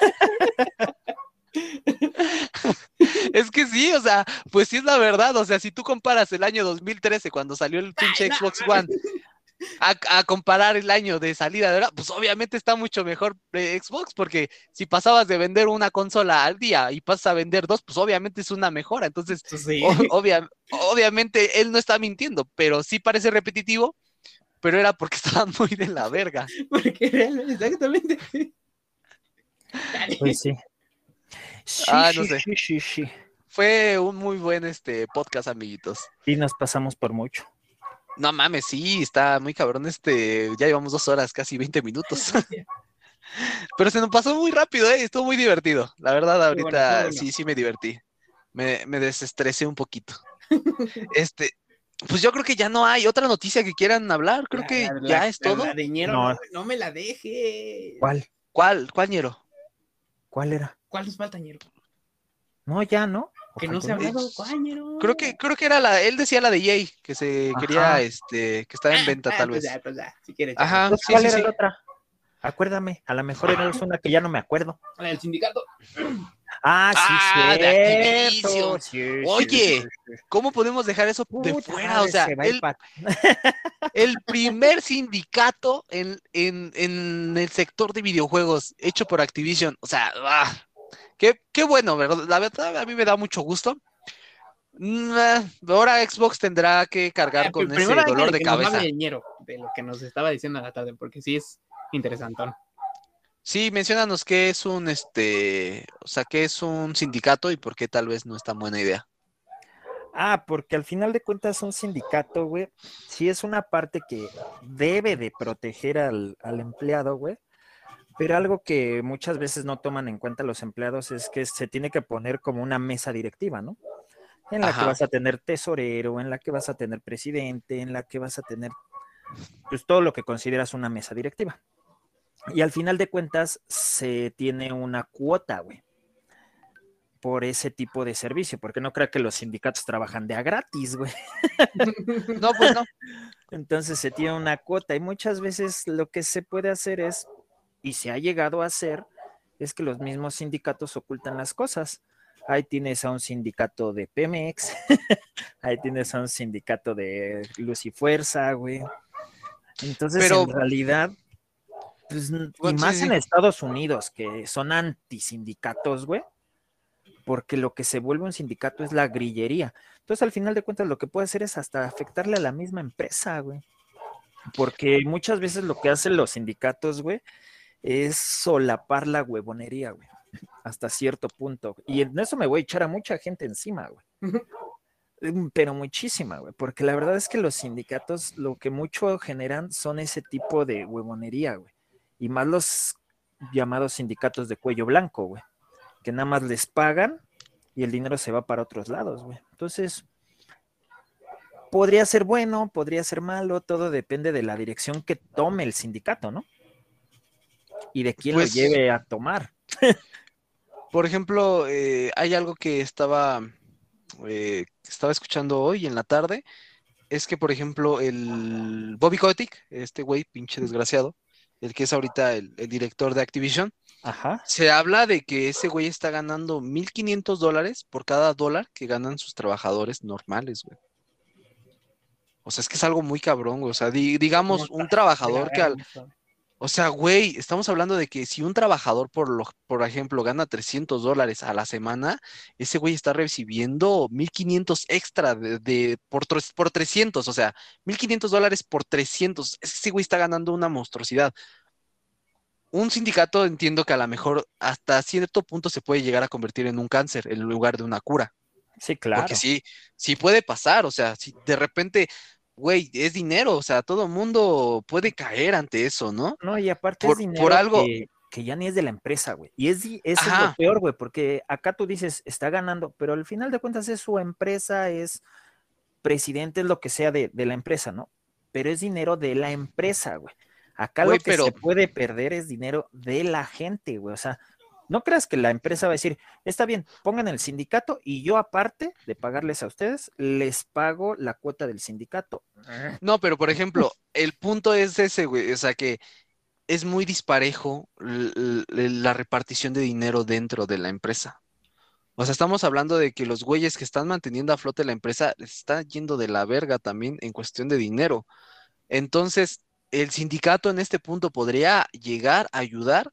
Es que sí, o sea, pues sí es la verdad, o sea, si tú comparas el año dos mil trece, cuando salió el pinche Ay, Xbox no, One, A, a comparar el año de salida de verdad, pues obviamente está mucho mejor eh, Xbox, porque si pasabas de vender una consola al día y pasas a vender dos, pues obviamente es una mejora. Entonces, sí. o, obvia, obviamente él no está mintiendo, pero sí parece repetitivo, pero era porque estaba muy de la verga. Porque realmente, exactamente. Pues sí. Ah, no sé. Sí, sí, sí. Fue un muy buen este podcast, amiguitos. Y nos pasamos por mucho. No mames, sí, está muy cabrón este, ya llevamos dos horas, casi veinte minutos. Pero se nos pasó muy rápido, ¿eh? Estuvo muy divertido. La verdad, ahorita bueno, bueno. sí, sí me divertí. Me, me desestresé un poquito. Este, pues yo creo que ya no hay otra noticia que quieran hablar. Creo la, que la, ya la, es todo. La de Ñero, no. No, no me la dejes. ¿Cuál? ¿Cuál? ¿Cuál, Ñero? ¿Cuál era? ¿Cuál nos falta, Ñero? No, ya, ¿no? Que no se ha hablado, ¿cuál, Ñero? Creo que, creo que era la, él decía la de E A, que se Ajá. quería, este, que estaba en venta ah, tal pues vez. Ya, pues ya, si quieres. Ajá, pues, sí, ¿cuál sí, era sí. la otra? Acuérdame, a lo mejor era una que ya no me acuerdo. La del sindicato. Ah, sí, ah, cierto. de Activision. Sí, Oye, sí, sí. ¿Cómo podemos dejar eso Puta de fuera? O sea, el, el primer sindicato en, en, en el sector de videojuegos hecho por Activision. O sea, ah, qué, qué bueno, ¿verdad? La verdad, a mí me da mucho gusto. Ahora Xbox tendrá que cargar con ah, ese dolor de, de cabeza. De, Ñero, de lo que nos estaba diciendo a la tarde, porque sí es interesantón. Sí, menciónanos qué es un este, o sea, qué es un sindicato y por qué tal vez no es tan buena idea. Ah, porque al final de cuentas un sindicato, güey, sí es una parte que debe de proteger al, al empleado, güey, pero algo que muchas veces no toman en cuenta los empleados es que se tiene que poner como una mesa directiva, ¿no? En la Ajá. que vas a tener tesorero, en la que vas a tener presidente, en la que vas a tener pues todo lo que consideras una mesa directiva. Y al final de cuentas se tiene una cuota, güey, por ese tipo de servicio, porque no creo que los sindicatos trabajan de a gratis, güey. No, pues no. Entonces se tiene una cuota y muchas veces lo que se puede hacer es, y se ha llegado a hacer, es que los mismos sindicatos ocultan las cosas. Ahí tienes a un sindicato de Pemex, ahí tienes a un sindicato de Luz y Fuerza, güey. Entonces, Pero, en realidad, pues, bueno, y más sí, en sí. Estados Unidos, que son antisindicatos, güey, porque lo que se vuelve un sindicato es la grillería. Entonces, al final de cuentas, lo que puede hacer es hasta afectarle a la misma empresa, güey. Porque muchas veces lo que hacen los sindicatos, güey, es solapar la huevonería, güey, hasta cierto punto. Y en eso me voy a echar a mucha gente encima, güey. Pero muchísima, güey, porque la verdad es que los sindicatos lo que mucho generan son ese tipo de huevonería, güey. Y más los llamados sindicatos de cuello blanco, güey, que nada más les pagan y el dinero se va para otros lados, güey. Entonces, podría ser bueno, podría ser malo, todo depende de la dirección que tome el sindicato, ¿no? Y de quién Pues, lo lleve a tomar. por ejemplo, eh, hay algo que estaba, eh, estaba escuchando hoy en la tarde, es que, por ejemplo, el Bobby Kotick, este güey, pinche desgraciado, el que es ahorita el, el director de Activision, Ajá. se habla de que ese güey está ganando mil quinientos dólares por cada dólar que ganan sus trabajadores normales, güey. O sea, es que es algo muy cabrón, güey. O sea, di- digamos, un trabajador que al... O sea, güey, estamos hablando de que si un trabajador, por lo, por ejemplo, gana trescientos dólares a la semana, ese güey está recibiendo mil quinientos extra de, de- por, tres- por trescientos, o sea, mil quinientos dólares por trescientos. Ese güey está ganando una monstruosidad. Un sindicato entiendo que a lo mejor hasta cierto punto se puede llegar a convertir en un cáncer en lugar de una cura. Sí, Porque claro. sí, sí puede pasar, o sea, si de repente, güey, es dinero, o sea, todo mundo puede caer ante eso, ¿no? No, y aparte es Por, por dinero algo, que, que ya ni es de la empresa, güey. Y es, di- eso es lo ajá, peor, güey, porque acá tú dices, está ganando, pero al final de cuentas es su empresa, es presidente, es lo que sea de, de la empresa, ¿no? Pero es dinero de la empresa, güey. Acá güey, lo que se pero, puede perder es dinero de la gente, güey. O sea, no creas que la empresa va a decir, está bien, pongan el sindicato y yo aparte de pagarles a ustedes, les pago la cuota del sindicato. no, pero por ejemplo, el punto es ese, güey, o sea, que es muy disparejo l- l- la repartición de dinero dentro de la empresa. O sea, estamos hablando de que los güeyes que están manteniendo a flote la empresa les está yendo de la verga también en cuestión de dinero. Entonces, el sindicato en este punto podría llegar a ayudar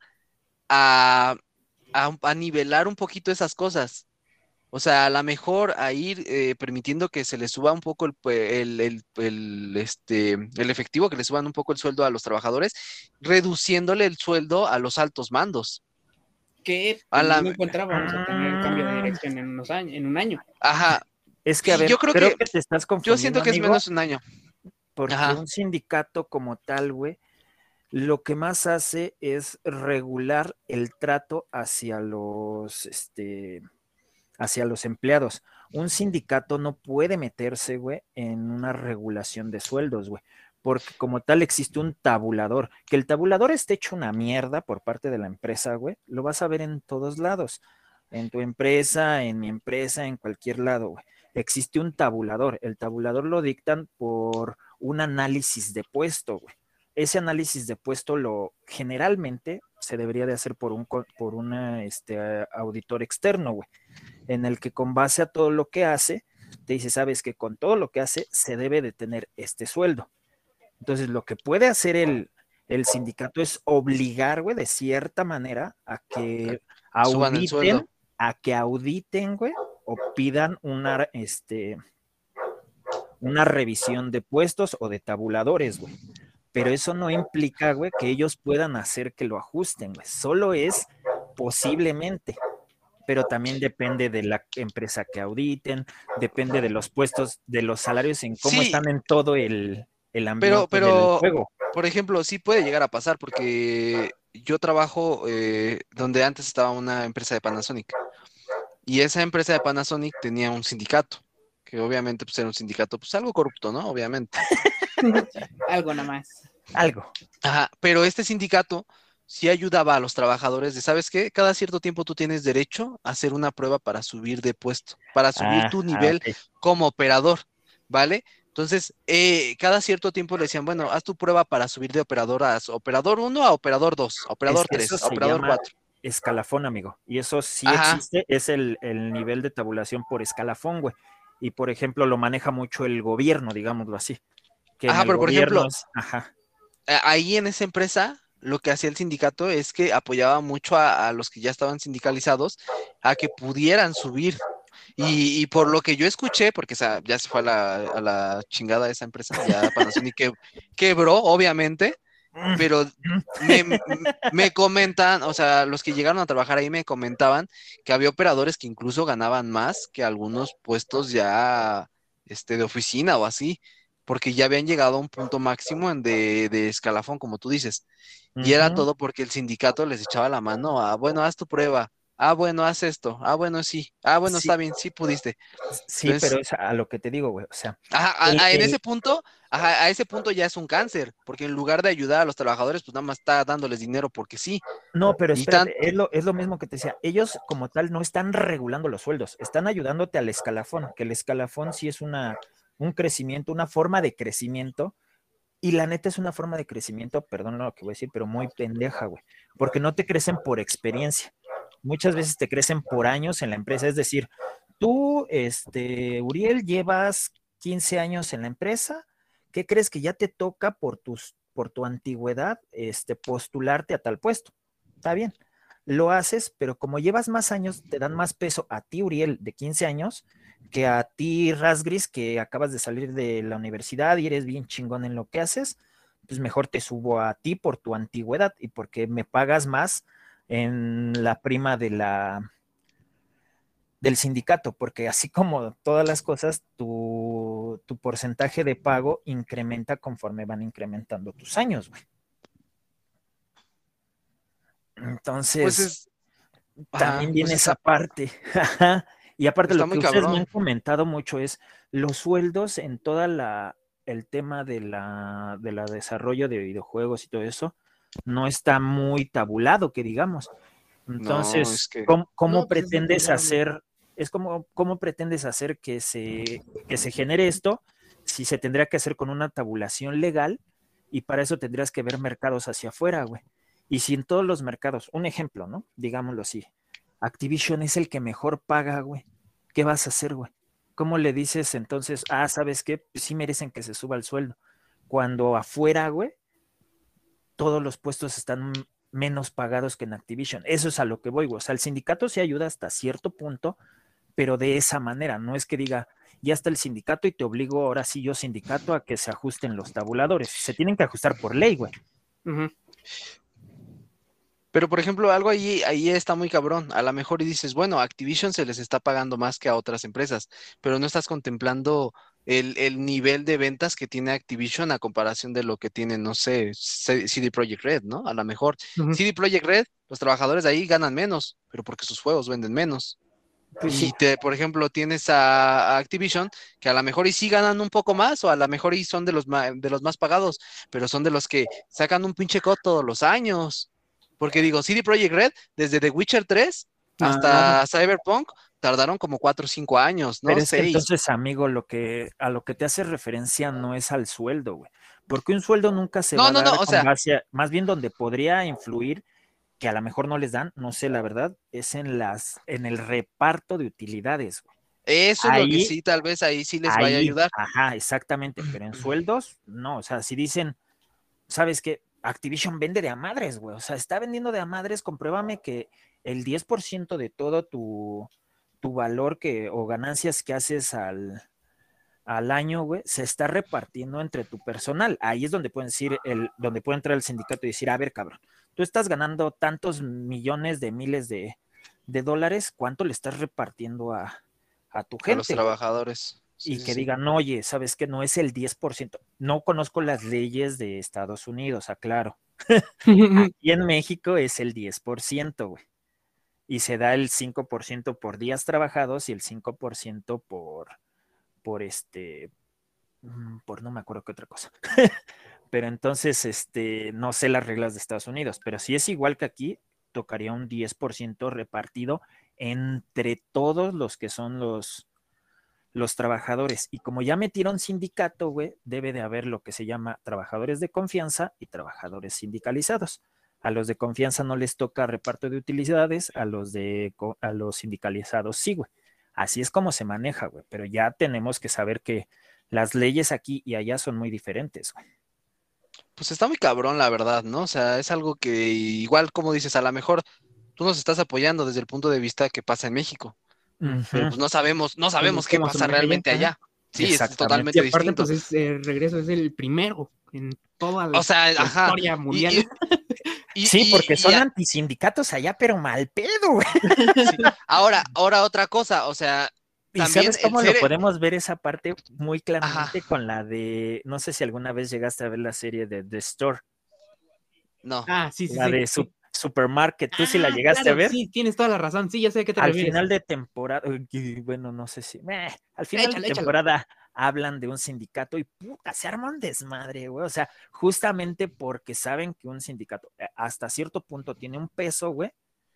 a, a, a nivelar un poquito esas cosas. O sea, a lo mejor a ir eh, permitiendo que se le suba un poco el, pue- el, el- el, este, el efectivo, que le suban un poco el sueldo a los trabajadores, reduciéndole el sueldo a los altos mandos. Que A pues, la, muy en cuenta vamos a tener el cambio de dirección en unos años, en un año. ajá. Es que, a Y yo ver, creo creo que, que te estás yo confundiendo, siento que es amigo, menos un año. porque Ajá. un sindicato como tal, güey, lo que más hace es regular el trato hacia los, este, hacia los empleados. Un sindicato no puede meterse, güey, en una regulación de sueldos, güey, porque como tal existe un tabulador. Que el tabulador esté hecho una mierda por parte de la empresa, güey, lo vas a ver en todos lados. En tu empresa, en mi empresa, en cualquier lado, güey. Existe un tabulador. El tabulador lo dictan por un análisis de puesto, güey. Ese análisis de puesto lo generalmente se debería de hacer por un por una este, auditor externo, güey, en el que con base a todo lo que hace, te dice, sabes que con todo lo que hace se debe de tener este sueldo. Entonces, lo que puede hacer el, el sindicato es obligar, güey, de cierta manera a que Suban el auditen, sueldo. a que auditen, güey, o pidan una, este, una revisión de puestos o de tabuladores, güey. Pero eso no implica, güey, que ellos puedan hacer que lo ajusten, güey. Solo es posiblemente, pero también depende de la empresa que auditen, depende de los puestos, de los salarios, en cómo Sí, están en todo el, el pero, ambiente del pero, juego. por ejemplo, sí puede llegar a pasar porque yo trabajo eh, donde antes estaba una empresa de Panasonic y esa empresa de Panasonic tenía un sindicato, que obviamente pues era un sindicato pues algo corrupto, ¿no? Obviamente. Algo nada más. Algo. Ajá, pero este sindicato sí ayudaba a los trabajadores de, ¿sabes qué? Cada cierto tiempo tú tienes derecho a hacer una prueba para subir de puesto, para subir Ah, tu ah, nivel ok. como operador, ¿vale? Entonces, eh, cada cierto tiempo le decían, bueno, haz tu prueba para subir de operador a operador uno a operador dos, a Es operador que eso tres, a se operador llama cuatro. escalafón, amigo. Y eso sí Ajá, existe, es el, el nivel de tabulación por escalafón, güey. Y por ejemplo, lo maneja mucho el gobierno, digámoslo así. Que en ajá, el pero por gobierno ejemplo, es, ajá, a- ahí en esa empresa, lo que hacía el sindicato es que apoyaba mucho a, a los que ya estaban sindicalizados a que pudieran subir. Y, y por lo que yo escuché, porque o sea, ya se fue a la, a la chingada esa empresa, ya Panasonic que, quebró, obviamente, pero me, me comentan, o sea, los que llegaron a trabajar ahí me comentaban que había operadores que incluso ganaban más que algunos puestos ya este, de oficina o así, porque ya habían llegado a un punto máximo en de, de escalafón, como tú dices. Y era Ujú. todo porque el sindicato les echaba la mano a, bueno, haz tu prueba. Ah, bueno, haz esto. Ah, bueno, sí. Ah, bueno, está Sí, bien, sí pudiste. sí, pero Entonces, es a lo que te digo, güey. O sea, ajá, el, a- a- en ese el, punto, ajá, a ese punto ya es un cáncer, porque en lugar de ayudar a los trabajadores, pues nada más está dándoles dinero porque sí. no, pero Y tan, espérate, es lo, es lo mismo que te decía. Ellos como tal no están regulando los sueldos, están ayudándote al escalafón, que el escalafón sí es una, un crecimiento, una forma de crecimiento. Y la neta es una forma de crecimiento, perdón lo que voy a decir, pero muy pendeja, güey. Porque no te crecen por experiencia. Muchas veces te crecen por años en la empresa. Es decir, tú, este, Uriel, llevas quince años en la empresa. ¿Qué crees que ya te toca por tus, por tu antigüedad, este, postularte a tal puesto? Está bien. Lo haces, pero como llevas más años, te dan más peso a ti, Uriel, de quince años, que a ti, Rasgris, que acabas de salir de la universidad y eres bien chingón en lo que haces, pues mejor te subo a ti por tu antigüedad y porque me pagas más en la prima de la, del sindicato, porque así como todas las cosas, tu, tu porcentaje de pago incrementa conforme van incrementando tus años, güey. pues Entonces, es, también ajá, pues viene esa está, parte. Y aparte, está lo muy que ustedes me han cabrón. comentado mucho es los sueldos en toda la el tema de la de la desarrollo de videojuegos y todo eso no está muy tabulado, que digamos. No, es Entonces, que, ¿cómo, cómo No, pues está pretendes cabrón. hacer? Es como, ¿cómo pretendes hacer que se, que se genere esto si se tendría que hacer con una tabulación legal y para eso tendrías que ver mercados hacia afuera, güey? Y si en todos los mercados, un ejemplo, ¿no? Digámoslo así, Activision es el que mejor paga, güey. ¿Qué vas a hacer, güey? ¿Cómo le dices entonces, ah, ¿sabes qué? Pues sí merecen que se suba el sueldo. Cuando afuera, güey, todos los puestos están menos pagados que en Activision. Eso es a lo que voy, güey. O sea, el sindicato sí ayuda hasta cierto punto, pero de esa manera. No es que diga, ya está el sindicato y te obligo ahora sí yo sindicato a que se ajusten los tabuladores. Se tienen que ajustar por ley, güey. Ujú. pero por ejemplo, algo ahí, ahí está muy cabrón. A lo mejor y dices, bueno, a Activision se les está pagando más que a otras empresas, pero no estás contemplando el, el nivel de ventas que tiene Activision a comparación de lo que tiene, no sé, C- CD Projekt Red, ¿no? A lo mejor Ujú. C D Projekt Red, los trabajadores de ahí ganan menos, pero porque sus juegos venden menos. Pues sí, Y te, por ejemplo, tienes a, a Activision, que a lo mejor y sí ganan un poco más, o a lo mejor y son de los, ma- de los más pagados, pero son de los que sacan un pinche code todos los años. Porque digo, C D Projekt Red, desde The Witcher tres No, hasta Cyberpunk, tardaron como cuatro o cinco años, ¿no? pero es que Seis. entonces, amigo, lo que a lo que te hace referencia no es al sueldo, güey. Porque un sueldo nunca se va No, a no, no, dar o con sea, base a, más bien donde podría influir, que a lo mejor no les dan, no sé la verdad, es en las, en el reparto de utilidades, güey. eso es lo que Ahí, sí, tal vez ahí sí les vaya a ahí, ayudar. ajá, exactamente, pero en sueldos, no, o sea, si dicen, ¿sabes qué? Activision vende de a madres, güey, o sea, está vendiendo de a madres, compruébame que el diez por ciento de todo tu, tu valor que, o ganancias que haces al, al año, güey, se está repartiendo entre tu personal. Ahí es donde pueden decir, el, donde puede entrar el sindicato y decir, a ver, cabrón, tú estás ganando tantos millones de miles de, de dólares, ¿cuánto le estás repartiendo a, a tu A los gente, güey? trabajadores. Sí, Y sí, que sí. digan, oye, ¿sabes qué? No es el diez por ciento. No conozco las leyes de Estados Unidos, aclaro. Aquí en México es el diez por ciento, güey. Y se da el cinco por ciento por días trabajados y el cinco por ciento por, por este, mm, por no me acuerdo qué otra cosa. Pero entonces, este, no sé las reglas de Estados Unidos, pero si es igual que aquí, tocaría un diez por ciento repartido entre todos los que son los, los trabajadores. Y como ya metieron sindicato, güey, debe de haber lo que se llama trabajadores de confianza y trabajadores sindicalizados. A los de confianza no les toca reparto de utilidades, a los de a los sindicalizados sí, güey. Así es como se maneja, güey. Pero ya tenemos que saber que las leyes aquí y allá son muy diferentes, güey. Pues está muy cabrón, la verdad, ¿no? O sea, es algo que igual, como dices, a lo mejor tú nos estás apoyando desde el punto de vista que pasa en México. Ujú. pero pues no sabemos, no sabemos qué cómo se pasa maneja realmente allá. allá. Sí, es Exactamente. totalmente Y aparte, distinto. pues es el regreso, es el primero en toda la, O sea, la ajá. historia Y, mundial. y- y- Sí, y- porque y son a- antisindicatos allá, pero mal pedo, güey. sí. Ahora, ahora otra cosa, o sea, ¿Y también sabes el cómo lo ser, podemos ver esa parte muy ajá, claramente con la de, no sé si alguna vez llegaste a ver la serie de The Store, no. Ah, sí, sí, la sí. de sí. su- Supermarket, ¿tú sí la Ah, llegaste a claro, ver? sí, tienes toda la razón. Sí, ya sé a qué te Al refieres. final de temporada, uy, bueno, no sé si, meh, al final de Échale, échalo. temporada hablan de un sindicato y puta, se arma un desmadre, güey. O sea, justamente porque saben que un sindicato eh, hasta cierto punto tiene un peso, güey,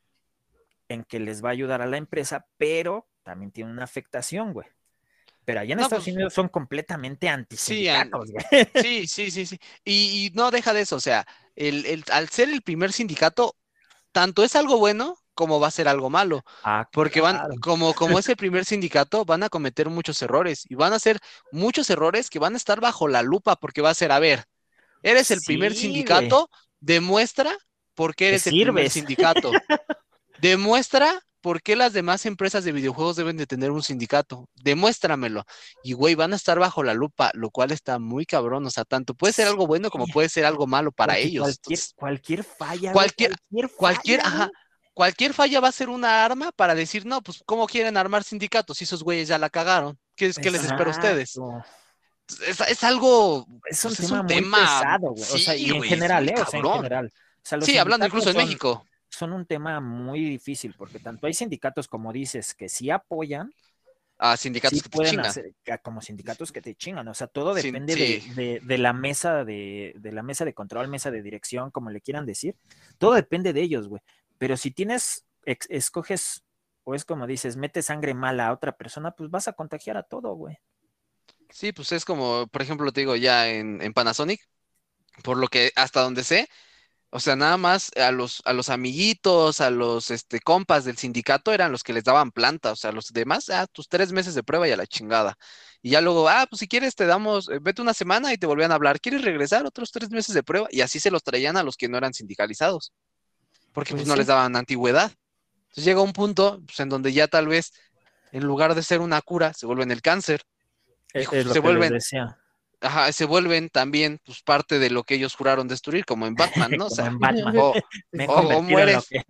en que les va a ayudar a la empresa, pero también tiene una afectación, güey. Pero allá en No, Estados pues Unidos son completamente sí, an- antisindicatos, güey. sí, sí, sí, sí. Y, y no deja de eso, o sea, el, el- al ser el primer sindicato, tanto es algo bueno como va a ser algo malo, Ah, porque van, claro. como, como es el primer sindicato, van a cometer muchos errores y van a hacer muchos errores que van a estar bajo la lupa, porque va a ser, a ver, eres el primer Sí, güey. sindicato, demuestra por qué Que eres el primer sirves. sindicato. Demuestra por qué las demás empresas de videojuegos deben de tener un sindicato. Demuéstramelo. Y, güey, van a estar bajo la lupa, lo cual está muy cabrón. O sea, tanto puede ser Sí, algo bueno como puede ser algo malo para porque ellos. cualquier, Entonces, cualquier falla, güey, cualquier, cualquier cualquier, falla, güey. ajá, cualquier falla va a ser una arma para decir, no, pues, ¿cómo quieren armar sindicatos si esos güeyes ya la cagaron? ¿Qué, es, qué les espera a ustedes? Exacto. Es, es algo, Es un pues es tema un muy tema, pesado, güey. O sea, sí, y en güey, es general, muy ¿eh? O sea, en cabrón. general. O sea, los Sí, hablando sindicatos incluso en son, México. son un tema muy difícil, porque tanto hay sindicatos, como dices, que sí apoyan, A sí sindicatos que te pueden chingan. hacer, ca- como sindicatos que te chingan. O sea, todo Sin- depende de, sí, de, de la mesa de, de la mesa de control, mesa de dirección, como le quieran decir. Todo depende de ellos, güey. Pero si tienes, ex- escoges, o es como dices, metes sangre mala a otra persona, pues vas a contagiar a todo, güey. sí, pues es como, por ejemplo, te digo, ya en, en Panasonic, por lo que hasta donde sé, o sea, nada más a los, a los amiguitos, a los este, compas del sindicato eran los que les daban planta, o sea, los demás, ah, tus tres meses de prueba y a la chingada. Y ya luego, ah, pues si quieres te damos, eh, vete una semana y te volvían a hablar, ¿quieres regresar otros tres meses de prueba? Y así se los traían a los que no eran sindicalizados, porque pues Pues no les sí, daban antigüedad. Entonces llega un punto pues, en donde ya tal vez, en lugar de ser una cura, se vuelven el cáncer y e- ju- es lo se que les vuelven decía. ajá, se vuelven también pues, parte de lo que ellos juraron destruir, como en Batman, ¿no? O Como sea, en Batman. o, Me he o, o convertido en lo mueres, que.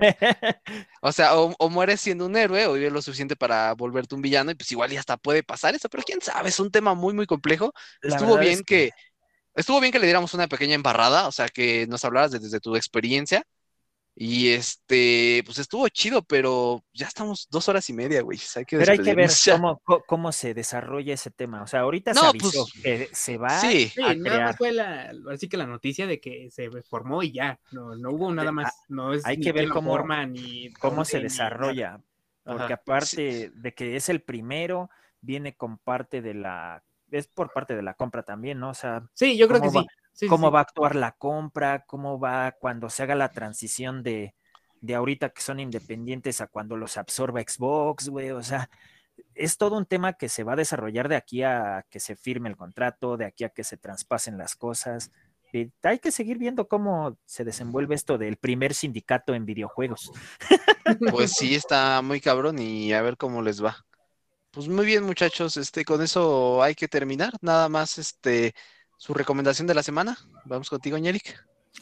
o sea, o, o mueres siendo un héroe o vives lo suficiente para volverte un villano y pues igual ya hasta puede pasar eso, pero quién sabe, es un tema muy, muy complejo. La Estuvo verdad es bien que que, estuvo bien que le diéramos una pequeña embarrada, o sea, que nos hablaras de- desde tu experiencia y este, pues estuvo chido, pero ya estamos dos horas y media, güey, o sea, hay que Pero hay que ver despedirnos ya. cómo, co- cómo se desarrolla ese tema. O sea, ahorita se No, avisó pues que se va sí, a Sí, nada más crear. fue la, así que la noticia de que se formó y ya. No, no hubo nada de- a- más. No es hay ni que ver quién lo cómo, forma, ni cómo se dónde, ni nada. desarrolla. Porque Ajá. sí, aparte de que es el primero, viene con parte de la. Es por parte de la compra también, ¿no? O sea, Sí, yo creo que cómo va, sí. Sí, sí, cómo sí. va a actuar la compra, cómo va cuando se haga la transición de, de ahorita que son independientes a cuando los absorba Xbox, güey. O sea, es todo un tema que se va a desarrollar de aquí a que se firme el contrato, de aquí a que se traspasen las cosas. Y hay que seguir viendo cómo se desenvuelve esto del primer sindicato en videojuegos. pues sí, está muy cabrón y a ver cómo les va. Pues muy bien, muchachos, este, con eso hay que terminar. Nada más, este, su recomendación de la semana. Vamos contigo, Ñeric.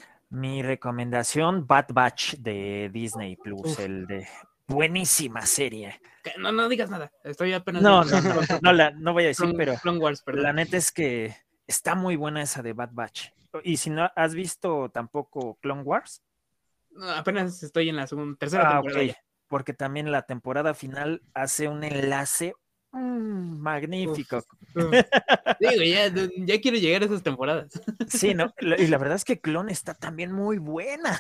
Mi recomendación, Bad Batch de Disney Plus, Uf, el de buenísima serie. que- no, no digas nada. Estoy apenas No, viendo no, no, no, la, no voy a decir, Clone, pero Clone Wars, perdón. la neta es que está muy buena esa de Bad Batch. Y si no has visto tampoco Clone Wars, No, apenas estoy en la segunda, tercera ah, temporada ok, ya. porque también la temporada final hace un enlace mm, Uf, magnífico. uf. Digo, ya, ya quiero llegar a esas temporadas. Sí, ¿no? Y la verdad es que Clone está también muy buena.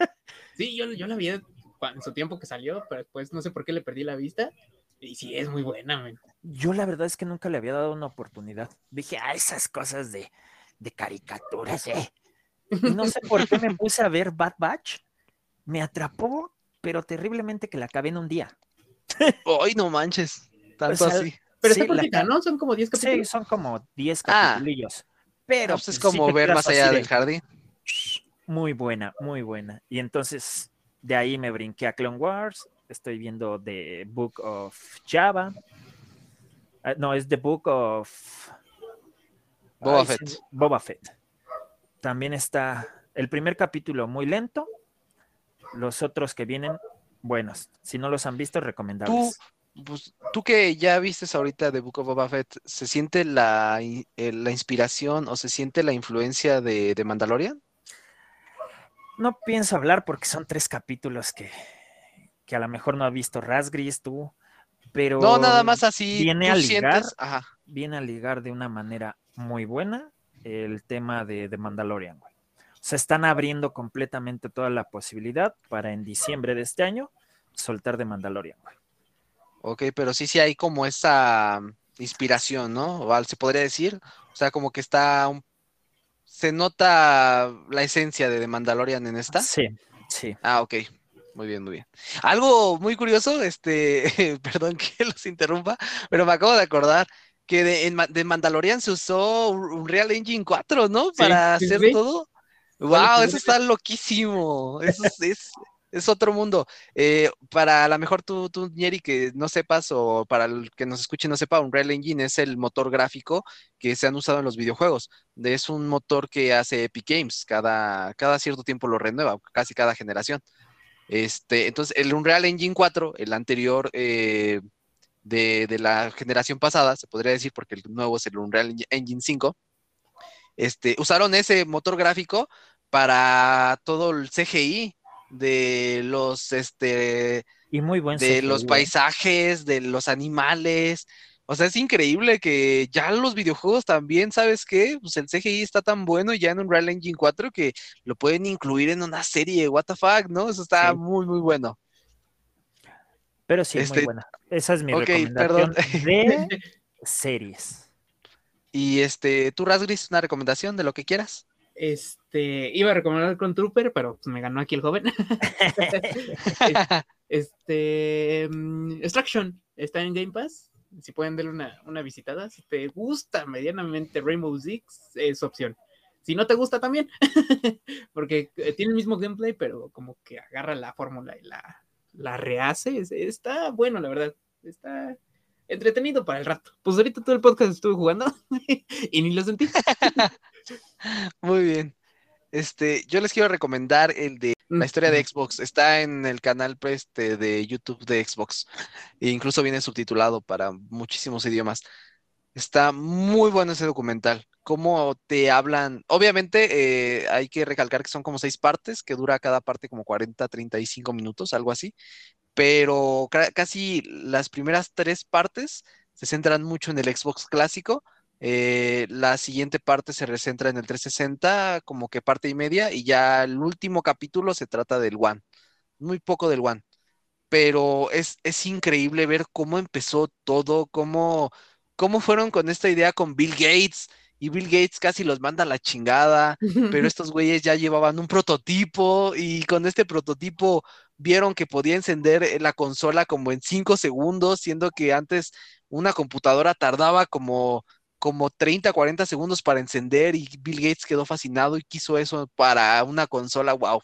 Sí, yo, yo la vi en su tiempo que salió, pero después no sé por qué le perdí la vista. Y sí, es muy buena, man. Yo la verdad es que nunca le había dado una oportunidad. Dije, ah, esas cosas de, de caricaturas, eh. Y no sé por qué me puse a ver Bad Batch. Me atrapó, pero terriblemente que la acabé en un día. Ay, no manches, O tanto sea, así. Pero sí, está la cortita, ca- ¿no? Son como diez sí, capítulos. son como diez Ah, capitulillos. ah, Pero pues es sí como te ver quedas más así allá de del jardín. muy buena, muy buena. Y entonces de ahí me brinqué a Clone Wars estoy viendo The Book of Java. Uh, no, es The Book of Boba Ay, Fett. sí, Boba Fett. También está el primer capítulo muy lento, los otros que vienen buenos. Si no los han visto, Tú, recomendables. pues, tú que ya vistes ahorita de Book of Boba Fett, ¿se siente la, i- eh, la inspiración o se siente la influencia de, de Mandalorian? No pienso hablar porque son tres capítulos que, que a lo mejor no ha visto Rasgris tú, No, pero nada más así, viene tú a ligar, sientes, ajá. viene a ligar de una manera muy buena el tema de, de Mandalorian, güey. O sea, están abriendo completamente toda la posibilidad para en diciembre de este año soltar de Mandalorian, güey. Ok, pero sí, sí hay como esa mm, inspiración, ¿no? O al- se podría decir. O sea, como que está, un- se nota la esencia de The Mandalorian en esta. Sí, sí. Ah, ok. Muy bien, muy bien. Algo muy curioso, este, perdón que los interrumpa, pero me acabo de acordar que de, en Ma- de Mandalorian se usó Un- Unreal Engine cuatro, ¿no? Sí, Para sí, sí, hacer sí. todo. Fue lo Wow, eso primero que- está loquísimo. Eso es, es, es otro mundo. Eh, para a lo mejor tú, tú, Ñeri, que no sepas, o para el que nos escuche no sepa, Unreal Engine es el motor gráfico que se han usado en los videojuegos. De- Es un motor que hace Epic Games. Cada, cada cierto tiempo lo renueva, casi cada generación. Este, entonces, el Unreal Engine cuatro, el anterior eh, de, de la generación pasada, se podría decir, porque el nuevo es el Unreal Engine cinco, este, usaron ese motor gráfico para todo el C G I de los, este, Y muy buen de los C G I, ¿eh? paisajes, de los animales. O sea, es increíble que ya los videojuegos también, ¿sabes qué? Pues el C G I está tan bueno ya en Unreal Engine cuatro que lo pueden incluir en una serie, what the fuck, ¿no? Eso está Sí, muy, muy bueno. pero sí, muy Este, buena. Esa es mi ok, perdón. recomendación de series. Y este, tú, Rasgris, una recomendación de lo que quieras. Este, iba a recomendar Clone Trooper, pero pues me ganó aquí el joven. Es- Este, mm, Extraction está en Game Pass. Si pueden darle una, una visitada. Si te gusta medianamente Rainbow Six, es opción. Si no te gusta también, porque eh, tiene el mismo gameplay, pero como que agarra la fórmula y la, la rehace. Es- Está bueno, la verdad. Está entretenido para el rato. Pues ahorita todo el podcast estuve jugando y ni lo sentí. Muy bien. Este, yo les quiero recomendar el de la Mm, historia de ujú. Xbox. Está en el canal pues, este, de YouTube de Xbox. E incluso viene subtitulado para muchísimos idiomas. Está muy bueno ese documental. Cómo te hablan. Obviamente, eh, hay que recalcar que son como seis partes, que dura cada parte como cuarenta, treinta y cinco minutos, algo así. Pero ca- casi las primeras tres partes se centran mucho en el Xbox clásico. Eh, la siguiente parte se recentra en el trescientos sesenta, como que parte y media, y ya el último capítulo se trata del One, muy poco del One, pero es, es increíble ver cómo empezó todo, cómo, cómo fueron con esta idea con Bill Gates, y Bill Gates casi los manda a la chingada, pero estos güeyes ya llevaban un prototipo, y con este prototipo vieron que podía encender eh, la consola como en cinco segundos, siendo que antes una computadora tardaba como, como treinta, cuarenta segundos para encender, y Bill Gates quedó fascinado y quiso eso para una consola, wow.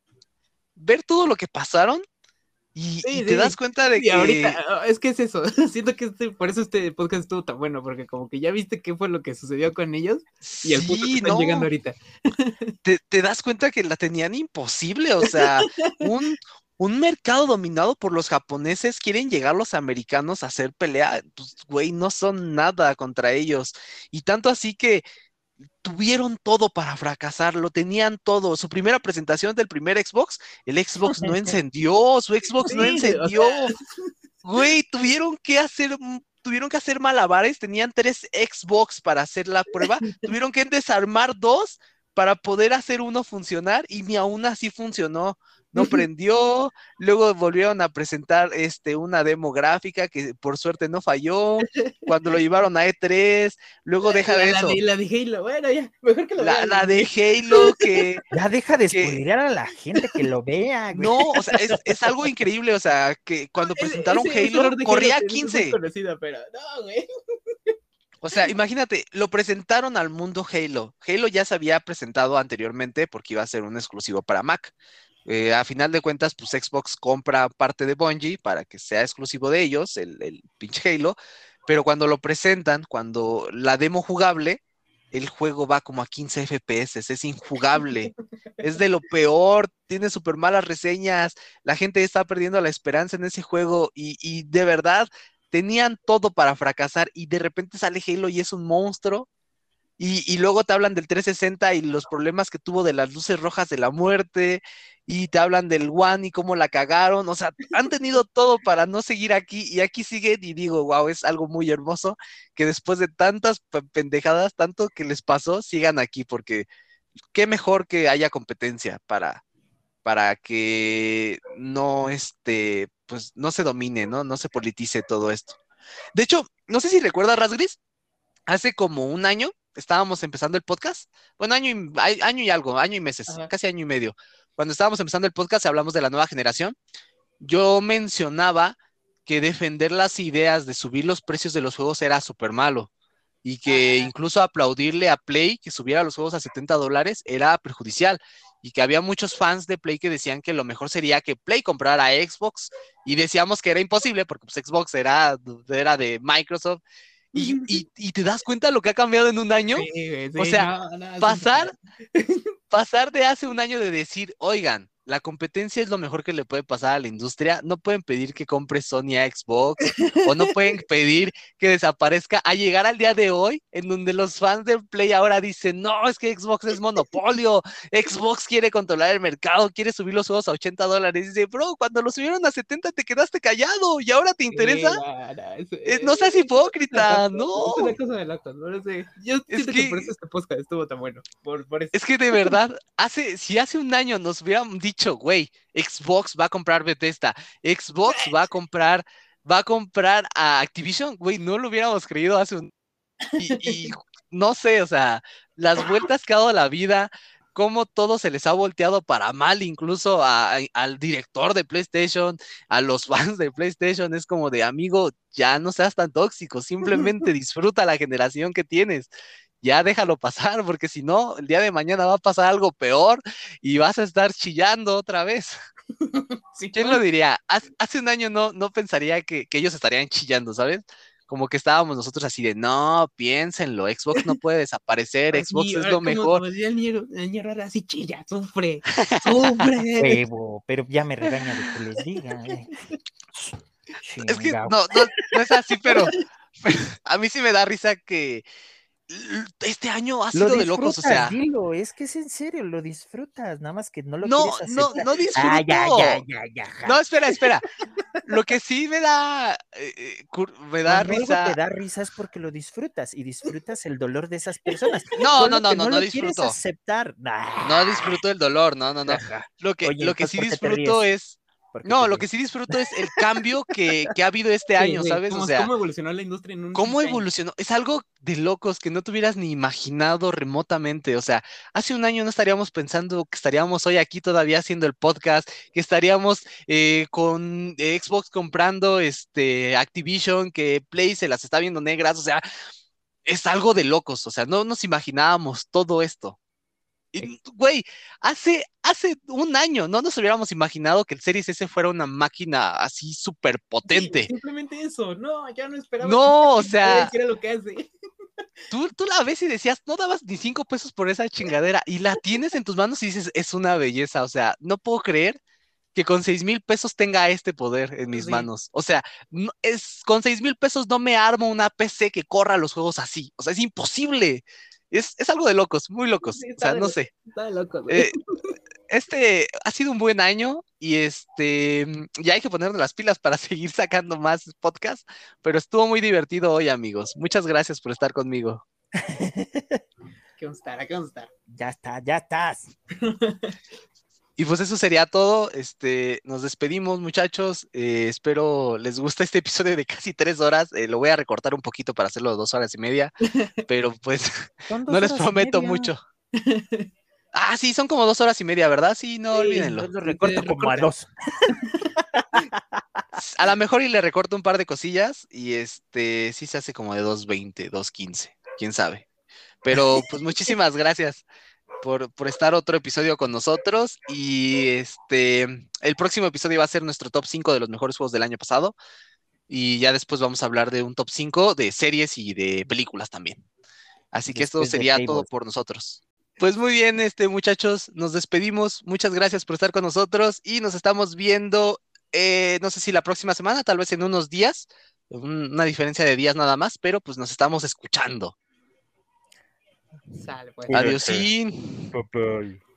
Ver todo lo que pasaron y, y Sí, te das sí. cuenta de Y ahorita, que ah, es que es eso. Siento que este, por eso este podcast estuvo tan bueno, porque como que ya viste qué fue lo que sucedió con ellos y el punto que sí, están llegando no, ahorita. te, te das cuenta que la tenían imposible, o sea, un, un mercado dominado por los japoneses, quieren llegar los americanos a hacer pelea, pues, güey, no son nada contra ellos. Y tanto así que tuvieron todo para fracasar, lo tenían todo. Su primera presentación del primer Xbox, el Xbox no encendió, su Xbox no Sí, o sea, encendió. Güey, tuvieron que hacer, mm, tuvieron que hacer malabares, tenían tres Xbox para hacer la prueba, tuvieron que desarmar dos para poder hacer uno funcionar y ni aún así funcionó, no prendió, luego volvieron a presentar este, una demo gráfica que por suerte no falló, cuando lo llevaron a E tres, luego deja la, de la eso, de, la de Halo, bueno, ya, mejor que lo la, vean. la de Halo que, Ya deja de que spoilear a la gente que lo vea, güey. no, o sea, es, es algo increíble, o sea, que cuando E- presentaron Ese, ese Halo, error de Halo corría a te digo, es muy quince. conocido, pero no, güey. O sea, imagínate, lo presentaron al mundo Halo. Halo ya se había presentado anteriormente porque iba a ser un exclusivo para Mac, Eh, a final de cuentas, pues Xbox compra parte de Bungie para que sea exclusivo de ellos, el, el pinche Halo, pero cuando lo presentan, cuando la demo jugable, el juego va como a quince F P S, es injugable, es de lo peor, tiene súper malas reseñas, la gente está perdiendo la esperanza en ese juego y, y de verdad tenían todo para fracasar y de repente sale Halo y es un monstruo. Y, y luego te hablan del trescientos sesenta y los problemas que tuvo de las luces rojas de la muerte, y te hablan del One y cómo la cagaron. O sea, han tenido todo para no seguir aquí, y aquí siguen, y digo, wow, es algo muy hermoso que después de tantas pe- pendejadas, tanto que les pasó, sigan aquí, porque qué mejor que haya competencia para, para que no, este, pues no se domine, ¿no? No se politice todo esto. De hecho, no sé si recuerdas, Rasgris, hace como un año estábamos empezando el podcast. Bueno, año y, ay- año y algo, año y meses, Ajá. casi año y medio. Cuando estábamos empezando el podcast, hablamos de la nueva generación. Yo mencionaba que defender las ideas de subir los precios de los juegos era súper malo y que Ah, incluso aplaudirle a Play que subiera los juegos a setenta dólares era perjudicial, y que había muchos fans de Play que decían que lo mejor sería que Play comprara a Xbox, y decíamos que era imposible porque pues, Xbox era, era de Microsoft, y, y, y te das cuenta lo que ha cambiado en un año. sí, güey, O sí, sea, no, no, es un pasar, putero. pasar de hace un año de decir, oigan, la competencia es lo mejor que le puede pasar a la industria, no pueden pedir que compre Sony a Xbox, o no pueden pedir que desaparezca, a llegar al día de hoy, en donde los fans del Play ahora dicen, no, es que Xbox es monopolio, Xbox quiere controlar el mercado, quiere subir los juegos a ochenta dólares. Dice, bro, cuando lo subieron a setenta te quedaste callado, y ahora te interesa. Sí, no, no, es, Eh, no es- seas es una cosa de hipócrita, locos, no. es una cosa de locos, no sé. Yo Es siento que por que eso este podcast estuvo tan bueno, por, por eso. Es que de verdad, hace, si hace un año nos hubieran dicho, güey, Xbox va a comprar Bethesda, Xbox va a comprar, va a comprar a Activision, güey, no lo hubiéramos creído hace un... Y, y no sé, o sea, las vueltas que ha dado la vida, cómo todo se les ha volteado para mal, incluso a- a- al director de PlayStation, a los fans de PlayStation, es como de, amigo, ya no seas tan tóxico, simplemente disfruta la generación que tienes, ya déjalo pasar, porque si no, el día de mañana va a pasar algo peor y vas a estar chillando otra vez. Sí, ¿Quién lo diría? Haz- Hace un año no, no pensaría que, que ellos estarían chillando, ¿sabes? Como que estábamos nosotros así de, no, piénsenlo, Xbox no puede desaparecer, Xbox así, es ahora lo como, mejor. como decía el ñero, el ñero ahora así chilla, sufre, sufre. Huevo, pero ya me regaña de que les diga. eh. Es que Chinga. no, no, no es así, pero, pero a mí sí me da risa que l- este año ha Lo sido de locos, o disfrutas, sea, dilo, es que es en serio, lo disfrutas, nada más que no lo no, quieres no, aceptar. no Ah, ya, ya, disfruto. ya, ya, No, ja. espera, espera. Lo que sí me da, eh, eh, cur- me da Cuando algo te risa. da risa es porque lo disfrutas y disfrutas el dolor de esas personas, No, no, solo no, que no, no no lo quieres disfruto. aceptar. No Ah, disfruto el dolor, no, no, no. ajá. Lo que, Oye, lo que entonces, sí ¿por qué te disfruto ríes? es, ¿Por qué te no, lo que ríes? sí disfruto es el cambio que, que ha habido este Sí, año, sí, ¿sabes? O cómo, sea, cómo evolucionó la industria en un cómo simple año. evolucionó. Es algo de locos que no te hubieras ni imaginado remotamente. O sea, hace un año no estaríamos pensando que estaríamos hoy aquí todavía haciendo el podcast, que estaríamos eh, con eh, Xbox comprando este Activision, que Play se las está viendo negras. O sea, es algo de locos. O sea, no nos imaginábamos todo esto. Eh, Y, güey, hace, hace un año no nos hubiéramos imaginado que el Series S fuera una máquina así súper Sí, potente. simplemente eso, no, ya no esperaba que esta No, o chingadera sea, hiciera lo que hace. tú, tú la ves y decías, no dabas ni cinco pesos por esa chingadera, y la tienes en tus manos y dices, es una belleza. O sea, no puedo creer que con seis mil pesos tenga este poder en mis Sí, manos. O sea, no, es, con seis mil pesos no me armo una P C que corra los juegos así. O sea, es imposible. Es, es algo de locos, muy locos. sí, O está sea, de no loco, sé. está de loco, güey. Eh, este ha sido un buen año, y este ya hay que ponernos las pilas para seguir sacando más podcasts, pero estuvo muy divertido hoy, amigos. Muchas gracias por estar conmigo. ¿Qué vamos a estar? ¿Qué vamos a estar? Ya está, ya estás. Y pues eso sería todo. Este, nos despedimos, muchachos. Eh, espero les guste este episodio de casi tres horas. Eh, lo voy a recortar un poquito para hacerlo de dos horas y media, pero pues Son no dos les horas y prometo media. mucho. Ah, sí, son como dos horas y media, ¿verdad? Sí, no, Sí, olvídenlo. Entonces lo sí, te recorto como a recorta. dos. A lo mejor y le recorto un par de cosillas, y este sí se hace como de dos veinte, dos quince, quién sabe. Pero pues muchísimas gracias. por, por estar otro episodio con nosotros. Y este, el próximo episodio va a ser nuestro top cinco de los mejores juegos del año pasado. Y ya después vamos a hablar de un top cinco de series y de películas también. Así que esto Después de sería todo tables. por nosotros. Pues muy bien, este, muchachos, nos despedimos. Muchas gracias por estar con nosotros y nos estamos viendo, eh, no sé si la próxima semana, tal vez en unos días, un- una diferencia de días nada más, pero pues nos estamos escuchando. Sale, pues. Cuídense. Adiós. Bye bye.